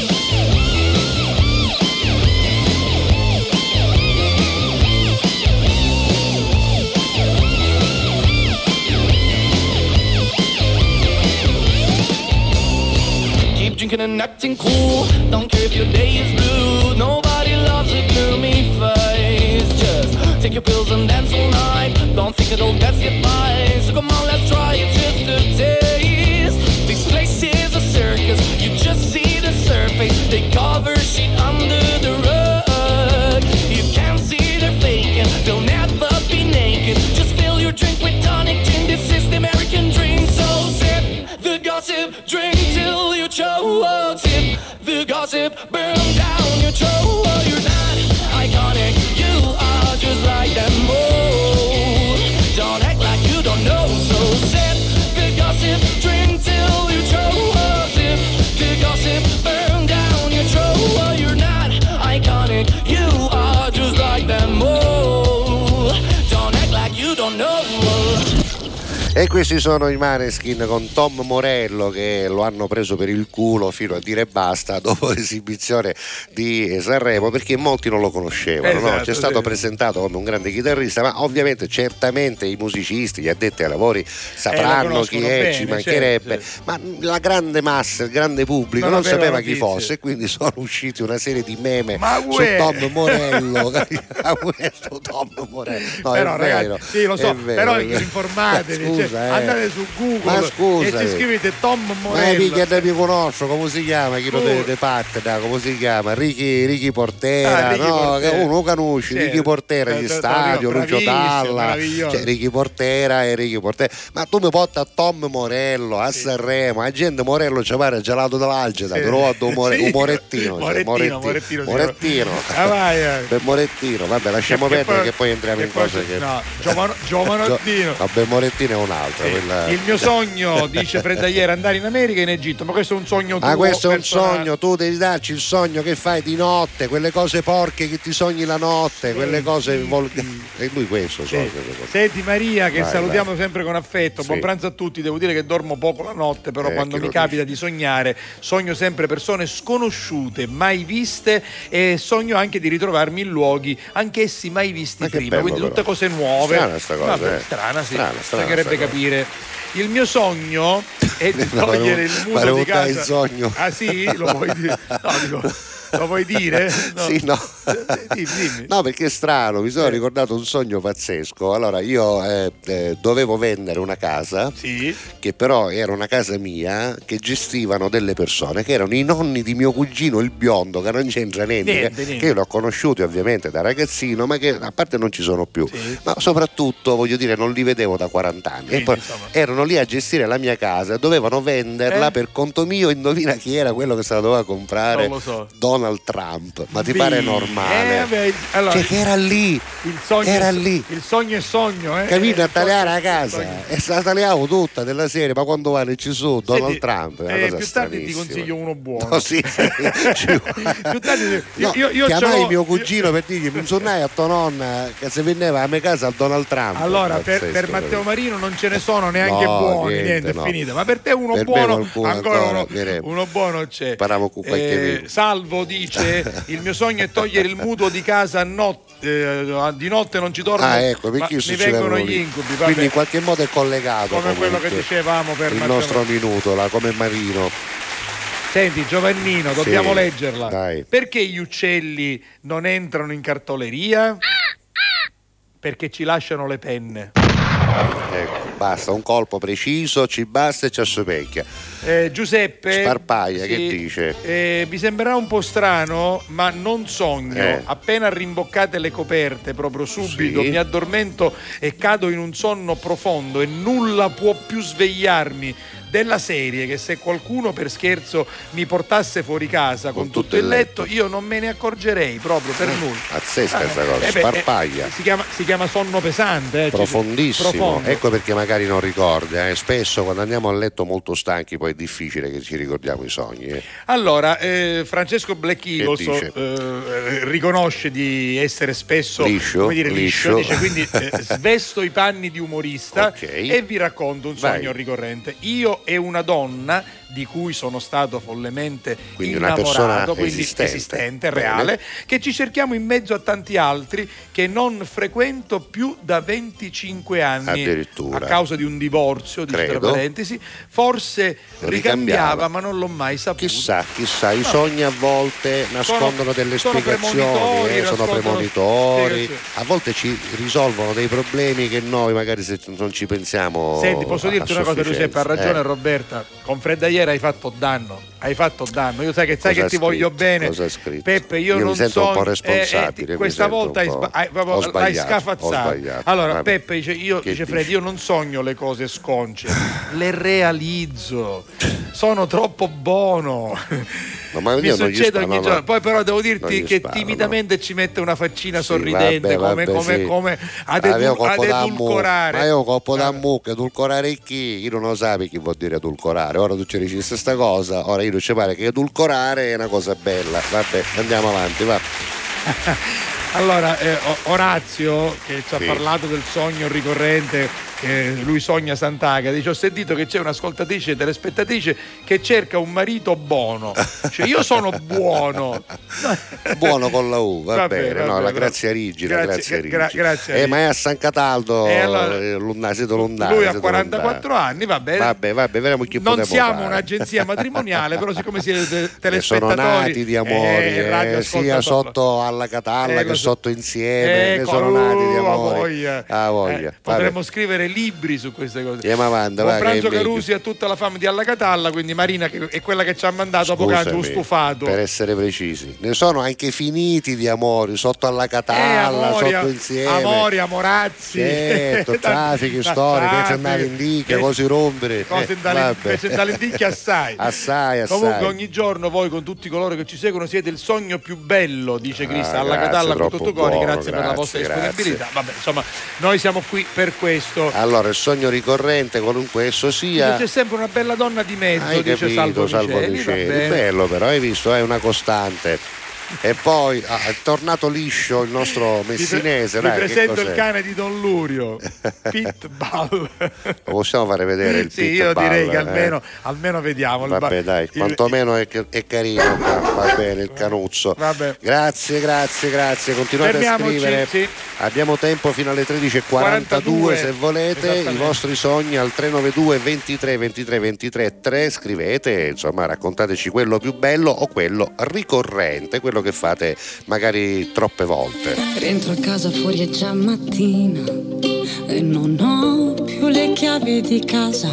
and acting cool. Don't care if your day is blue. Nobody loves a gloomy face. Just take your pills and dance all night. Don't think it'll get you by. So come on, let's try it just a taste. This place is a circus. You just see the surface. They cover shit under the rug. You can't see they're faking. They'll never be naked. Just fill your drink with tonic gin. This is the American dream. So sip the gossip, drink till you choke. Sip the gossip, burn down your throat. You're not iconic, you are just like them all. Don't act like you don't know. So sip the gossip, drink till you choke. Sip the gossip, burn down your throat. You're not iconic, you are just like them all. Don't act like you don't know. E questi sono i Maneskin con Tom Morello, che lo hanno preso per il culo fino a dire basta dopo l'esibizione di Sanremo, perché molti non lo conoscevano. Esatto, no? C'è stato sì. presentato come un grande chitarrista, ma ovviamente certamente i musicisti, gli addetti ai lavori sapranno Eh, chi è, bene, ci mancherebbe, certo, certo. ma la grande massa, il grande pubblico Non non, aveva sapeva chi notizie. fosse, e quindi sono usciti una serie di meme Ma su uè. Tom Morello. Questo Tom Morello, no, Però è vero, ragazzi, sì, lo so, è vero, però è vero. informatevi, Scusa, cioè, eh. andate su Google Ma scusa, e ci scrivete Tom ma Morello. piglia da mi conosco, come si chiama? Chi lo Oh. deve pattena, come si chiama? Ricky, Ricky Portera, Ah, Ricky no? Portera. Che uno lo conosci, Certo. Ricky Portera, gli Eh, stadio, Lucio bravissimo, Dalla, meraviglioso. cioè Ricky Portera e Ricky Portera. Ma tu mi porti a Tom Morello, a Sanremo, a gente Morello ci pare gelato dell'Algida, Sì. però ha un, more- Sì. un morettino, cioè, Morettino, morettino, morettino, sì. morettino. Ah, vai, eh. Per morettino, vabbè, lasciamo Che- che perdere poi- che poi entriamo che in poi cose c'è- che no, Giovano- Giovanottino. Vabbè, morettino è un'altra, quella... Il mio sogno, dice Fredagliere, andare in America e in Egitto, ma questo è un sogno tuo Ma questo è un personale. sogno, tu devi darci il sogno che fai di notte, quelle cose porche che ti sogni la notte, quelle cose volgari. E lui questo sogno. Sì. Senti Maria, che Vai, salutiamo vai. sempre con affetto, Sì. buon pranzo a tutti. Devo dire che dormo poco la notte, però Eh, quando chi mi lo capita di sognare sogno sempre persone sconosciute, mai viste, e sogno anche di ritrovarmi in luoghi anch'essi mai visti Ma che prima, bello, quindi tutte però. cose nuove. Strana sta cosa, Vabbè, eh. strana, sì. Strana, strana Bisognerebbe sta cosa. capire. Il mio sogno è di No, togliere ma il non- muso ma non di dai casa. il sogno. Ah sì? Lo vuoi dire? No, dico, lo vuoi dire? No. Sì, no. Dimmi, dimmi. No, perché è strano, mi sono Eh. ricordato un sogno pazzesco. Allora, io eh, eh, dovevo vendere una casa, Sì. che però era una casa mia, che gestivano delle persone che erano i nonni di mio cugino, il biondo, che non c'entra niente, Niente, che, niente. che io l'ho conosciuti ovviamente da ragazzino, ma che a parte non ci sono più, ma soprattutto, voglio dire, non li vedevo da quaranta anni. Quindi, e poi insomma. erano lì a gestire la mia casa, dovevano venderla Eh? per conto mio. Indovina chi era quello che se la doveva comprare? Non lo so. Donald Trump. Ma ti Sì. pare normale? Eh, vabbè, allora, Cioè, che era lì, il sogno era è, lì. il sogno è sogno, eh? Capito? Eh, A tagliare la il casa sogno- e se la tagliavo tutta della serie, ma quando vale ci su Donald Senti, Trump è una eh, cosa più tardi ti stranissima. consiglio uno buono. No, sì, sì. Ci- Più tardi io, No, io, io ce chiamai l'ho- mio cugino per dirgli mi sonnai a tua nonna che se veniva a mia casa al Donald Trump. Allora, per, Pazzesco, per Matteo però. Marino non ce ne sono neanche No, buoni, niente, niente, no. è finita. Ma per te uno Per me buono, qualcuno ancora, ancora, uno, direi. uno buono c'è. Spariamo con qualche Eh, video. Salvo dice: il mio sogno è togliere il mutuo di casa a notte, eh, di notte non ci torno. Ah, ecco, ma perché mi ci vengono vengono gli lì. incubi. Vabbè. Quindi in qualche modo è collegato Come quello che comunque dicevamo per il Matteo nostro Marino. minuto, là, come Marino. Senti Giovannino, dobbiamo Sì, leggerla. dai. Perché gli uccelli non entrano in cartoleria? Perché ci lasciano le penne. Ecco, basta, un colpo preciso, ci basta e ci assopecchia. Eh, Giuseppe Sparpaglia, sì, che dice? eh, vi sembrerà un po' strano, ma non sogno. Eh. Appena rimboccate le coperte, proprio subito Sì. mi addormento e cado in un sonno profondo e nulla può più svegliarmi. Della serie che se qualcuno per scherzo mi portasse fuori casa con, tutto il letto, io non me ne accorgerei proprio per nulla. Pazzesca Ah, questa cosa, eh beh, sparpaglia. eh, si, chiama, si chiama sonno pesante. Eh, ci- Profondissimo, profondo. ecco perché magari non ricorda, eh. Spesso quando andiamo a letto molto stanchi poi è difficile che ci ricordiamo i sogni. eh. Allora, eh, Francesco Black Eagles dice? eh, riconosce di essere spesso Liscio, come dire, liscio, liscio. dice quindi eh, svesto i panni di umorista Ok. e vi racconto un sogno Vai. ricorrente. Io è una donna di cui sono stato follemente quindi una innamorato, persona quindi esistente, esistente reale, che ci cerchiamo in mezzo a tanti altri che non frequento più da venticinque anni, addirittura, a causa di un divorzio, dice tra parentesi, forse ricambiava, ricambiava, ma non l'ho mai saputo. Chissà, chissà, i sogni a volte nascondono sono, delle sono spiegazioni, eh, sono premonitori, sì, sì. A volte ci risolvono dei problemi che noi magari se non ci pensiamo. Senti, posso dirti una cosa, Giuseppe, ha ragione eh. Roberta, con Fredda ieri hai fatto danno, hai fatto danno, io sai che, sai che ti voglio bene, Peppe, io, io non mi sento so, un po' responsabile, eh, questa volta hai, sba- hai, proprio, sbagliato, l'hai scafazzato. Allora Vabbè. Peppe dice, io, dice Fredda, io non sogno le cose sconce, le realizzo, sono troppo buono. No, ma mi succede ogni no, giorno. No. Poi però devo dirti che sparo, timidamente no. ci mette una faccina sì, sorridente, vabbè, come, vabbè, come, sì. come ad, edu- ad edulcorare. Ma io coppo da mucca, edulcorare chi? Io non lo sapevo chi vuol dire edulcorare. Ora tu ci dici questa cosa, ora io non ci pare che edulcorare è una cosa bella. Vabbè, andiamo avanti, va. Allora, eh, Orazio, che ci ha sì. parlato del sogno ricorrente, che lui sogna Sant'Agata, dice: ho sentito che c'è un'ascoltatrice e telespettatrice che cerca un marito buono. Cioè, io sono buono. Buono con la U, va, va bene, bene, no, va la bene. Grazia Rigida, Grazie, Grazia Rigida. Gra- grazie eh, ma è a San Cataldo, eh, allora, Lundà, siete Lundà, lui ha quarantaquattro lundà. Anni, va bene. Vabbè, vabbè, vediamo chi non siamo fare. Un'agenzia matrimoniale, però siccome siete telespettatori, sono nati di amori, eh, eh, sia sotto alla Catalla eh, che so... sotto insieme, ecco, ne sono nati di amori. Voglia. Ah, voglia. Eh, potremmo scrivere libri su queste cose. Andiamo avanti, Buon va, pranzo Carusi a tutta la fama di Alla Catalla, quindi Marina che è quella che ci ha mandato poc'anzi un stufato. Per essere precisi, ne sono anche finiti di amori sotto alla Catalla, eh, amori, sotto insieme. Amori, amorazzi. Certo, traffici, storie, invece andare in dicchia, cose rompere. Cose invece andare in dicchia assai. Assai, assai. Comunque ogni giorno voi con tutti coloro che ci seguono siete il sogno più bello, dice Crista, ah, alla Catalla con tutto cuore, grazie, grazie per la vostra disponibilità. Vabbè, insomma, noi siamo qui per questo. Allora, il sogno ricorrente, qualunque esso sia. C'è sempre una bella donna di mezzo, hai dice capito, Salvo Micheli. Bello però, hai visto, è una costante. E poi ah, è tornato liscio il nostro messinese. Vi, dai, vi presento il cane di Don Lurio, Pitbull. Lo possiamo fare vedere il sì, Pitbull? Io direi che eh. almeno, almeno vediamo. Vabbè, il, dai, il, quantomeno è, è carino. Va bene, il canuzzo. Vabbè. Grazie, grazie, grazie. Continuate Fermiamoci, a scrivere. Sì. Abbiamo tempo fino alle tredici e quarantadue se volete. I vostri sogni al tre nove due ventitré ventitré ventitré tre. Scrivete, insomma, raccontateci quello più bello o quello ricorrente, quello che fate magari troppe volte. Rientro a casa, fuori è già mattina e non ho più le chiavi di casa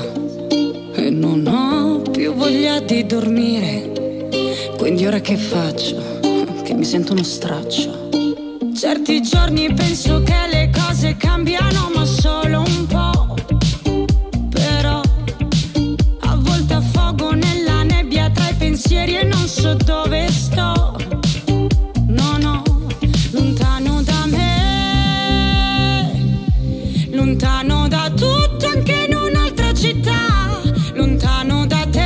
e non ho più voglia di dormire, quindi ora che faccio? Che mi sento uno straccio. Certi giorni penso che le cose cambiano, ma solo un po', però a volte affogo nella nebbia tra i pensieri e non so dove sto. No, no, lontano da me, lontano da tutto, anche in un'altra città, lontano da te.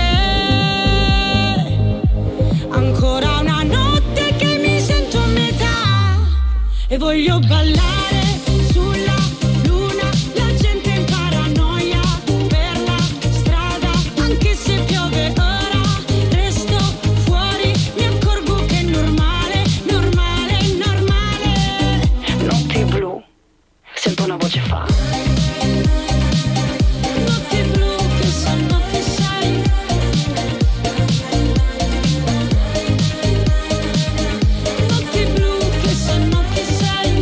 Ancora una notte che mi sento a metà e voglio ballare sulla luna, la gente in paranoia per la strada, anche se piove ora resto fuori, mi accorgo che è normale, normale, normale. Notti blu, sento una voce fa. Notti blu che sanno che sei. Notti blu che sanno che sei.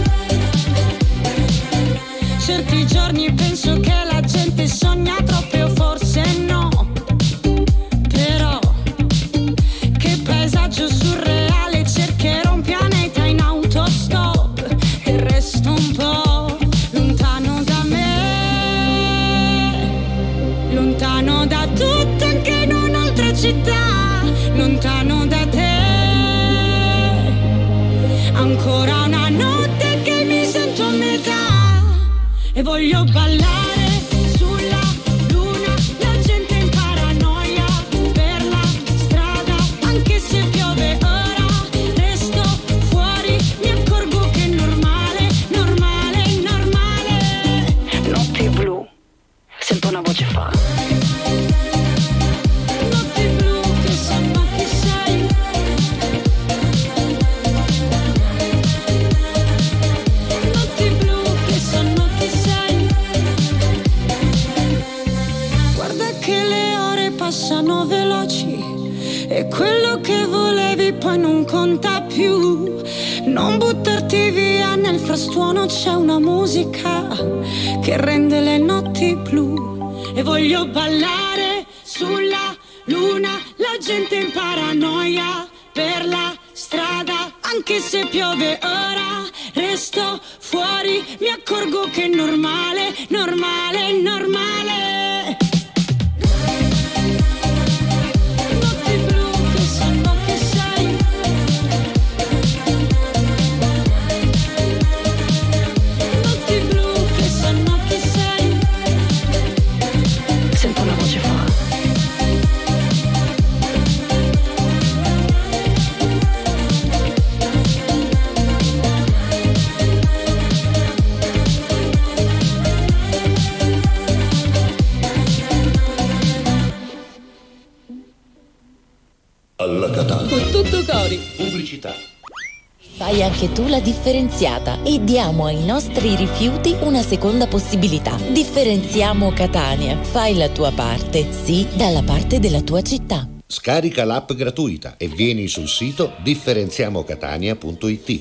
Certi giorni penso che la gente sogna troppo, o forse no. Però che paesaggio surreale, cercherò un pianeta in autostop e resto un po' lontano da me, lontano da tutto, anche in un'altra città, lontano da te. Ancora una notte che mi sento a metà e voglio ballare sulla luna, la gente in paranoia per la strada, anche se piove ora resto fuori, mi accorgo che è normale, normale, normale. Notti blu, sento una voce fa. conta più. Non buttarti via, nel frastuono c'è una musica che rende le notti blu. E voglio ballare sulla luna, la gente in paranoia per la strada, anche se piove ora resto fuori, mi accorgo che è normale, normale, normale. Notti blu che sanno che sei, notti blu che sanno che sei. Sento una voce forte. Alla Catalla. Con tutto cori. Pubblicità. Fai anche tu la differenziata e diamo ai nostri rifiuti una seconda possibilità. Differenziamo Catania. Fai la tua parte, sì, dalla parte della tua città. Scarica l'app gratuita e vieni sul sito differenziamo catania punto it.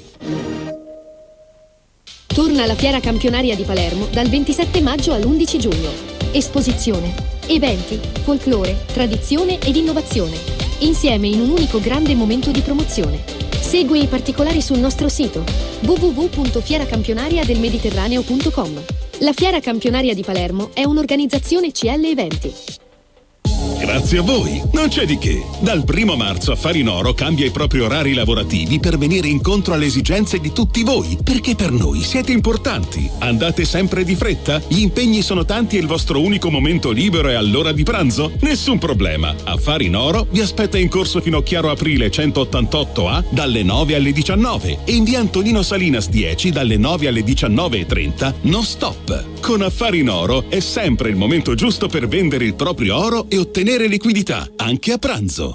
Torna la Fiera Campionaria di Palermo dal ventisette maggio all'undici giugno. Esposizione, eventi, folklore, tradizione ed innovazione, insieme in un unico grande momento di promozione. Segui i particolari sul nostro sito w w w punto fiera campionaria del mediterraneo punto com. La Fiera Campionaria di Palermo è un'organizzazione C L Eventi. Grazie a voi, non c'è di che. Dal primo marzo Affari in Oro cambia i propri orari lavorativi per venire incontro alle esigenze di tutti voi, perché per noi siete importanti. Andate sempre di fretta? Gli impegni sono tanti e il vostro unico momento libero è all'ora di pranzo? Nessun problema. Affari in Oro vi aspetta in corso Fino Chiaro Aprile centottantotto A dalle nove alle diciannove e in via Antonino Salinas dieci dalle nove alle diciannove e trenta non stop. Con Affari in Oro è sempre il momento giusto per vendere il proprio oro e ottenere liquidità, anche a pranzo.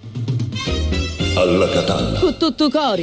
Alla Catalla. Con tutto cori.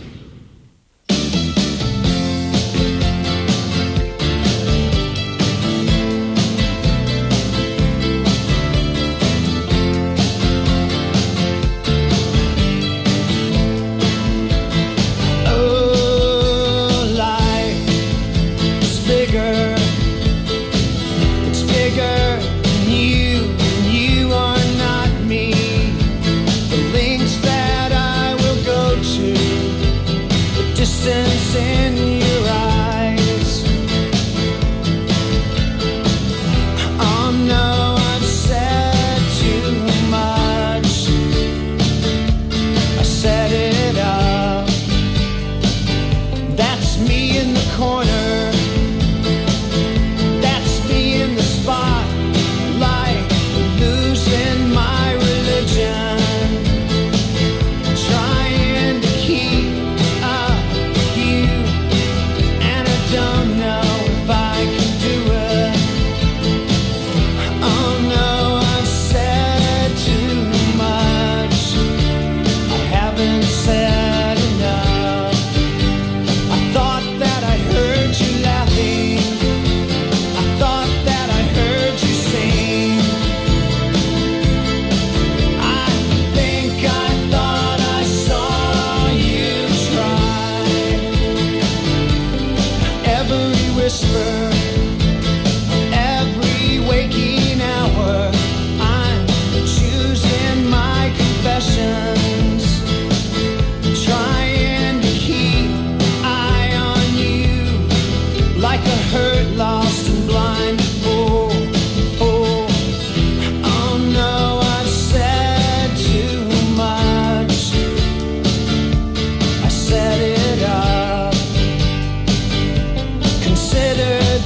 Oh, life is bigger. It's bigger than you. You are not me. The links that I will go to, the distance in your eyes. Oh no, I've said too much. I set it up. That's me in the corner. That's me in the spotlight, losing my religion, trying to keep up with you, and I don't know if I can do it. Oh no, I've said too much. I haven't said enough. I thought that I heard you laughing. I thought that I heard you sing. I think I thought I saw you try. Every whisper, every waking hour, I'm choosing my confessions, trying to keep eye on you, like a hurt, lost and blind fool. Oh, oh no, I've said too much. I set it up. Consider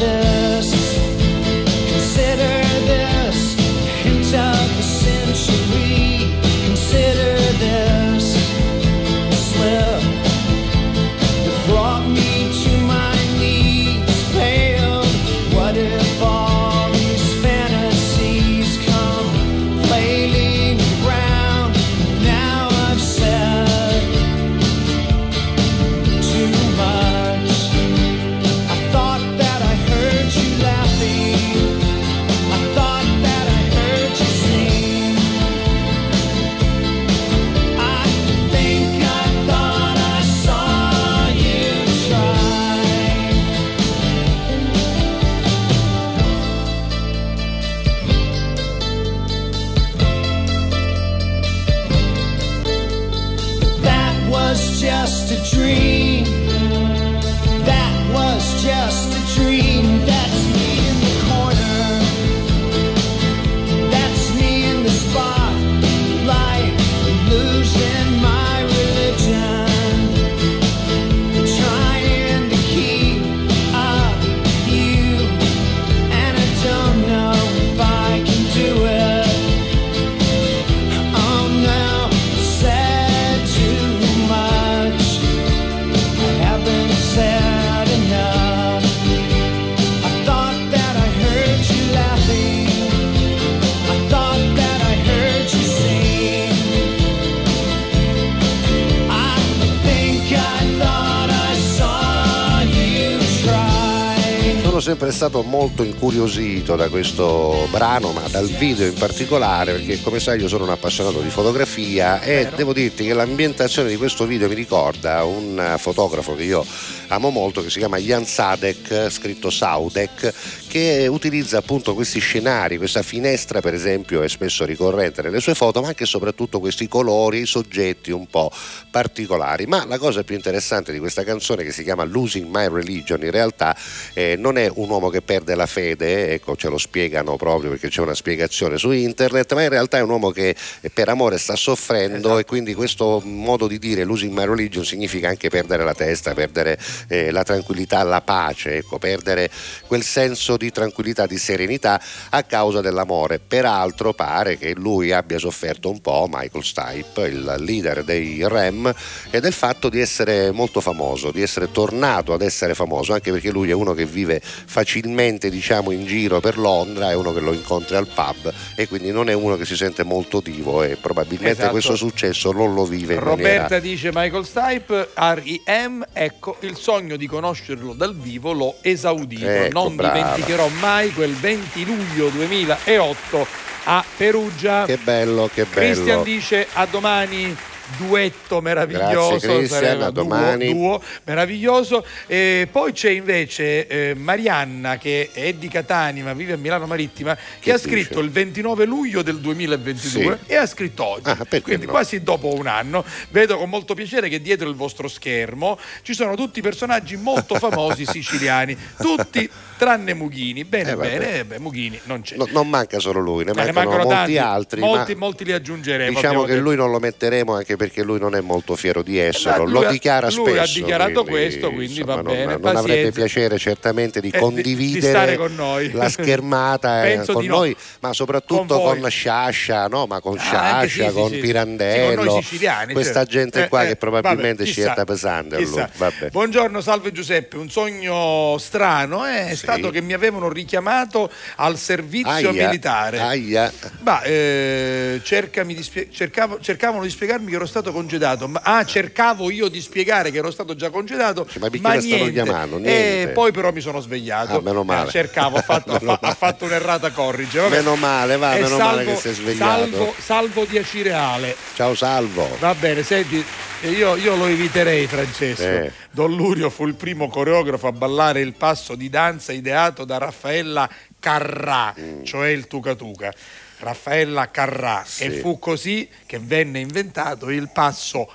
sono sempre stato molto incuriosito da questo brano, ma dal video in particolare, perché come sai io sono un appassionato di fotografia e Vero. devo dirti che l'ambientazione di questo video mi ricorda un fotografo che io amo molto, che si chiama Jan Sadek, scritto Saudek, che utilizza appunto questi scenari, questa finestra per esempio è spesso ricorrente nelle sue foto, ma anche e soprattutto questi colori, i soggetti un po' particolari. Ma la cosa più interessante di questa canzone, che si chiama Losing My Religion, in realtà eh, non è un uomo che perde la fede, ecco, ce lo spiegano proprio perché c'è una spiegazione su internet, ma in realtà è un uomo che per amore sta soffrendo, esatto. E quindi questo modo di dire Losing My Religion significa anche perdere la testa, perdere eh, la tranquillità, la pace, ecco, perdere quel senso di tranquillità, di serenità a causa dell'amore. Peraltro pare che lui abbia sofferto un po', Michael Stipe, il leader dei R E M, e del fatto di essere molto famoso, di essere tornato ad essere famoso, anche perché lui è uno che vive facilmente, diciamo, in giro per Londra, è uno che lo incontri al pub e quindi non è uno che si sente molto divo e probabilmente esatto. questo successo non lo vive in Roberta maniera... dice Michael Stipe, R E M, ecco, il sogno di conoscerlo dal vivo l'ho esaudito, ecco, non brava. dimenticherò mai quel venti luglio duemilaotto a Perugia. Che bello, che bello. Christian dice a domani. Duetto meraviglioso. Grazie Cristian, a domani. Duo, duo meraviglioso. E poi c'è invece eh, Marianna, che è di Catania ma vive a Milano Marittima, che, che ha scritto dice? il ventinove luglio del duemilaventidue sì. e ha scritto oggi, ah, quindi no? quasi dopo un anno. Vedo con molto piacere che dietro il vostro schermo ci sono tutti personaggi molto famosi siciliani, tutti tranne Mughini. Bene, eh, bene, beh, Mughini non c'è. No, non manca solo lui, ne, ne mancano, mancano molti tanti, altri. Molti, ma molti li aggiungeremo. Diciamo che lui non lo metteremo anche perché lui non è molto fiero di esserlo, lui lo dichiara ha, spesso. Lui ha dichiarato quindi, questo, quindi insomma, va bene. Non, non avrebbe piacere certamente di eh, condividere di, di stare con noi. la schermata eh, con di noi, no. ma soprattutto con, con Sciascia, no? Ma con ah, Sciascia, sì, con sì, Pirandello, sì, con noi siciliani, questa certo. gente eh, qua eh, che probabilmente vabbè, ci è pesante a lui. Vabbè. Buongiorno, salve Giuseppe, un sogno strano eh, è sì. stato che mi avevano richiamato al servizio aia, militare. Aia. Ma eh, cercami di spie- cercavo, cercavano di spiegarmi che ero stato congedato. Ma, ah, cercavo io di spiegare che ero stato già congedato. Cioè, ma perché ma la stanno chiamando? Niente. E poi però mi sono svegliato. Ah, meno male. Eh, cercavo, ha fatto, ha, ha fatto un'errata corrige. Vabbè. Meno male, va, e meno salvo, male che sei svegliato. Salvo, salvo Diaci Reale. Ciao Salvo. Va bene, senti. Io, io lo eviterei, Francesco. Eh. Don Lurio fu il primo coreografo a ballare il passo di danza ideato da Raffaella Carrà, mm. cioè il Tuca Tuca. Raffaella Carrà. Sì. E fu così che venne inventato il passo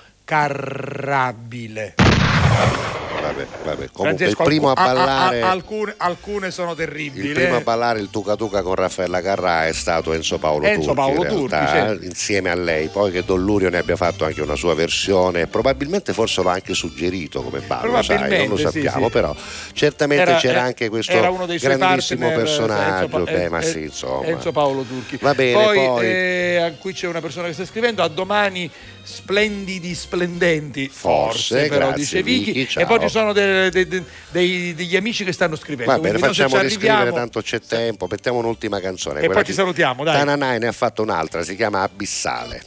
carrabile. Vabbè, vabbè. Comunque Francesco, il primo a ballare a, a, alcune, alcune sono terribili. Il primo eh. a ballare il Tuca Tuca con Raffaella Carrà è stato Enzo Paolo Enzo Turchi, Paolo in realtà, Turchi certo. insieme a lei. Poi che Don Lurio ne abbia fatto anche una sua versione, probabilmente forse l'ho anche suggerito come ballo, sai, non lo sappiamo, sì, sì. però certamente era, c'era era, anche questo partner, grandissimo personaggio. Enzo, Beh, ma eh, sì, insomma. Enzo Paolo Turchi. Va bene, poi, poi... Eh, qui c'è una persona che sta scrivendo: a domani splendidi, splendenti, forse, forse però grazie, dice Vicky. Vicky, e poi ci sono dei, dei, dei, degli amici che stanno scrivendo. Va bene, facciamo riscrivere, arriviamo... tanto c'è tempo, mettiamo un'ultima canzone. E poi ci salutiamo, dai. Tananai ne ha fatto un'altra, si chiama Abissale.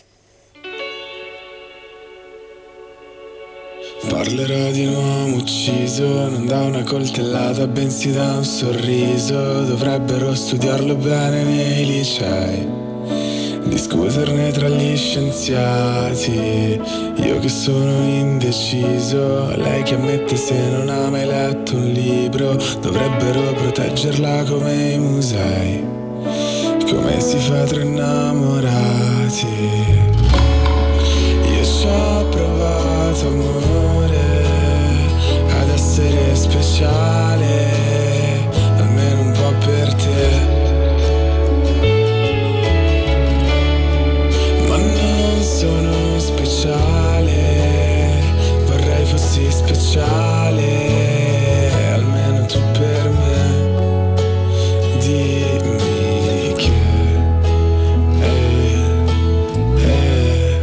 Parlerò di un uomo ucciso, non da una coltellata bensì da un sorriso. Dovrebbero studiarlo bene nei licei, discuterne tra gli scienziati. Io che sono indeciso, lei che ammette se non ha mai letto un libro. Dovrebbero proteggerla come i musei, come si fa tra innamorati. Io ci ho provato amore ad essere speciale, almeno un po' per te. Sono speciale, vorrei fossi speciale, almeno tu per me. Dimmi che eh, eh.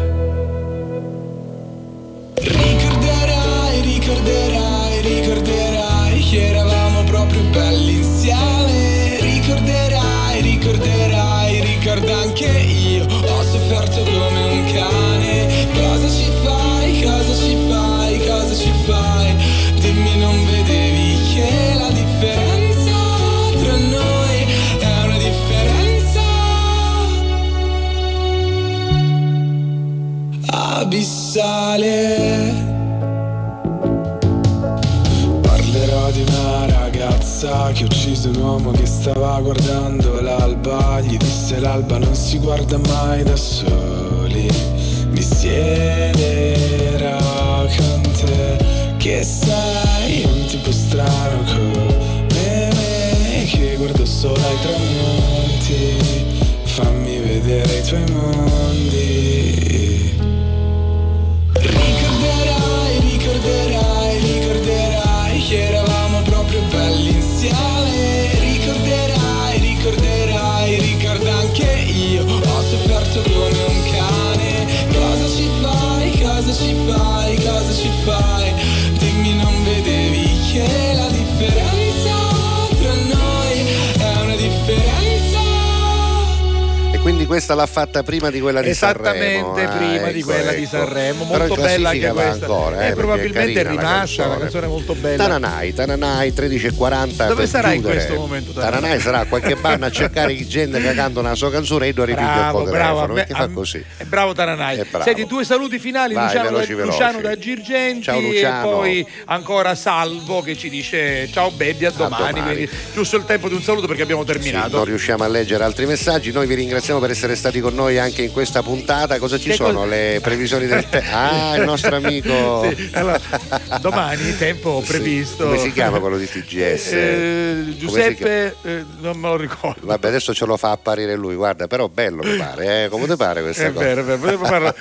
Ricorderai, ricorderai, ricorderai che eravamo proprio belli insieme. Ricorderai, ricorderai, ricorda anche io, ho sofferto come un cane. Cosa ci fai, cosa ci fai, cosa ci fai? Dimmi, non vedevi che la differenza sale. Parlerò di una ragazza che ha ucciso un uomo che stava guardando l'alba. Gli disse l'alba non si guarda mai da soli. Mi siederò con te, che sei un tipo strano come me, che guardo solo ai tramonti. Fammi vedere i tuoi mondi. Ricorderai, ricorderai, ricorderai che eravamo proprio belli insieme. Ricorderai, ricorderai, ricorda anche io, ho sofferto come un cane. Cosa ci fai, cosa ci fai, cosa ci fai? Dimmi, non vedevi che la differenza tra noi è una differenza? Quindi questa l'ha fatta prima di quella di Sanremo. Esattamente, prima ah, di ecco, quella ecco. di Sanremo, Però molto in bella anche classifica va questa. ancora, eh, eh, probabilmente è rimasta, la canzone. una canzone molto bella. Tananai, Tananai tredici e quaranta. Dove per sarà chiudere. in questo momento Tananai? Tananai sarà a qualche bar a cercare gente che canta una sua canzone e io ripiglio Bravo, col bravo, telefono, a me- perché fa a me- così. È bravo Tananai. È bravo. Senti, due saluti finali, Vai, Luciano, veloci, da, veloci. Luciano da Girgenti. Ciao, Luciano. E poi ancora Salvo che ci dice ciao baby, a domani. domani. Quindi, giusto il tempo di un saluto perché abbiamo Sì, terminato. non riusciamo a leggere altri messaggi. Noi vi ringraziamo per essere stati con noi anche in questa puntata. Cosa ci Che sono? cos- Le previsioni del tempo? Ah, il nostro amico. Sì, allora, domani tempo Sì. previsto. Come si chiama quello di T G S? Eh, Come si Giuseppe, eh, non me lo ricordo. Vabbè, adesso ce lo fa apparire lui, guarda, però bello mi pare, eh? Come ti pare questa È cosa? vero, è vero. Potevo farlo-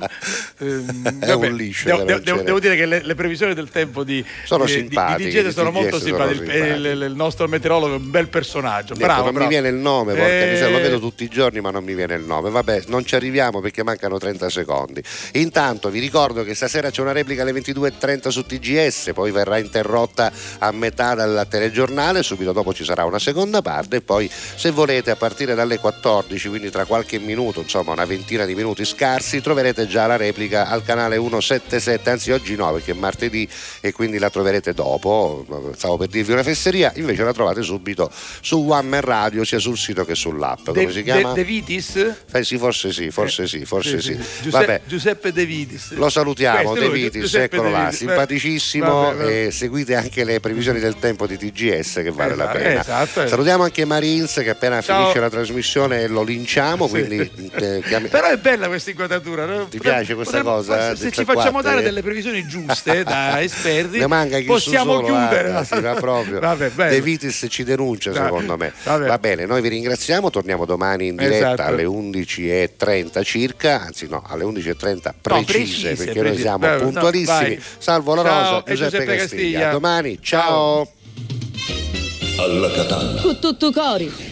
ehm, È vabbè, un liscio, Devo, che devo- non devo- ce devo n'è. dire che le, le previsioni del tempo di Sono di, simpatiche, di, di D J di sono T G S molto sono simpatiche. Il, simpatiche. il- il nostro meteorologo è un bel personaggio. Niente, Bravo, non bravo. mi viene il nome, porca Eh, miseria, lo vedo tutti i giorni ma non mi viene il nome. Vabbè, non ci arriviamo perché mancano trenta secondi. Intanto vi ricordo che stasera c'è una replica alle ventidue e trenta su T G S, poi verrà interrotta a metà dal telegiornale, subito dopo ci sarà una seconda parte e poi se volete a partire dalle quattordici, quindi tra qualche minuto, insomma una ventina di minuti scarsi, troverete già la replica al canale centosettantasette, anzi oggi no perché è martedì e quindi la troverete dopo, stavo per dirvi una fesseria, invece la trovate subito su One Man Radio sia sul sito che sull'app. Come De, si chiama? De, De Vitis? Eh, sì, forse sì, forse sì, forse sì. Giuseppe, Vabbè, Giuseppe De Vitis. lo salutiamo, Questo è De lui, Vitis, Giuseppe eccolo De là, Vitis. simpaticissimo. Vabbè, vabbè. E seguite anche le previsioni del tempo di T G S che vale la Esatto, pena. esatto, esatto. Salutiamo anche Marins che appena Ciao. finisce la trasmissione lo linciamo, Sì. quindi eh, chiami- Però è bella questa inquadratura, no? Ti piace questa Potremmo- cosa? Se Di ci tre facciamo quattro, dare eh? delle previsioni giuste da esperti, Ne manca chi possiamo solo, chiudere. guarda, sì, ma proprio. Vabbè, bello. De Vitis ci denuncia Vabbè. secondo me. Vabbè. Va bene, noi vi ringraziamo, torniamo domani in diretta Esatto. alle undici e trenta circa, anzi no, alle undici e trenta precise, precise, perché noi precise. siamo Beh, no, puntualissimi. vai. Salvo la Ciao, Rosa, e Giuseppe, Giuseppe Castiglia. Castiglia. A domani, ciao. Alla Catalla. Con tutto cori.